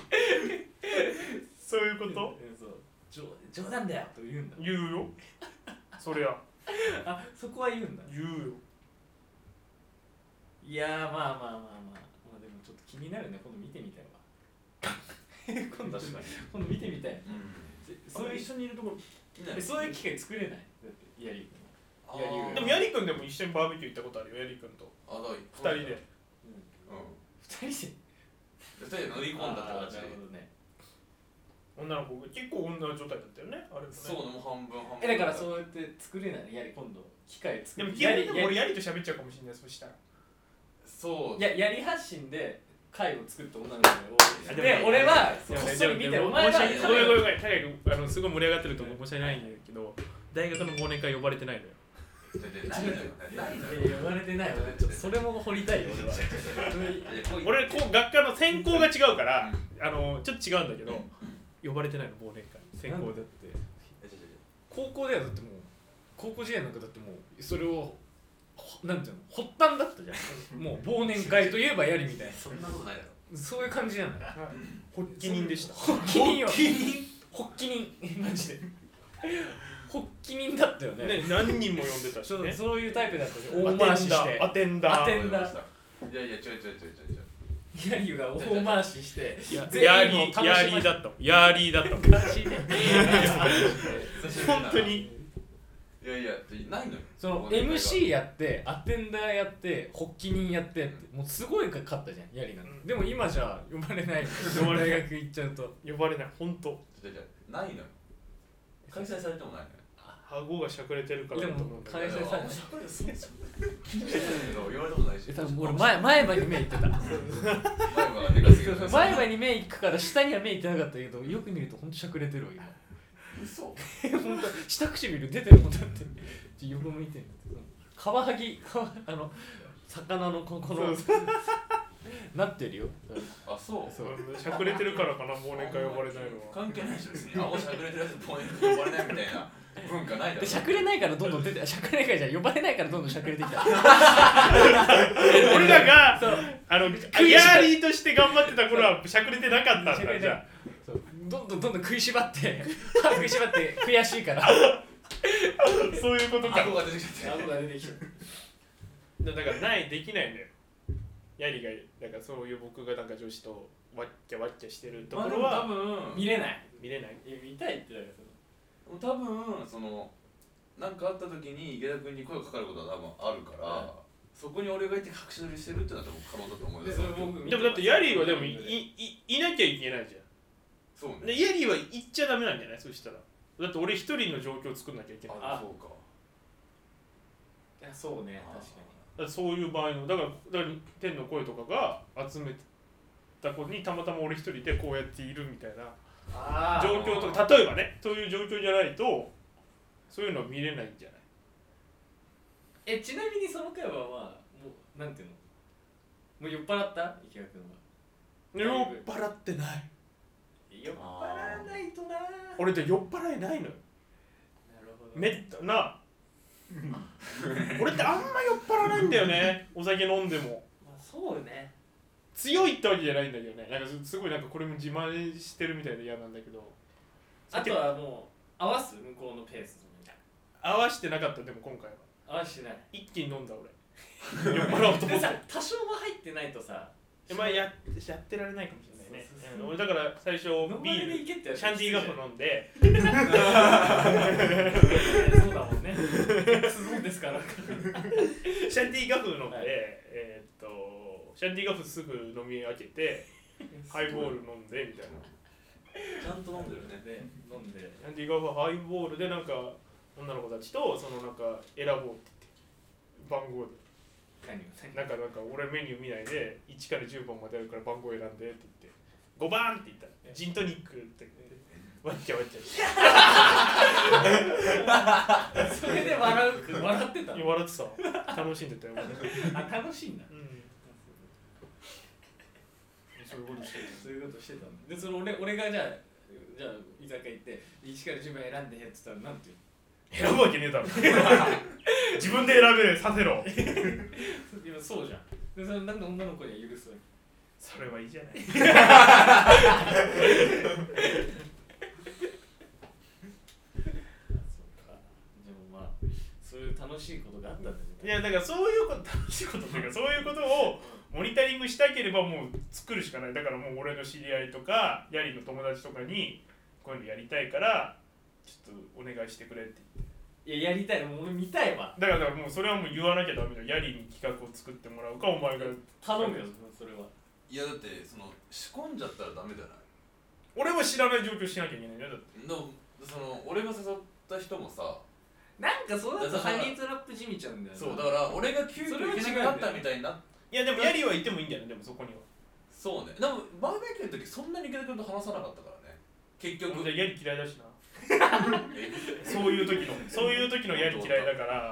[SPEAKER 2] そういうこと。
[SPEAKER 3] 冗談だよと言うんだ。
[SPEAKER 2] 言うよそりゃ。
[SPEAKER 3] そこは言うんだ。
[SPEAKER 2] 言うよ。
[SPEAKER 3] いやまあでもちょっと気になるね。今度見てみたいわ今度見てみたい。
[SPEAKER 2] そういう一緒にいるところ
[SPEAKER 3] そういう機会作れない。だってヤリ君
[SPEAKER 2] でもヤリ君でも一緒にバーベキュー行ったことあるよ。ヤリ君と2人で
[SPEAKER 3] 2人
[SPEAKER 4] で乗り込んだって感じ。
[SPEAKER 3] なるほどね。
[SPEAKER 2] 女の子が結構女状態だったよねあれもね。
[SPEAKER 4] そうねもう半分
[SPEAKER 3] だからそうやって作れない。ヤリ今度機会作る。
[SPEAKER 2] でも基本的に俺ヤリと喋っちゃうかもしれない。そしたら
[SPEAKER 4] そう
[SPEAKER 3] ヤリ発信で会を作った女の子が多いで俺はこっそり見てお前は
[SPEAKER 2] ごめん高井君すごい盛り上がってると申し訳ないんだけど大学の忘年会呼ばれてないのよ。
[SPEAKER 3] 呼ばれてないわ。ちょっとそれも掘りたいよ俺は。
[SPEAKER 2] 俺こう学科の専攻が違うからちょっと違うんだけど呼ばれてないの忘年会専攻だって。
[SPEAKER 3] 高校ではだってもう高校時代なんかだってもうそれをなんていうの発端だったじゃん。もう忘年会といえばやりみたいな。
[SPEAKER 4] そんなことないだろ。
[SPEAKER 3] そういう感じじゃない。
[SPEAKER 2] 発起人でした。
[SPEAKER 3] 発起人よ。発起人マジで。発起人だったよね。
[SPEAKER 2] ね、何人も呼んでたしね。
[SPEAKER 3] そういうタイプだったし、大回しして
[SPEAKER 2] アテンダー。
[SPEAKER 4] いやいやちょい。
[SPEAKER 3] ヤリが大回しして
[SPEAKER 2] ヤーリーだったもん。ヤーリーだったもん。本当に。
[SPEAKER 4] いやないのよ。
[SPEAKER 3] その MC やってアテンダーやって発起人やってってもうすごいかかったじゃんヤリが。でも今じゃ呼ばれない。大学行っちゃうと
[SPEAKER 2] 呼ばれない本当。
[SPEAKER 4] ないのよ。開催されてもないのよ。
[SPEAKER 2] 顎がしゃくれてるからだと思うんだけど。
[SPEAKER 3] 開催されて
[SPEAKER 4] 言われたことないし。
[SPEAKER 3] 多分俺前歯に目いってた。前歯に目いくから下には目いってなかったけどよく見るとほんとしゃくれてるわ今。
[SPEAKER 4] 嘘。
[SPEAKER 3] ほんと下唇出てるもんだって。横向いてる。カワハギ魚のこのなってるよ。
[SPEAKER 4] あそう。
[SPEAKER 2] しゃくれてるからかな忘年会呼ばれないのは。
[SPEAKER 4] 関係ないし別に。顎しゃくれてるやつ忘年会呼ばれないみたいな文化ないだろ。
[SPEAKER 3] しゃくれないからどんどん出てしゃくれないからじゃ呼ばれないからどんどんしゃくれてきた。
[SPEAKER 2] 俺らがヤーリーとして頑張ってた頃はしゃくれてなかったんだじゃあ。
[SPEAKER 3] どんどん食いしばって悔しいから
[SPEAKER 2] そういうことか。
[SPEAKER 4] 顎が出てきちゃって。
[SPEAKER 3] 顎が出てきた。
[SPEAKER 2] だからできないんだよ。ヤリがなんかそういう僕がなんか女子とわっきゃわっきゃしてるところは
[SPEAKER 4] 多分
[SPEAKER 3] 見れない。
[SPEAKER 2] 見れない。
[SPEAKER 3] 見たいってだから
[SPEAKER 4] 多分そのなんかあった時に池田君に声がかかることは多分あるから、そこに俺がいて隠し撮りしてるってのは多分可能だと思うよ。
[SPEAKER 2] でもだってヤリーはでもいなきゃいけないじゃん。
[SPEAKER 4] そうね。
[SPEAKER 2] でヤリーは行っちゃダメなんじゃない？そしたらだって俺一人の状況を作んなきゃいけない。
[SPEAKER 4] あ、そうか。
[SPEAKER 3] いやそうね確かに。
[SPEAKER 2] だからそういう場合のだから天の声とかが集めた子にたまたま俺一人でこうやっているみたいな状況とか例えばねそういう状況じゃないとそういうのは見れないんじゃない？
[SPEAKER 3] ちなみにその回はもうなんていうのもう酔っ払った池田君は。
[SPEAKER 2] 酔っ払ってない。
[SPEAKER 3] 酔っ払わないとな。
[SPEAKER 2] 俺って酔っ払いないのよ。
[SPEAKER 3] なるほど。
[SPEAKER 2] めったな俺ってあんま酔っ払わないんだよね。お酒飲んでも。
[SPEAKER 3] まあそうね。
[SPEAKER 2] 強いってわけじゃないんだけどね。なんかすごいなんかこれも自慢してるみたいで嫌なんだけど。
[SPEAKER 3] あとはもう合わす向こうのペースみたい
[SPEAKER 2] な。合わしてなかったでも今回は。
[SPEAKER 3] 合わしてない。
[SPEAKER 2] 一気に飲んだ俺。酔っ払おうと思って。
[SPEAKER 3] 多少も入ってないとさ。
[SPEAKER 2] まあやってられないかもしれないね。俺だから最初ビールシャンディガフ飲んで。
[SPEAKER 3] そうだもんね。そうですから。
[SPEAKER 2] シャンディガフ飲んで、シャンディガフすぐ飲み開けてハイボール飲んでみたいな。
[SPEAKER 4] ちゃんと飲んでるね。
[SPEAKER 3] 飲んで。
[SPEAKER 2] シャンディガフハイボールでなんか女の子たちとそのなんか選ぼうって言って番号で。なんか俺メニュー見ないで1から10番まであるから番号選んでって言って5番って言ったらジントニックって言ってわっちゃわっちゃ
[SPEAKER 3] それで笑ってた。
[SPEAKER 2] 笑ってた。楽しんでたよ。
[SPEAKER 3] 楽しいんだ。
[SPEAKER 2] そういうことしてた。
[SPEAKER 3] そういうことしてたんだ。でその俺がじゃあ居酒屋行って1から10番選んでって言ったらなんて言う？
[SPEAKER 2] 選ぶわけねえだろ。自分で選べさせろ。
[SPEAKER 3] 今そうじゃん。でそれなんで女の子には許すわけ？
[SPEAKER 2] それはいいじゃない。
[SPEAKER 3] そういう楽しいことがあったんだよね。
[SPEAKER 2] いやだからそういうこと楽しいことというかそういうことをモニタリングしたければもう作るしかない。だからもう俺の知り合いとかヤリの友達とかにこういうのやりたいからちょっとお願いしてくれって言って。
[SPEAKER 3] いややりたいのもう俺見たいわ。
[SPEAKER 2] だからもうそれはもう言わなきゃダメだよ。ヤリに企画を作ってもらうかお前が
[SPEAKER 3] 頼むよそれは。
[SPEAKER 4] いやだってその仕込んじゃったらダメじゃない。
[SPEAKER 2] 俺は知らない状況しなきゃいけないんだよ。だって
[SPEAKER 4] でもその俺が誘った人もさ
[SPEAKER 3] なんかそうだとハニートラップじみちゃうんだよね。
[SPEAKER 4] そうだから俺が急遽行けなくなったみたいにな。
[SPEAKER 2] いやでもヤリはいてもいいんだよね。でもそこには
[SPEAKER 4] そうね。でもバーベキューの時そんなに池田君と話さなかったからね結局。
[SPEAKER 2] ヤリ嫌いだしな。そういう時のヤリ嫌いだから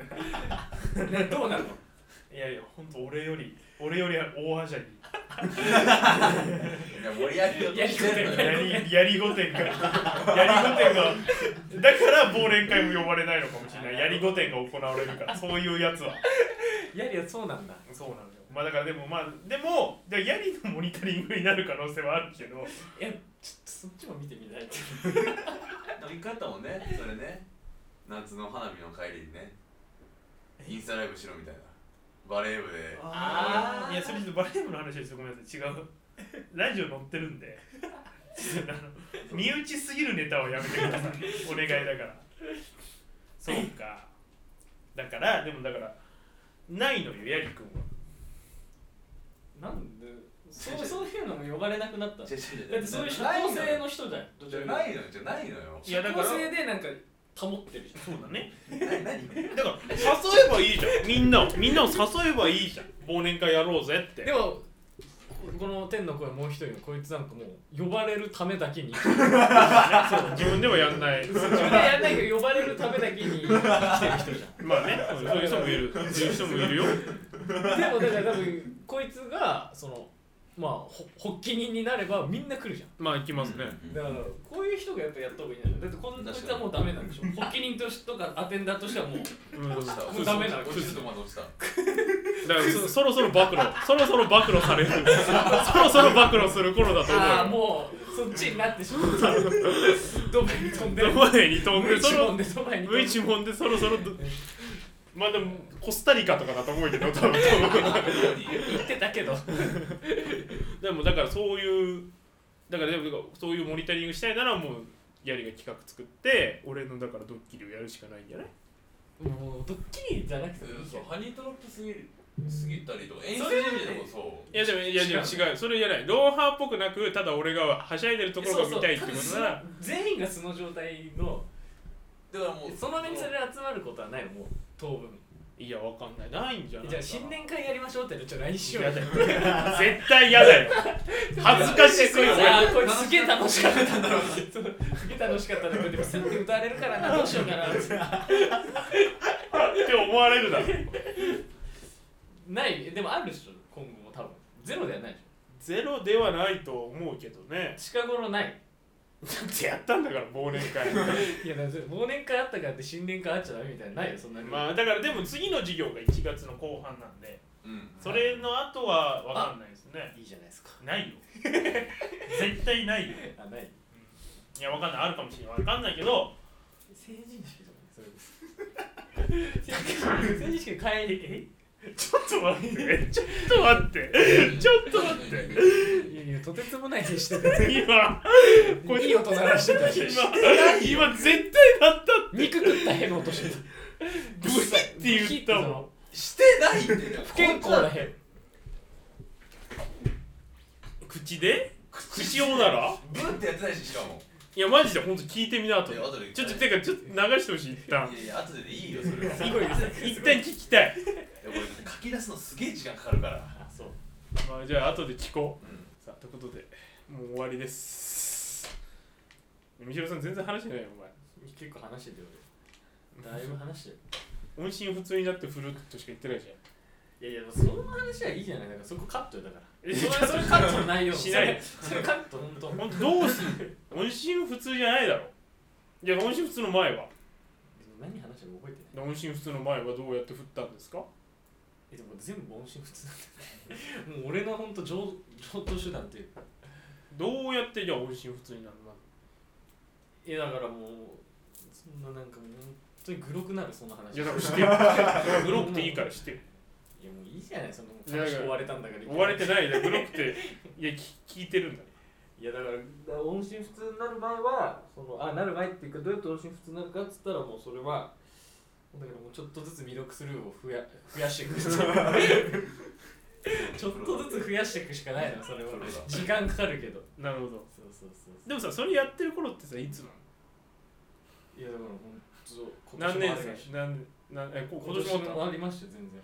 [SPEAKER 3] ね、どうなの？
[SPEAKER 2] いやいやほんと俺よりは大はしゃぎ
[SPEAKER 4] いや盛り上げようとしてんのよ
[SPEAKER 2] やりごてんがだから忘年会も呼ばれないのかもしれない。やりごてんが行われるからそういうやつは
[SPEAKER 3] やりはそうなんだ。
[SPEAKER 2] そうなんだよ。まあだからでもやりのモニタリングになる可能性はあるけど、
[SPEAKER 3] いやちょっとそっちも見てみないと。
[SPEAKER 4] 行かったもんねそれね。夏の花火の帰りにねインスタライブしろみたいなバレー部で。
[SPEAKER 2] いやそれちょっとバレー部の話です。ごめんなさい違うラジオ載ってるんで身内すぎるネタはやめてくださいお願いだからそうかだからないのよやりくんは。
[SPEAKER 3] なんでそういうのも呼ばれなくなったの？だってそういう社
[SPEAKER 4] ない
[SPEAKER 3] 交性の人じゃん。
[SPEAKER 4] じゃないのよじゃないのよ。
[SPEAKER 2] いやだから
[SPEAKER 3] 社交性でなんか保ってるじゃん。
[SPEAKER 2] そうだね。
[SPEAKER 4] 何
[SPEAKER 2] だから誘えばいいじゃん。みんなを誘えばいいじゃん。忘年会やろうぜって。
[SPEAKER 3] でもこの天の声もう一人のこいつなんかもう呼ばれるためだけに
[SPEAKER 2] そう自分ではやんない。
[SPEAKER 3] 自分でやんないけど呼ばれるためだけに来てる人じゃん。
[SPEAKER 2] まあね、そういう人もいる。そういう人もいるよ。
[SPEAKER 3] でもだから多分こいつがそのまあ発起人になればみんな来るじゃん。
[SPEAKER 2] まあ行きますね。
[SPEAKER 3] だからこういう人がやっぱやった方がいいんじゃない？だってこいつはもうダメなんでしょ。発起人とかアテンダーとしてはもう
[SPEAKER 4] 落ちた
[SPEAKER 3] もうダメなの。
[SPEAKER 4] 落ちるとまで落ちた。
[SPEAKER 2] だからそろそろ暴露される。そろそろ暴露する頃だと思うよ。
[SPEAKER 3] ああもうそっちになってしまった。ドバイに飛んで
[SPEAKER 2] ドバイに飛んで
[SPEAKER 3] 無一文でドバイに飛んで
[SPEAKER 2] 無一文でそろそろまあでもコスタリカとかだと思うけど多分
[SPEAKER 3] 言ってたけど
[SPEAKER 2] でもだからそういうそういうモニタリングしたいならもうやりが企画作って俺のだからドッキリをやるしかないんじゃない？
[SPEAKER 3] もうドッキリじゃなくていい
[SPEAKER 4] そうハニートラップすぎたりとか演出
[SPEAKER 3] それはね
[SPEAKER 4] でもそう
[SPEAKER 2] いやでも違うそれやないロンハーっぽくなくただ俺がはしゃいでるところが見たいってことなら
[SPEAKER 3] 全員が素の状態の
[SPEAKER 4] だからもう
[SPEAKER 3] そのメンツで集まることはないのもう当分。
[SPEAKER 2] いやわかんないんじゃないかな。
[SPEAKER 3] じゃあ新年会やりましょうってちょっと LINE しようよ。
[SPEAKER 2] 絶対嫌だよ恥ずかしすぎる
[SPEAKER 3] あーこいつすげえ楽しかったんだろうすげえ楽しかったんだけどでもさっき歌われるからなどうしようかな
[SPEAKER 2] って思われるだろ。
[SPEAKER 3] ないでもあるでしょ今後も多分ゼロではないでしょ。
[SPEAKER 2] ゼロではないと思うけどね。
[SPEAKER 3] 近頃ない。
[SPEAKER 2] だってやったんだから忘年会
[SPEAKER 3] いやだから忘年会あったからって新年会あっちゃダメみたいなないよそんなに。
[SPEAKER 2] まあだからでも次の授業が1月の後半なんで、それの後は分かんないですね。
[SPEAKER 3] いいじゃないですか。
[SPEAKER 2] ないよ絶対ないよ。
[SPEAKER 3] あない。
[SPEAKER 2] いや分かんないあるかもしれない分かんないけど
[SPEAKER 3] 成人式とかねそれです成人式の帰り
[SPEAKER 2] ちょっと待ってい
[SPEAKER 3] いやとてつもない手してた
[SPEAKER 2] 今
[SPEAKER 3] これいい音鳴らしてたし
[SPEAKER 2] 今絶対なったって
[SPEAKER 3] 肉食ったへの音してた
[SPEAKER 2] ブヒって言ったもん。
[SPEAKER 4] してないって
[SPEAKER 3] 不健康なへ
[SPEAKER 2] 口で口をなら
[SPEAKER 4] ブーってやってないしかも
[SPEAKER 2] いやマジで本当聞いてみなと。
[SPEAKER 4] いや後で
[SPEAKER 2] ちょっと流してほしい一旦
[SPEAKER 4] いや後でいいよそれは
[SPEAKER 2] 一旦聞きたい。
[SPEAKER 4] これ書き出すのすげえ時間かかるから
[SPEAKER 3] あそう
[SPEAKER 2] まあじゃあ後で聞こう。さあということでもう終わりです。みひろさん全然話してないよお前。
[SPEAKER 3] 結構話してるよ俺だいぶ話してる。
[SPEAKER 2] 音信不通になって振るとしか言ってないじゃん。
[SPEAKER 3] いやいやその話はいいじゃないだからそこカットよだからそれカットの内容
[SPEAKER 2] しない
[SPEAKER 3] それカットほんと
[SPEAKER 2] ほんとどうする音信不通じゃないだろ。いや音信不通の前は
[SPEAKER 3] 何話したか覚えてない。
[SPEAKER 2] 音信不通の前はどうやって振ったんですか？
[SPEAKER 3] でも全部音信不通なんだよもう俺のほんと上等手段っていうか
[SPEAKER 2] どうやってじゃあ音信不通になるの？
[SPEAKER 3] いやだからもうそんななんかもう本当にグロくなるそんな話。
[SPEAKER 2] いやだからしてよグロくていいからしてよ。
[SPEAKER 3] いやもういいじゃないその話終われたんだから
[SPEAKER 2] 終われてないでグロくていや聞いてるんだ。
[SPEAKER 3] いやだから音信不通になる前はそのなる前っていうかどうやって音信不通になるかっつったらもうそれはだからもうちょっとずつ未読スルーを増やしていくちょっとずつ増やしていくしかないのそれは時間かかるけど。
[SPEAKER 2] なるほど。
[SPEAKER 3] そうそうそう
[SPEAKER 2] でもさそれやってる頃ってさいつなの？
[SPEAKER 3] いやだからほんと
[SPEAKER 2] 何年生？今年も
[SPEAKER 3] ありましたよ全然。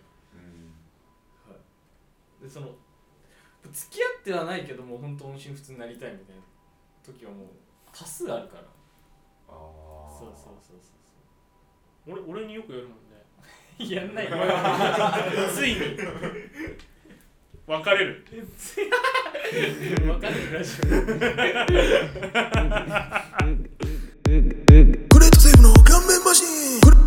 [SPEAKER 3] でその付き合ってはないけども本当音信不通になりたいみたいな時はもう多数あるから。そう
[SPEAKER 2] 俺によくやるもんね。
[SPEAKER 3] やんないよ
[SPEAKER 2] ついに別れる
[SPEAKER 3] 分かるラジオ
[SPEAKER 6] グレートセーブの顔面マシーング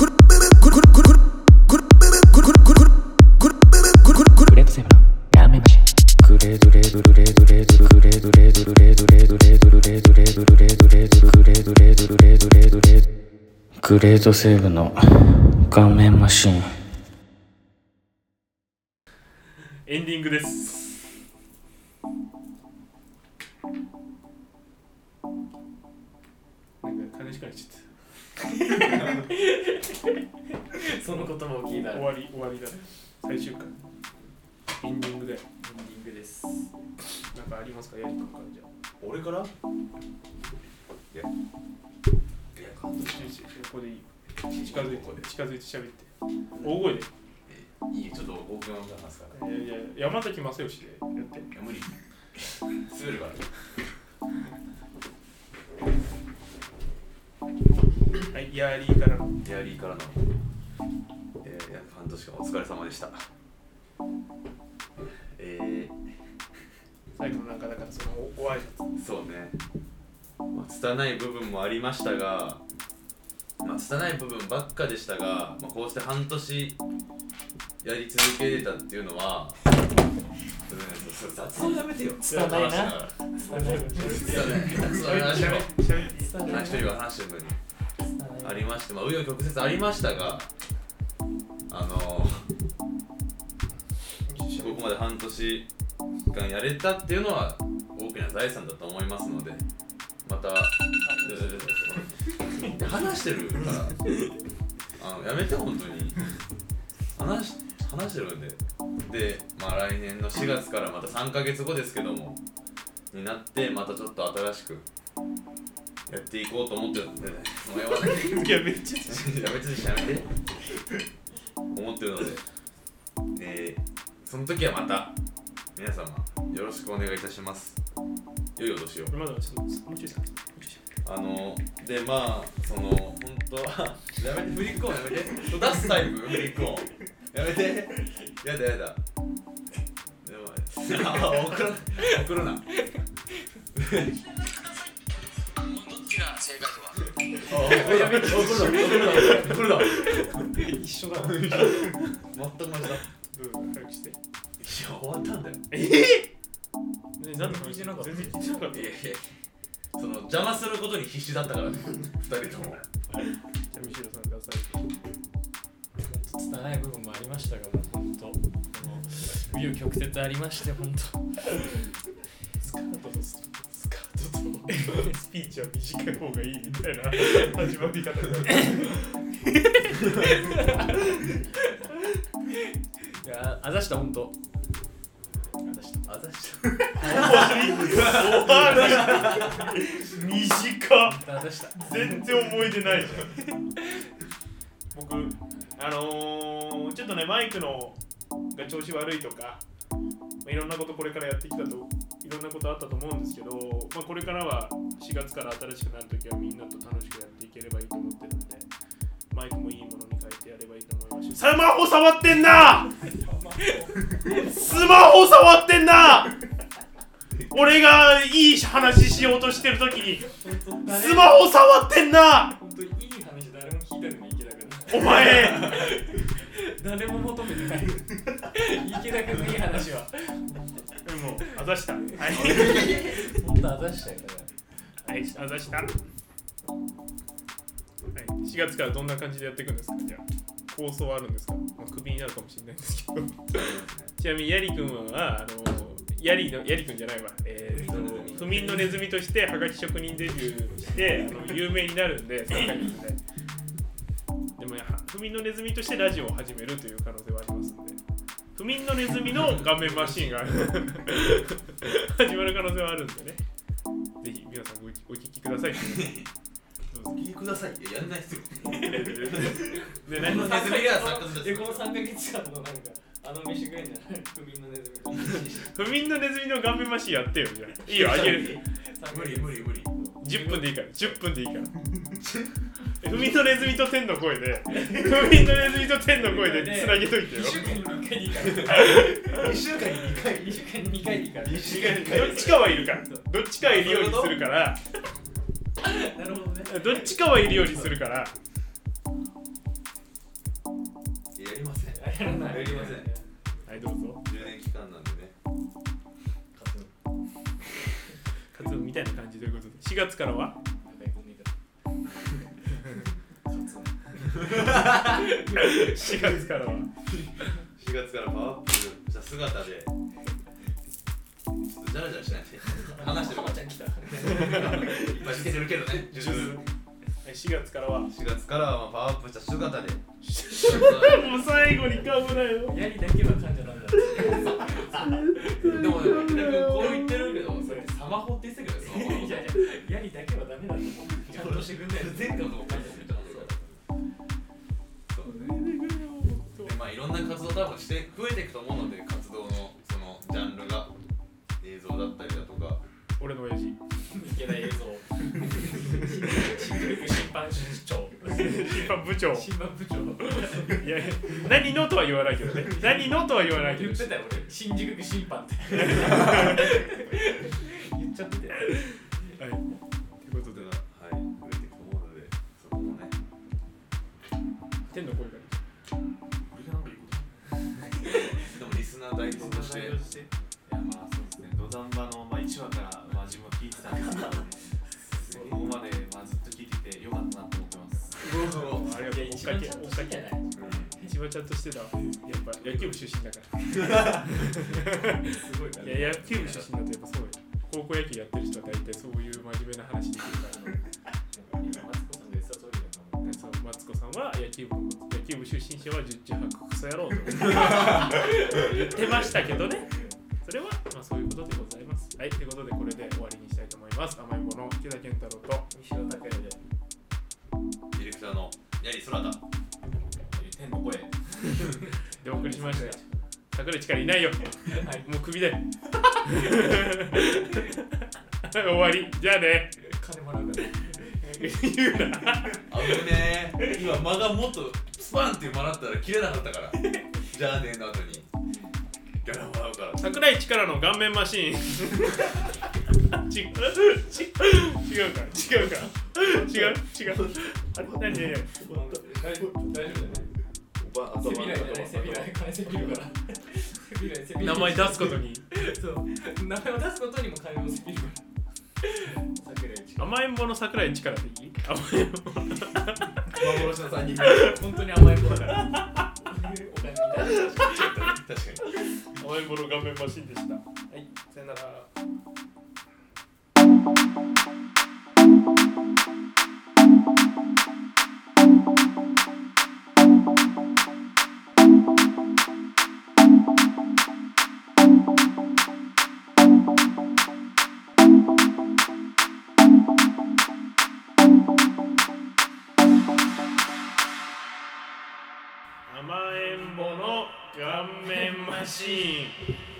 [SPEAKER 6] レートセーブの顔面マシーングレードレードルレードレードルグレードレードルレードレードレードルレードレードルレードレードルグレードレードルレードレードレードグレートセーブの顔面マシーン
[SPEAKER 2] エンディングです。なんか悲しくなっちゃった
[SPEAKER 3] その言葉を聞いたら
[SPEAKER 2] 終わりだね。最終回エンディングで
[SPEAKER 3] エンディングです。
[SPEAKER 2] なんかありますか、ヤリ君から。じゃあ
[SPEAKER 4] 俺から
[SPEAKER 2] ここでいい。近づいて喋って、大声で。
[SPEAKER 4] いい、ちょっと大きな音出すから。
[SPEAKER 2] いや山崎正義でやって。
[SPEAKER 4] 無理滑るから。
[SPEAKER 2] はい、ヤーリーからの
[SPEAKER 4] ヤーリーからの、半年間お疲れ様でした。
[SPEAKER 2] 最後のなんかだからそのお挨拶。
[SPEAKER 4] そうね、拙い部分もありましたが、拙い部分ばっかでしたが、こうして半年やり続けれたっていうのは、雑音やめてよ。
[SPEAKER 3] 拙いな。
[SPEAKER 4] 一人が話してる分にありまして、紆余曲折ありましたが、ここまで半年間やれたっていうのは大きな財産だと思いますので、また話してるからやめて本当に話してるんで、来年の4月からまた3ヶ月後ですけどもになって、またちょっと新しくやっていこうと思ってるんで、もうやばない。
[SPEAKER 2] いやめっちゃ
[SPEAKER 4] やめて思ってるので、その時はまた皆様よろしくお願いいたします。良いお年を。
[SPEAKER 2] まだちょっともうちょい
[SPEAKER 4] で本当はやめて、フリック音やめて、出すタイプフリック音やめて、やだ送るなどっちが正解とはやめて、送るな
[SPEAKER 2] 一緒だ。
[SPEAKER 4] 全く同じだ。
[SPEAKER 2] 早くして。
[SPEAKER 4] いや終わったんだよ。
[SPEAKER 2] なんで聞いてなかった？全然聞いてなかった。
[SPEAKER 4] いやその邪魔することに必死だったからね、2人とも。
[SPEAKER 2] じゃあミシロさんください。
[SPEAKER 3] 拙い部分もありましたが、もう本当紆余曲折ありまして本当
[SPEAKER 2] スカートとスピーチは短い方がいいみたいな始まり方になる。
[SPEAKER 3] いやあざした本当。
[SPEAKER 2] 短っ。全然思い出ないじゃん。僕ちょっとねマイクのが調子悪いとか、いろんなことこれからやってきたと、いろんなことあったと思うんですけど、これからは4月から新しくなるときはみんなと楽しくやっていければいいと思ってるので、マイクもいいものに変えてやればいいと思いますし、スマホ触ってんなスマホ触ってんな俺がいい話しようとしてるときにスマホ触ってんな。
[SPEAKER 3] 本当にいい話誰も聞いたのに池田君。
[SPEAKER 2] お前
[SPEAKER 3] 誰も求めてない池田君のいい話は。
[SPEAKER 2] もうあざした。はい。
[SPEAKER 3] 本当あざしたよから。
[SPEAKER 2] はい、あざした。はい、4月からどんな感じでやっていくんですか。じゃあ構想はあるんですか。クビになるかもしれないんですけど。ちなみにヤリ君はヤリ君じゃないわ。不眠のネズミとしてハガキ職人デビューして有名になるんで3ヶ月で。でも不眠のネズミとしてラジオを始めるという可能性はありますので、不眠のネズミの顔面マシーンが始まる可能性はあるんでね。ぜひ皆さんお聞きください。
[SPEAKER 4] お聞きください。いや、やんないっすよ。
[SPEAKER 2] で
[SPEAKER 4] 何のネズミが参加するんです
[SPEAKER 3] この3ヶ月間のなんか飯食えんじゃない。不眠のネズミ。
[SPEAKER 2] 不眠のネズミの顔面マシーンやってよ。じゃあいいよ、あげる。
[SPEAKER 4] 無理。
[SPEAKER 2] 10分でいいから。10分でいいから。 ふみのネズミと天の声でふみのネズミと天の声でつなげといてよ。
[SPEAKER 3] 2週間に2回でいいから
[SPEAKER 1] 2週間に2回
[SPEAKER 3] 2週間に2回でいいから
[SPEAKER 2] どっちかはいるからどっちかはいるようにするから
[SPEAKER 3] なるほどね
[SPEAKER 2] どっちかはいるようにするから
[SPEAKER 4] やりません
[SPEAKER 3] やらない
[SPEAKER 4] やりません
[SPEAKER 2] はいどうぞ
[SPEAKER 4] 10年期間なんでね
[SPEAKER 2] カツオみたいな感じということで4月からは4月からは
[SPEAKER 4] 4月からパワーアップした姿でちょっとジャラジャラしないで話してるから
[SPEAKER 3] ちゃん来た
[SPEAKER 4] いっぱいしてるけどね
[SPEAKER 2] 4月からはも
[SPEAKER 4] 4月からはパワーアップした姿で
[SPEAKER 2] う最後に噛むなよ
[SPEAKER 3] やりだけは噛んじゃダメだ
[SPEAKER 4] でもね、こう言ってるけど、それスマホって言ってたけど、スマホのこと
[SPEAKER 3] いややりだけはダメだと思うちゃんとしてくんないと
[SPEAKER 4] 前回のこと書いてるじゃんそうで、まあいろんな活動多分して増えていくと思うので、活動のそのジャンルが映像だったりだとか
[SPEAKER 2] 俺の親父
[SPEAKER 3] いけない映像新宿審判長
[SPEAKER 2] 審判部長
[SPEAKER 3] 審判部長
[SPEAKER 2] いや何のとは言わないけどね何のとは言わないけど
[SPEAKER 3] 言ってたよ俺新宿区審判って言っちゃってたよ
[SPEAKER 2] はいということで
[SPEAKER 4] はい、増えていくと思うので、そこもね
[SPEAKER 2] 天の声が
[SPEAKER 1] 俺がなんか言う
[SPEAKER 4] でもリスナー代表として
[SPEAKER 1] いやまあそうですね土壇場の、まあ、1話から、まあ、自分は聞いてたんですけどここまで、まあ、ずっと聞いててよかったなと思ってます
[SPEAKER 2] ありがとう
[SPEAKER 3] 一番ちゃんとしてんじゃない
[SPEAKER 2] 一番ちゃんとしてたわやっぱ野球部出身だから
[SPEAKER 3] すごいから
[SPEAKER 2] いや野球部出身だとやっぱそうよ高校野球やってる人は大体そういう真面目な話できるから
[SPEAKER 3] 今マツコさんが言ってた通りだと思う
[SPEAKER 2] そうマツコさんは野球部出身者は十中八九クソ野郎と言ってましたけどねそれは、まあ、そういうことでございますはいということでこれで終わりにしたいと思います甘えん坊の池田健太郎と
[SPEAKER 3] 西尾拓也で
[SPEAKER 4] ディレクターのやりそらだ
[SPEAKER 1] 天の声
[SPEAKER 2] でお送りしました桜井力いないよもうクビだよ終わりじゃあね
[SPEAKER 3] 金もらうから
[SPEAKER 2] 言うな
[SPEAKER 4] 危ねえ今間がもっとスパンって間だったら切れなかったからじゃあねの後にギャラもらうから
[SPEAKER 2] 桜井力の顔面マシーン違うかあれ何
[SPEAKER 3] 大丈夫だよね背びらいじゃない背びらい金背びるから背びらい背びる
[SPEAKER 2] 名前出すことに
[SPEAKER 3] そう名前を出すことにも金を背びるから桜井力
[SPEAKER 2] 甘えん坊の桜井力でいい甘えん坊
[SPEAKER 1] 幻の3人
[SPEAKER 3] 本当に甘えん坊だからお金に対して
[SPEAKER 4] 確かに
[SPEAKER 2] 甘えん坊の顔面マシーンでしたはいさよなら甘えん坊の顔面マシーン